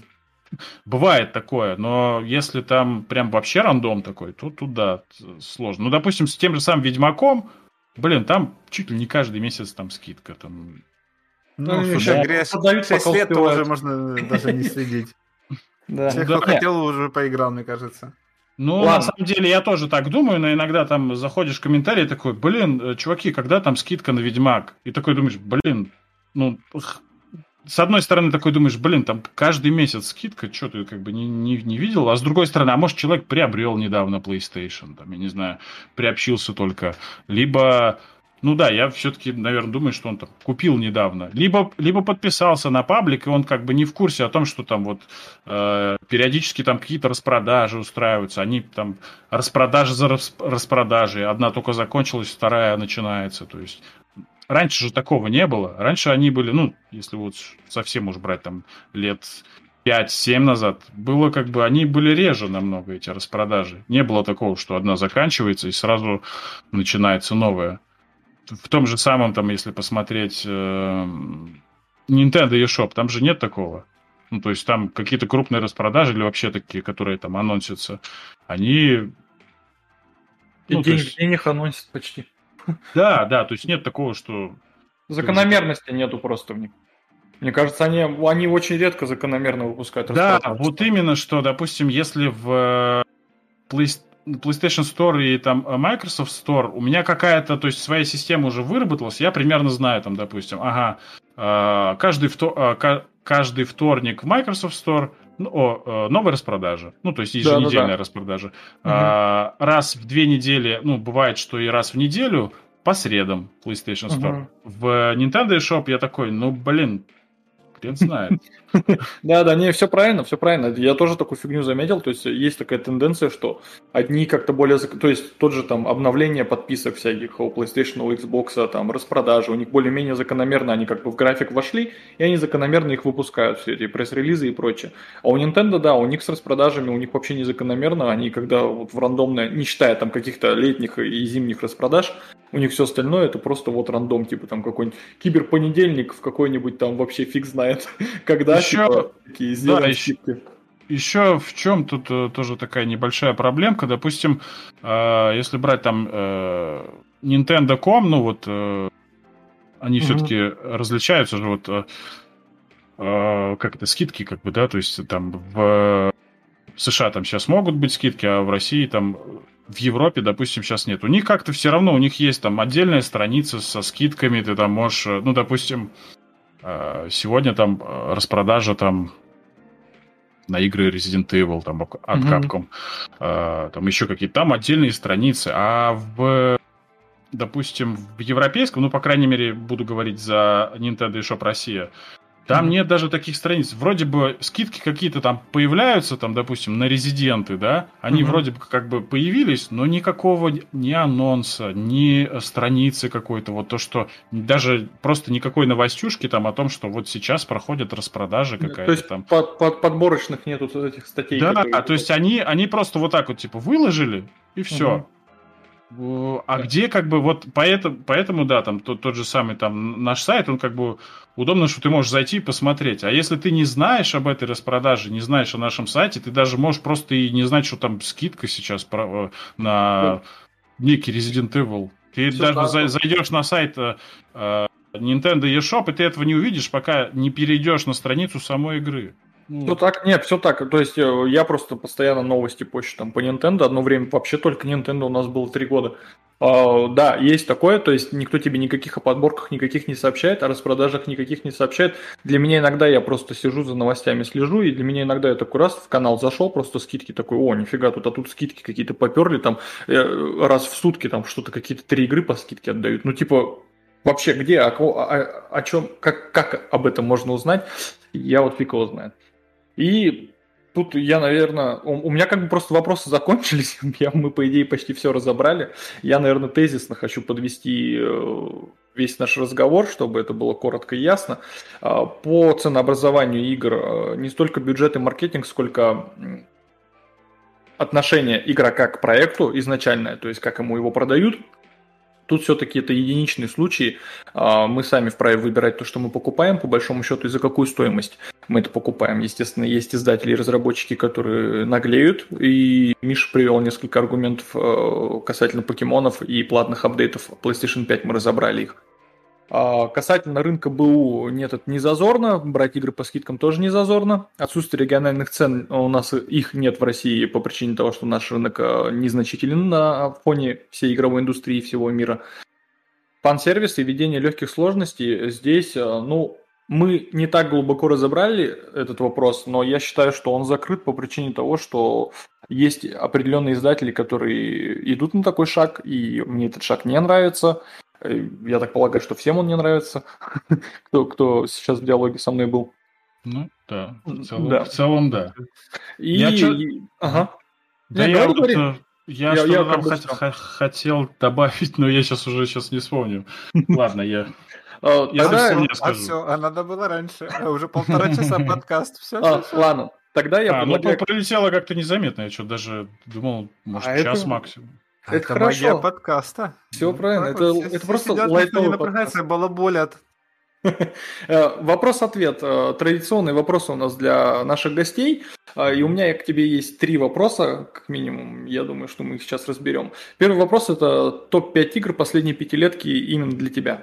Бывает такое, но если там прям вообще рандом такой, то тут да, сложно. Ну, допустим, с тем же самым Ведьмаком, блин, там чуть ли не каждый месяц там скидка. Там... Ну, Ну, еще да, игре продают, шесть пока лет, то уже успевают. можно даже не следить. Да. Все, Ну, да. кто хотел, уже поиграл, мне кажется. Ну, Ладно. на самом деле, я тоже так думаю, но иногда там заходишь в комментарии такой, блин, э, чуваки, когда там скидка на Ведьмак? И такой думаешь, блин, ну, х- с одной стороны такой думаешь, блин, там каждый месяц скидка, что ты как бы не, не, не видел, а с другой стороны, а может человек приобрел недавно PlayStation, там, я не знаю, приобщился только, либо... Ну да, я все-таки, наверное, думаю, что он там купил недавно. Либо, либо подписался на паблик, и он как бы не в курсе о том, что там вот э, периодически там какие-то распродажи устраиваются. Они там распродажи за рас- распродажей. Одна только закончилась, вторая начинается. То есть раньше же такого не было. Раньше они были, ну, если вот совсем уж брать там лет пять-семь назад, было как бы, они были реже намного, эти распродажи. Не было такого, что одна заканчивается и сразу начинается новая. В том же самом, там, если посмотреть э, Nintendo eShop, там же нет такого. Ну, то есть там какие-то крупные распродажи или вообще такие, которые там анонсятся, они... И Ну, день есть... в день их анонсят почти. Да, да, то есть нет такого, что... Закономерности нету просто в них. Мне кажется, они, они очень редко закономерно выпускают Да, распродажи. вот именно, что, допустим, если в PlayStation Store и там Microsoft Store у меня какая-то, то есть своя система уже выработалась, я примерно знаю, там, допустим, ага, каждый, вто, каждый вторник в Microsoft Store о, новая распродажа, ну, то есть еженедельная да, да, да. распродажа. Угу. Раз в две недели, ну, бывает, что и раз в неделю по средам PlayStation Store. Угу. В Nintendo eShop я такой, ну, блин, кто знает. Да, да, не, все правильно, все правильно. Я тоже такую фигню заметил. То есть есть такая тенденция, что одни как-то более... То есть тот же там обновление подписок всяких у PlayStation, у Xbox, там распродажи, у них более-менее закономерно, они как бы в график вошли, и они закономерно их выпускают, все эти пресс-релизы и прочее. А у Nintendo, да, у них с распродажами, у них вообще не закономерно, они когда вот в рандомное, не считая там каких-то летних и зимних распродаж, у них все остальное это просто вот рандом, типа там какой-нибудь киберпонедельник в какой-нибудь там вообще фиг знает, когда еще, типа, такие сделаем да, скидки. Еще, еще в чем тут тоже такая небольшая проблемка, допустим, э, если брать там э, Nintendo точка ком, ну вот э, они mm-hmm. все-таки различаются же вот э, э, как это, скидки как бы, да, то есть там в США там сейчас могут быть скидки, а в России там... В Европе, допустим, сейчас нет. У них как-то все равно, у них есть там отдельная страница со скидками, ты там можешь, ну, допустим, сегодня там распродажа там на игры Resident Evil там, от Capcom, mm-hmm. там еще какие-то там отдельные страницы, а в, допустим, в европейском, ну, по крайней мере, буду говорить за Nintendo eShop Россия, там mm-hmm. нет даже таких страниц. Вроде бы скидки какие-то там появляются, там, допустим, на резиденты, да? Они mm-hmm. вроде бы как бы появились, но никакого ни анонса, ни страницы какой-то. Вот то, что даже просто никакой новостюшки там о том, что вот сейчас проходят распродажи какая-то. То есть там. Под, под, подборочных нету этих статей. Да, которые... то есть они, они просто вот так вот типа выложили, и все. Mm-hmm. А да. Где как бы вот поэтому, поэтому да, там тот, тот же самый там наш сайт, он как бы удобно, что ты можешь зайти и посмотреть. А если ты не знаешь об этой распродаже, не знаешь о нашем сайте, ты даже можешь просто и не знать, что там скидка сейчас на да. некий Resident Evil. Ты Все даже за, зайдешь на сайт э, Nintendo eShop, и ты этого не увидишь, пока не перейдешь на страницу самой игры. Все так, нет, все так. То есть я просто постоянно новости пощу там по Nintendo. Одно время вообще только Nintendo у нас было три года. А, да, есть такое, то есть никто тебе никаких о подборках никаких не сообщает, о распродажах никаких не сообщает. Для меня иногда я просто сижу за новостями, слежу, и для меня иногда я такой раз в канал зашел, просто скидки такой, о, нифига, тут, а тут скидки какие-то поперли, там раз в сутки там что-то какие-то три игры по скидке отдают. Ну, типа, вообще где, о, о, о чем, как, как об этом можно узнать, я вот фиг его знает. И тут я, наверное, у, у меня как бы просто вопросы закончились, я, мы, по идее, почти все разобрали. Я, наверное, тезисно хочу подвести весь наш разговор, чтобы это было коротко и ясно. По ценообразованию игр не столько бюджет и маркетинг, сколько отношение игрока к проекту изначальное, то есть как ему его продают, Тут все-таки это единичные случаи. Мы сами вправе выбирать то, что мы покупаем, по большому счету, и за какую стоимость мы это покупаем. Естественно, есть издатели и разработчики, которые наглеют, и Миша привел несколько аргументов касательно покемонов и платных апдейтов PlayStation пять, мы разобрали их. А касательно рынка БУ, нет, это не зазорно, брать игры по скидкам тоже не зазорно. Отсутствие региональных цен, у нас их нет в России по причине того, что наш рынок незначителен на фоне всей игровой индустрии всего мира. Фан-сервис и ведение легких сложностей здесь, ну, мы не так глубоко разобрали этот вопрос, но я считаю, что он закрыт по причине того, что есть определенные издатели, которые идут на такой шаг, и мне этот шаг не нравится. Я так полагаю, что всем он не нравится, кто, кто сейчас в диалоге со мной был. Ну, да, в целом да. В целом, да. И... Я чё... Ага. Да не, я, говори, вот, говори. я, я, что-то я там хот- х- хотел добавить, но я сейчас уже сейчас не вспомню. Ладно, я... Если вспомню, я скажу. А все, а надо было раньше. Уже полтора часа подкаст. Все, ладно. Тогда я предлагаю... Ну, пролетело как-то незаметно. Я что-то даже думал, может, час максимум. Это, это хорошо. Магия подкаста. Все правильно. Это, вот, это просто лайтовый подкаст. Балаболят. Вопрос-ответ. Традиционные вопросы у нас для наших гостей. И у меня к тебе есть три вопроса, как минимум. Я думаю, что мы их сейчас разберем. Первый вопрос – это топ пять игр последней пятилетки именно для тебя.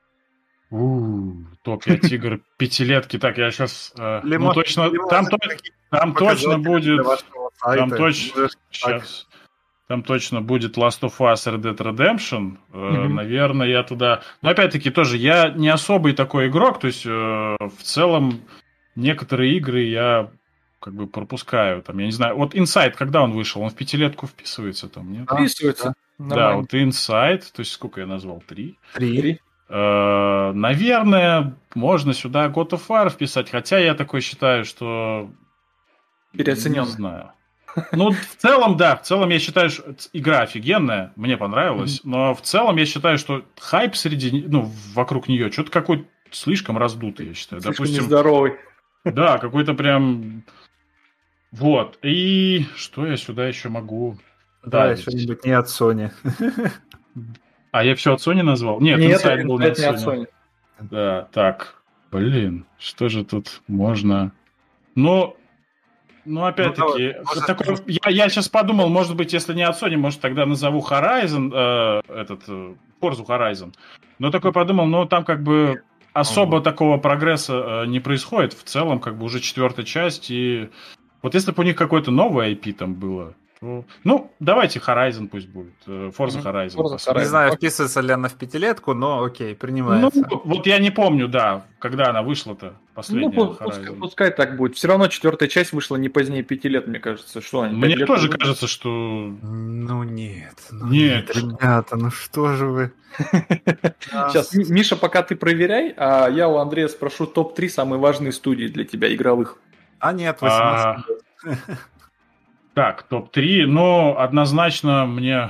топ пять игр пятилетки. Так, я сейчас... Ну, точно... Там точно будет... Там точно... Сейчас... Там точно будет Last of Us, Red Dead Redemption. Mm-hmm. Наверное, я туда... Но опять-таки тоже, я не особый такой игрок, то есть в целом некоторые игры я как бы пропускаю. Там, я не знаю, вот Inside, когда он вышел? Он в пятилетку вписывается там, нет? Вписывается. Да, да, вот Inside, то есть сколько я назвал? Три? Три. Э, наверное, можно сюда God of War вписать, хотя я такой считаю, что... Переоценен. Не знаю. Ну, в целом, да, в целом я считаю, что игра офигенная, мне понравилась, mm-hmm. но в целом я считаю, что хайп среди, ну, вокруг нее что-то какой-то слишком раздутый, я считаю. Слишком Допустим, нездоровый. Да, какой-то прям... Вот, и что я сюда еще могу... Да, что-нибудь не от Sony. А я все от Sony назвал? Нет, Нет, Inside был не от Sony. Sony. Да, так, блин, что же тут можно... Ну... Ну, опять-таки, ну, может... такой, я, я сейчас подумал, может быть, если не от Sony, может, тогда назову Horizon, э, этот, э, Forza Horizon. Но такой подумал, ну, там как бы особо ага. такого прогресса э, не происходит. В целом, как бы уже четвертая часть, и вот если бы у них какой-то новый ай пи там было, то... Ну, давайте Horizon пусть будет, э, Forza Horizon. Forza Horizon. Не знаю, вписывается ли она в пятилетку, но окей, принимается. Ну, вот я не помню, да, когда она вышла-то. Последняя ну, пускай, пускай так будет. Все равно четвертая часть вышла не позднее пяти лет, мне кажется. Что они, мне лет тоже будут? кажется, что... Ну нет. Ну нет. нет, ребята, ну что же вы. Сейчас, Миша, пока ты проверяй, а я у Андрея спрошу топ три самые важные студии для тебя игровых. А нет, восемнадцать лет. Так, топ три. Ну, однозначно мне...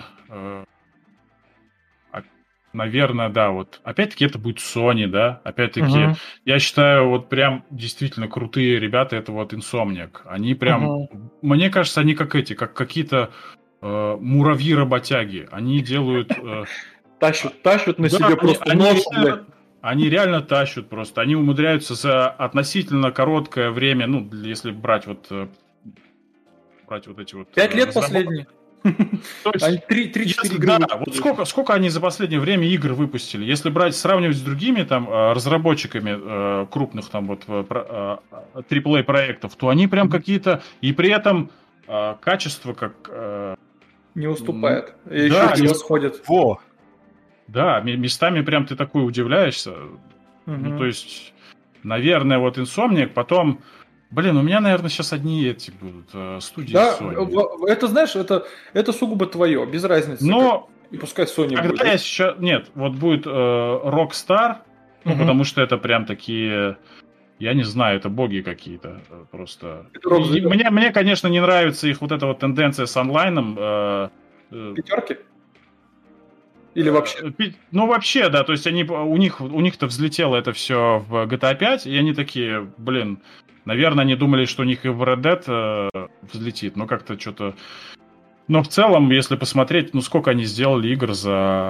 Наверное, да, вот. Опять-таки это будет Sony, да. Опять-таки, uh-huh. я считаю, вот прям действительно крутые ребята, это вот Insomniac. Они прям, uh-huh. мне кажется, они как эти, как какие-то э, муравьи-работяги. Они делают... Э, тащут, тащут на себе просто нож, блядь. Они реально тащут просто. Они умудряются за относительно короткое время, ну, если брать вот... брать вот эти вот... Пять лет последние. три-четыре игры. Да, вот сколько, сколько они за последнее время игр выпустили? Если брать, сравнивать с другими там разработчиками крупных там вот эй эй проектов, то они прям какие-то, и при этом качество как... Не уступает. Да, еще не восходит. Во! Да, местами прям ты такой удивляешься. Ну, то есть, наверное, вот Insomniac, потом... Блин, у меня, наверное, сейчас одни эти будут э, студии да, Sony. Это, знаешь, это, это сугубо твое, без разницы. Но и пускай Sony когда будет. Я сейчас... Нет, вот будет э, Rockstar, ну, угу. потому что это прям такие... Я не знаю, это боги какие-то просто. И, мне, мне, конечно, не нравится их вот эта вот тенденция с онлайном. Э, э, Пятерки? Или вообще? Ну, вообще, да. То есть они, у них, у них-то взлетело это все в джи ти эй пять, и они такие, блин... Наверное, они думали, что у них и в Red Dead э, взлетит, но как-то что-то... Но в целом, если посмотреть, ну сколько они сделали игр за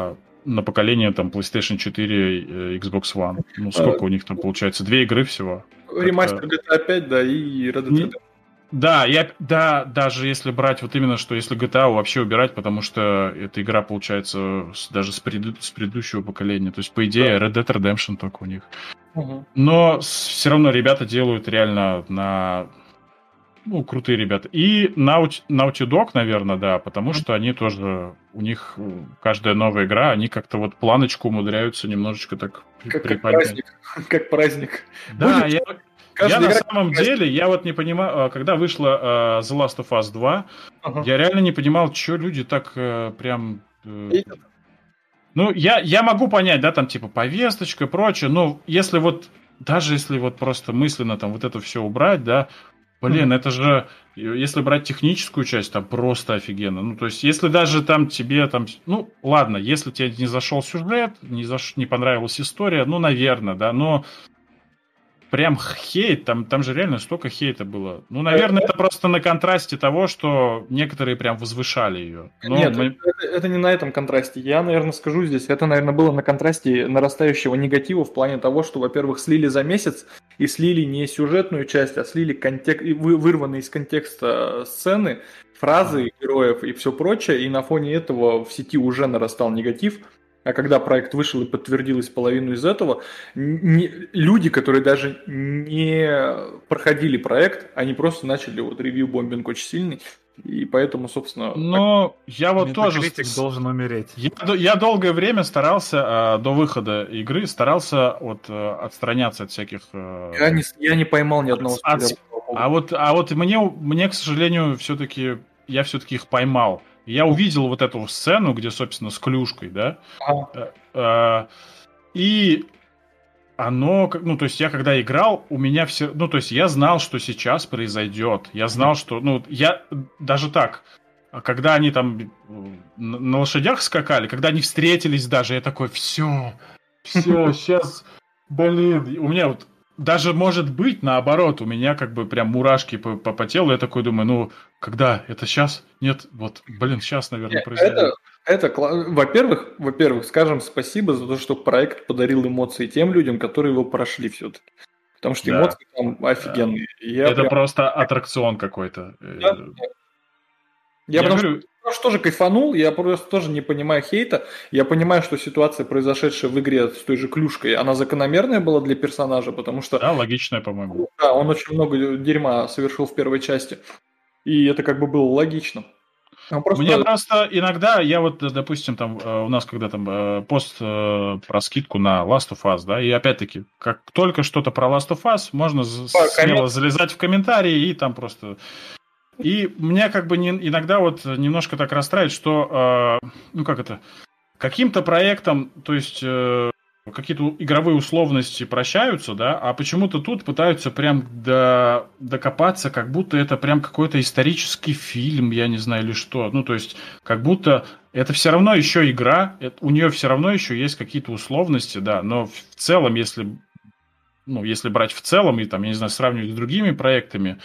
на поколение там PlayStation четыре, Xbox One. Ну, сколько а, у них там получается? Две игры всего. Ремастер джи ти эй пять, да, и Red Dead Redemption. Да, я, да, даже если брать вот именно, что если джи ти эй вообще убирать, потому что эта игра получается с, даже с, преду, с предыдущего поколения. То есть, по идее, да. Red Dead Redemption только у них. Угу. Но все равно ребята делают реально на... Ну, крутые ребята. И Naughty, Naughty Dog, наверное, да, потому что они тоже, у них каждая новая игра, они как-то вот планочку умудряются немножечко так как, как праздник. Как праздник. Да, Будет... я, я на самом праздник. деле, я вот не понимаю, когда вышла uh, The Last of Us два, uh-huh. я реально не понимал, что люди так uh, прям... Uh, ну, я, я могу понять, да, там типа повесточка и прочее, но если вот, даже если вот просто мысленно там вот это все убрать, да, блин, mm-hmm. это же, если брать техническую часть, там просто офигенно. Ну, то есть, если даже там тебе там... Ну, ладно, если тебе не зашел сюжет, не, заш... не понравилась история, ну, наверное, да, но прям хейт, там, там же реально столько хейта было. Ну, наверное, это просто на контрасте того, что некоторые прям возвышали ее. Но Нет, мы... это, это не на этом контрасте. Я, наверное, скажу здесь, это, наверное, было на контрасте нарастающего негатива в плане того, что, во-первых, слили за месяц и слили не сюжетную часть, а слили контек... вырванные из контекста сцены, фразы героев и все прочее, и на фоне этого в сети уже нарастал негатив. А когда проект вышел и подтвердилась половину из этого, не, люди, которые даже не проходили проект, они просто начали вот ревью-бомбинг очень сильный. И поэтому, собственно... Но так... я вот тоже... Критик должен умереть. Я, я долгое время старался, до выхода игры, старался вот, отстраняться от всяких... Я не, я не поймал ни одного от, от, а, вот, а вот мне, мне, к сожалению, все-таки... Я все-таки их поймал. Я увидел вот эту сцену, где, собственно, с клюшкой, да, а. и оно, ну, то есть я когда играл, у меня все, ну, то есть я знал, что сейчас произойдет, я знал, что, ну, я даже так, когда они там на лошадях скакали, когда они встретились даже, я такой, все, все, сейчас, блин, у меня вот даже, может быть, наоборот, у меня как бы прям мурашки по, по, по телу. Я такой думаю, ну, когда? Это сейчас? Нет, вот, блин, сейчас, наверное, произойдет. Это, это, во-первых, во-первых, скажем спасибо за то, что проект подарил эмоции тем людям, которые его прошли все-таки. Потому что да. эмоции там офигенные. Да. Я это прям... просто аттракцион какой-то. Да? Я, я потому говорю... что тоже кайфанул, я просто тоже не понимаю хейта. Я понимаю, что ситуация, произошедшая в игре с той же клюшкой, она закономерная была для персонажа, потому что... Да, логичная, по-моему. Да, он очень много дерьма совершил в первой части. И это как бы было логично. Просто... Мне просто иногда, я вот, допустим, там у нас когда там пост про скидку на Last of Us, да, и опять-таки, как только что-то про Last of Us, можно а, смело коммент... залезать в комментарии и там просто... И меня как бы не, иногда вот немножко так расстраивает, что, э, ну как это, каким-то проектом, то есть э, какие-то игровые условности прощаются, да, а почему-то тут пытаются прям до, докопаться, как будто это прям какой-то исторический фильм, я не знаю, или что. Ну то есть как будто это все равно еще игра, это, у нее все равно еще есть какие-то условности, да, но в целом, если, ну, если брать в целом и там, я не знаю, сравнивать с другими проектами,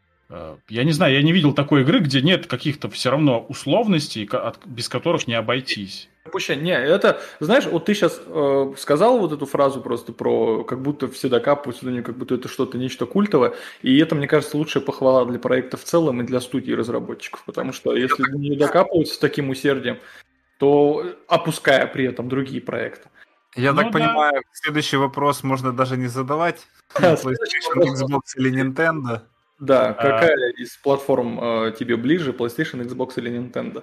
я не знаю, я не видел такой игры, где нет каких-то все равно условностей, без которых не обойтись. Пущай, не, это, знаешь, вот ты сейчас э, сказал вот эту фразу просто про, как будто все докапываются до нее, как будто это что-то, нечто культовое, и это, мне кажется, лучшая похвала для проекта в целом и для студии разработчиков, потому что если до нее докапываются с таким усердием, то опуская при этом другие проекты. Я ну, так да. понимаю, следующий вопрос можно даже не задавать. PlayStation, Xbox или Nintendo? Да, какая а... из платформ э, тебе ближе, PlayStation, Xbox или Nintendo?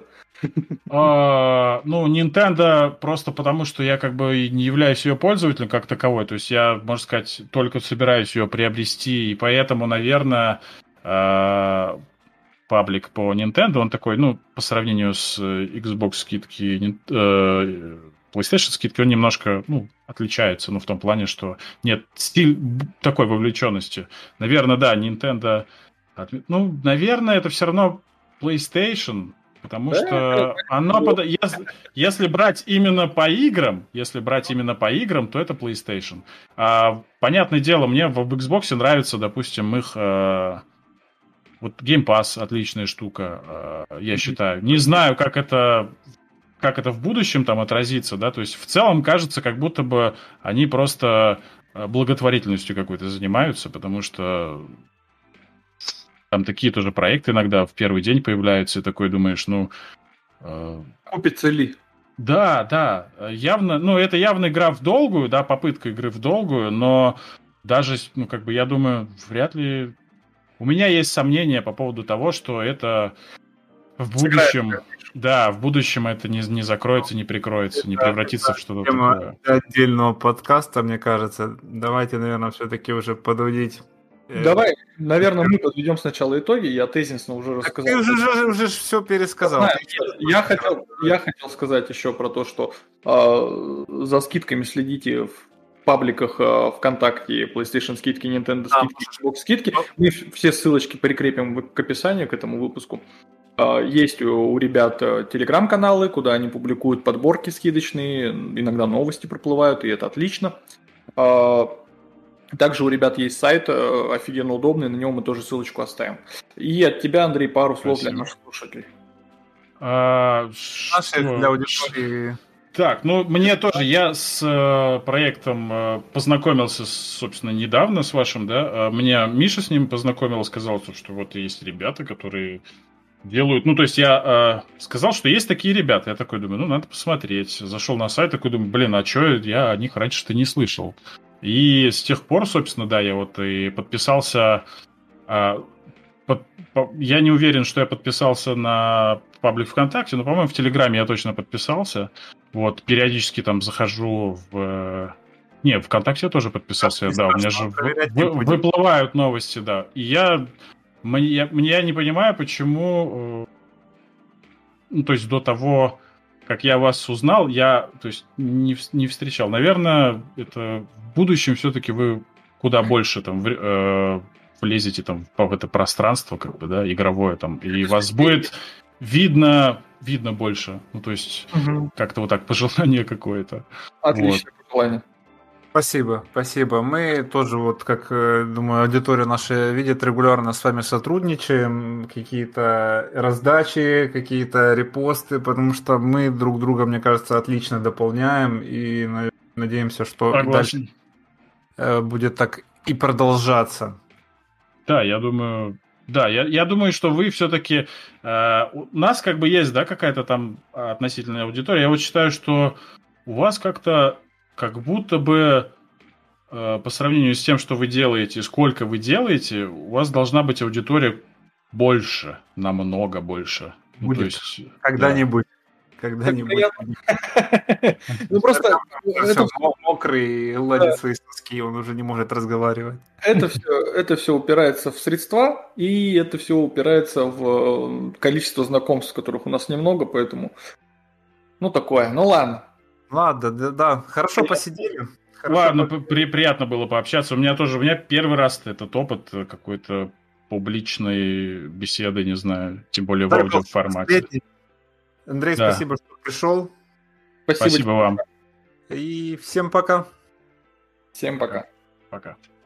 А, ну, Nintendo просто потому, что я как бы не являюсь ее пользователем как таковой, то есть я, можно сказать, только собираюсь ее приобрести, и поэтому, наверное, э, паблик по Nintendo, он такой, ну, по сравнению с Xbox скидки, э, PlayStation скидки, он немножко, ну, отличается, ну, в том плане, что нет стиль такой вовлеченности. Наверное, да, Nintendo... Ну, наверное, это все равно PlayStation, потому да, что оно... Под... Если, если брать именно по играм, если брать именно по играм, то это PlayStation. А, понятное дело, мне в Xbox нравится, допустим, их... Э... Вот Game Pass отличная штука, э, я считаю. Не знаю, как это... как это в будущем там отразится, да, то есть в целом кажется, как будто бы они просто благотворительностью какой-то занимаются, потому что там такие тоже проекты иногда в первый день появляются, и такой думаешь, ну... Э... Купится ли? Да, да, явно, ну, это явно игра в долгую, да, попытка игры в долгую, но даже, ну, как бы, я думаю, вряд ли... У меня есть сомнения по поводу того, что это в будущем... Сыграет. Да, в будущем это не, не закроется, не прикроется, это, не превратится в что-то такое. Для отдельного подкаста, мне кажется. Давайте, наверное, все-таки уже подводить. Давай, наверное, мы подведем сначала итоги. Я тезисно уже рассказал. Ты уже, уже, уже все пересказал. Да, я, я, хотел, я хотел сказать еще про то, что э, за скидками следите в пабликах э, ВКонтакте, PlayStation скидки, Nintendo скидки, Xbox скидки. Мы все ссылочки прикрепим к описанию к этому выпуску. Есть у ребят телеграм-каналы, куда они публикуют подборки скидочные, иногда новости проплывают, и это отлично. Также у ребят есть сайт офигенно удобный, на него мы тоже ссылочку оставим. И от тебя, Андрей, пару слов Спасибо. Для наших слушателей. А, что... Для аудитории... Так, ну мне тоже, я с э, проектом э, познакомился, собственно, недавно с вашим, да, мне Миша с ним познакомил, сказал, что вот есть ребята, которые... делают, ну, то есть я э, сказал, что есть такие ребята. Я такой думаю, ну, надо посмотреть. Зашел на сайт, такой думаю, блин, а что я о них раньше-то не слышал. И с тех пор, собственно, да, я вот и подписался. Э, под, по, я не уверен, что я подписался на паблик ВКонтакте, но, по-моему, в Телеграме я точно подписался. Вот, периодически там захожу в... Не, ВКонтакте я тоже подписался, да, у меня же вы, выплывают новости, да. И я... Мне, я, я не понимаю, почему, ну, то есть до того, как я вас узнал, я, то есть, не, не встречал. Наверное, это в будущем все-таки вы куда больше там в, э, влезете там в это пространство, как бы, да, игровое там, и вас будет видно, видно больше. Ну, то есть, угу. как-то вот так пожелание какое-то. Отличное вот. Пожелание. Спасибо, спасибо. Мы тоже, вот, как, думаю, аудитория наша видит, регулярно с вами сотрудничаем, какие-то раздачи, какие-то репосты, потому что мы друг друга, мне кажется, отлично дополняем и надеемся, что Согласен. дальше будет так и продолжаться. Да, я думаю... Да, я, я думаю, что вы все-таки... Э, у нас как бы есть, да, какая-то там относительная аудитория. Я вот считаю, что у вас как-то как будто бы э, по сравнению с тем, что вы делаете, сколько вы делаете, у вас должна быть аудитория больше, намного больше. Будет. Ну, то есть, когда-нибудь. Да. Когда-нибудь. Ну просто... Мокрый, ладит свои соски, он уже не может разговаривать. Это все, это все упирается в средства, и это все упирается в количество знакомств, которых у нас немного, поэтому... Ну, такое. Ну, ладно. Ладно, да, да. Хорошо посидели. Хорошо Ладно, по- при, приятно было пообщаться. У меня тоже, у меня первый раз этот опыт какой-то публичной беседы, не знаю, тем более да, в аудиоформате. Андрей, да. Спасибо, что пришел. Спасибо, спасибо вам. И всем пока. Всем пока. Пока.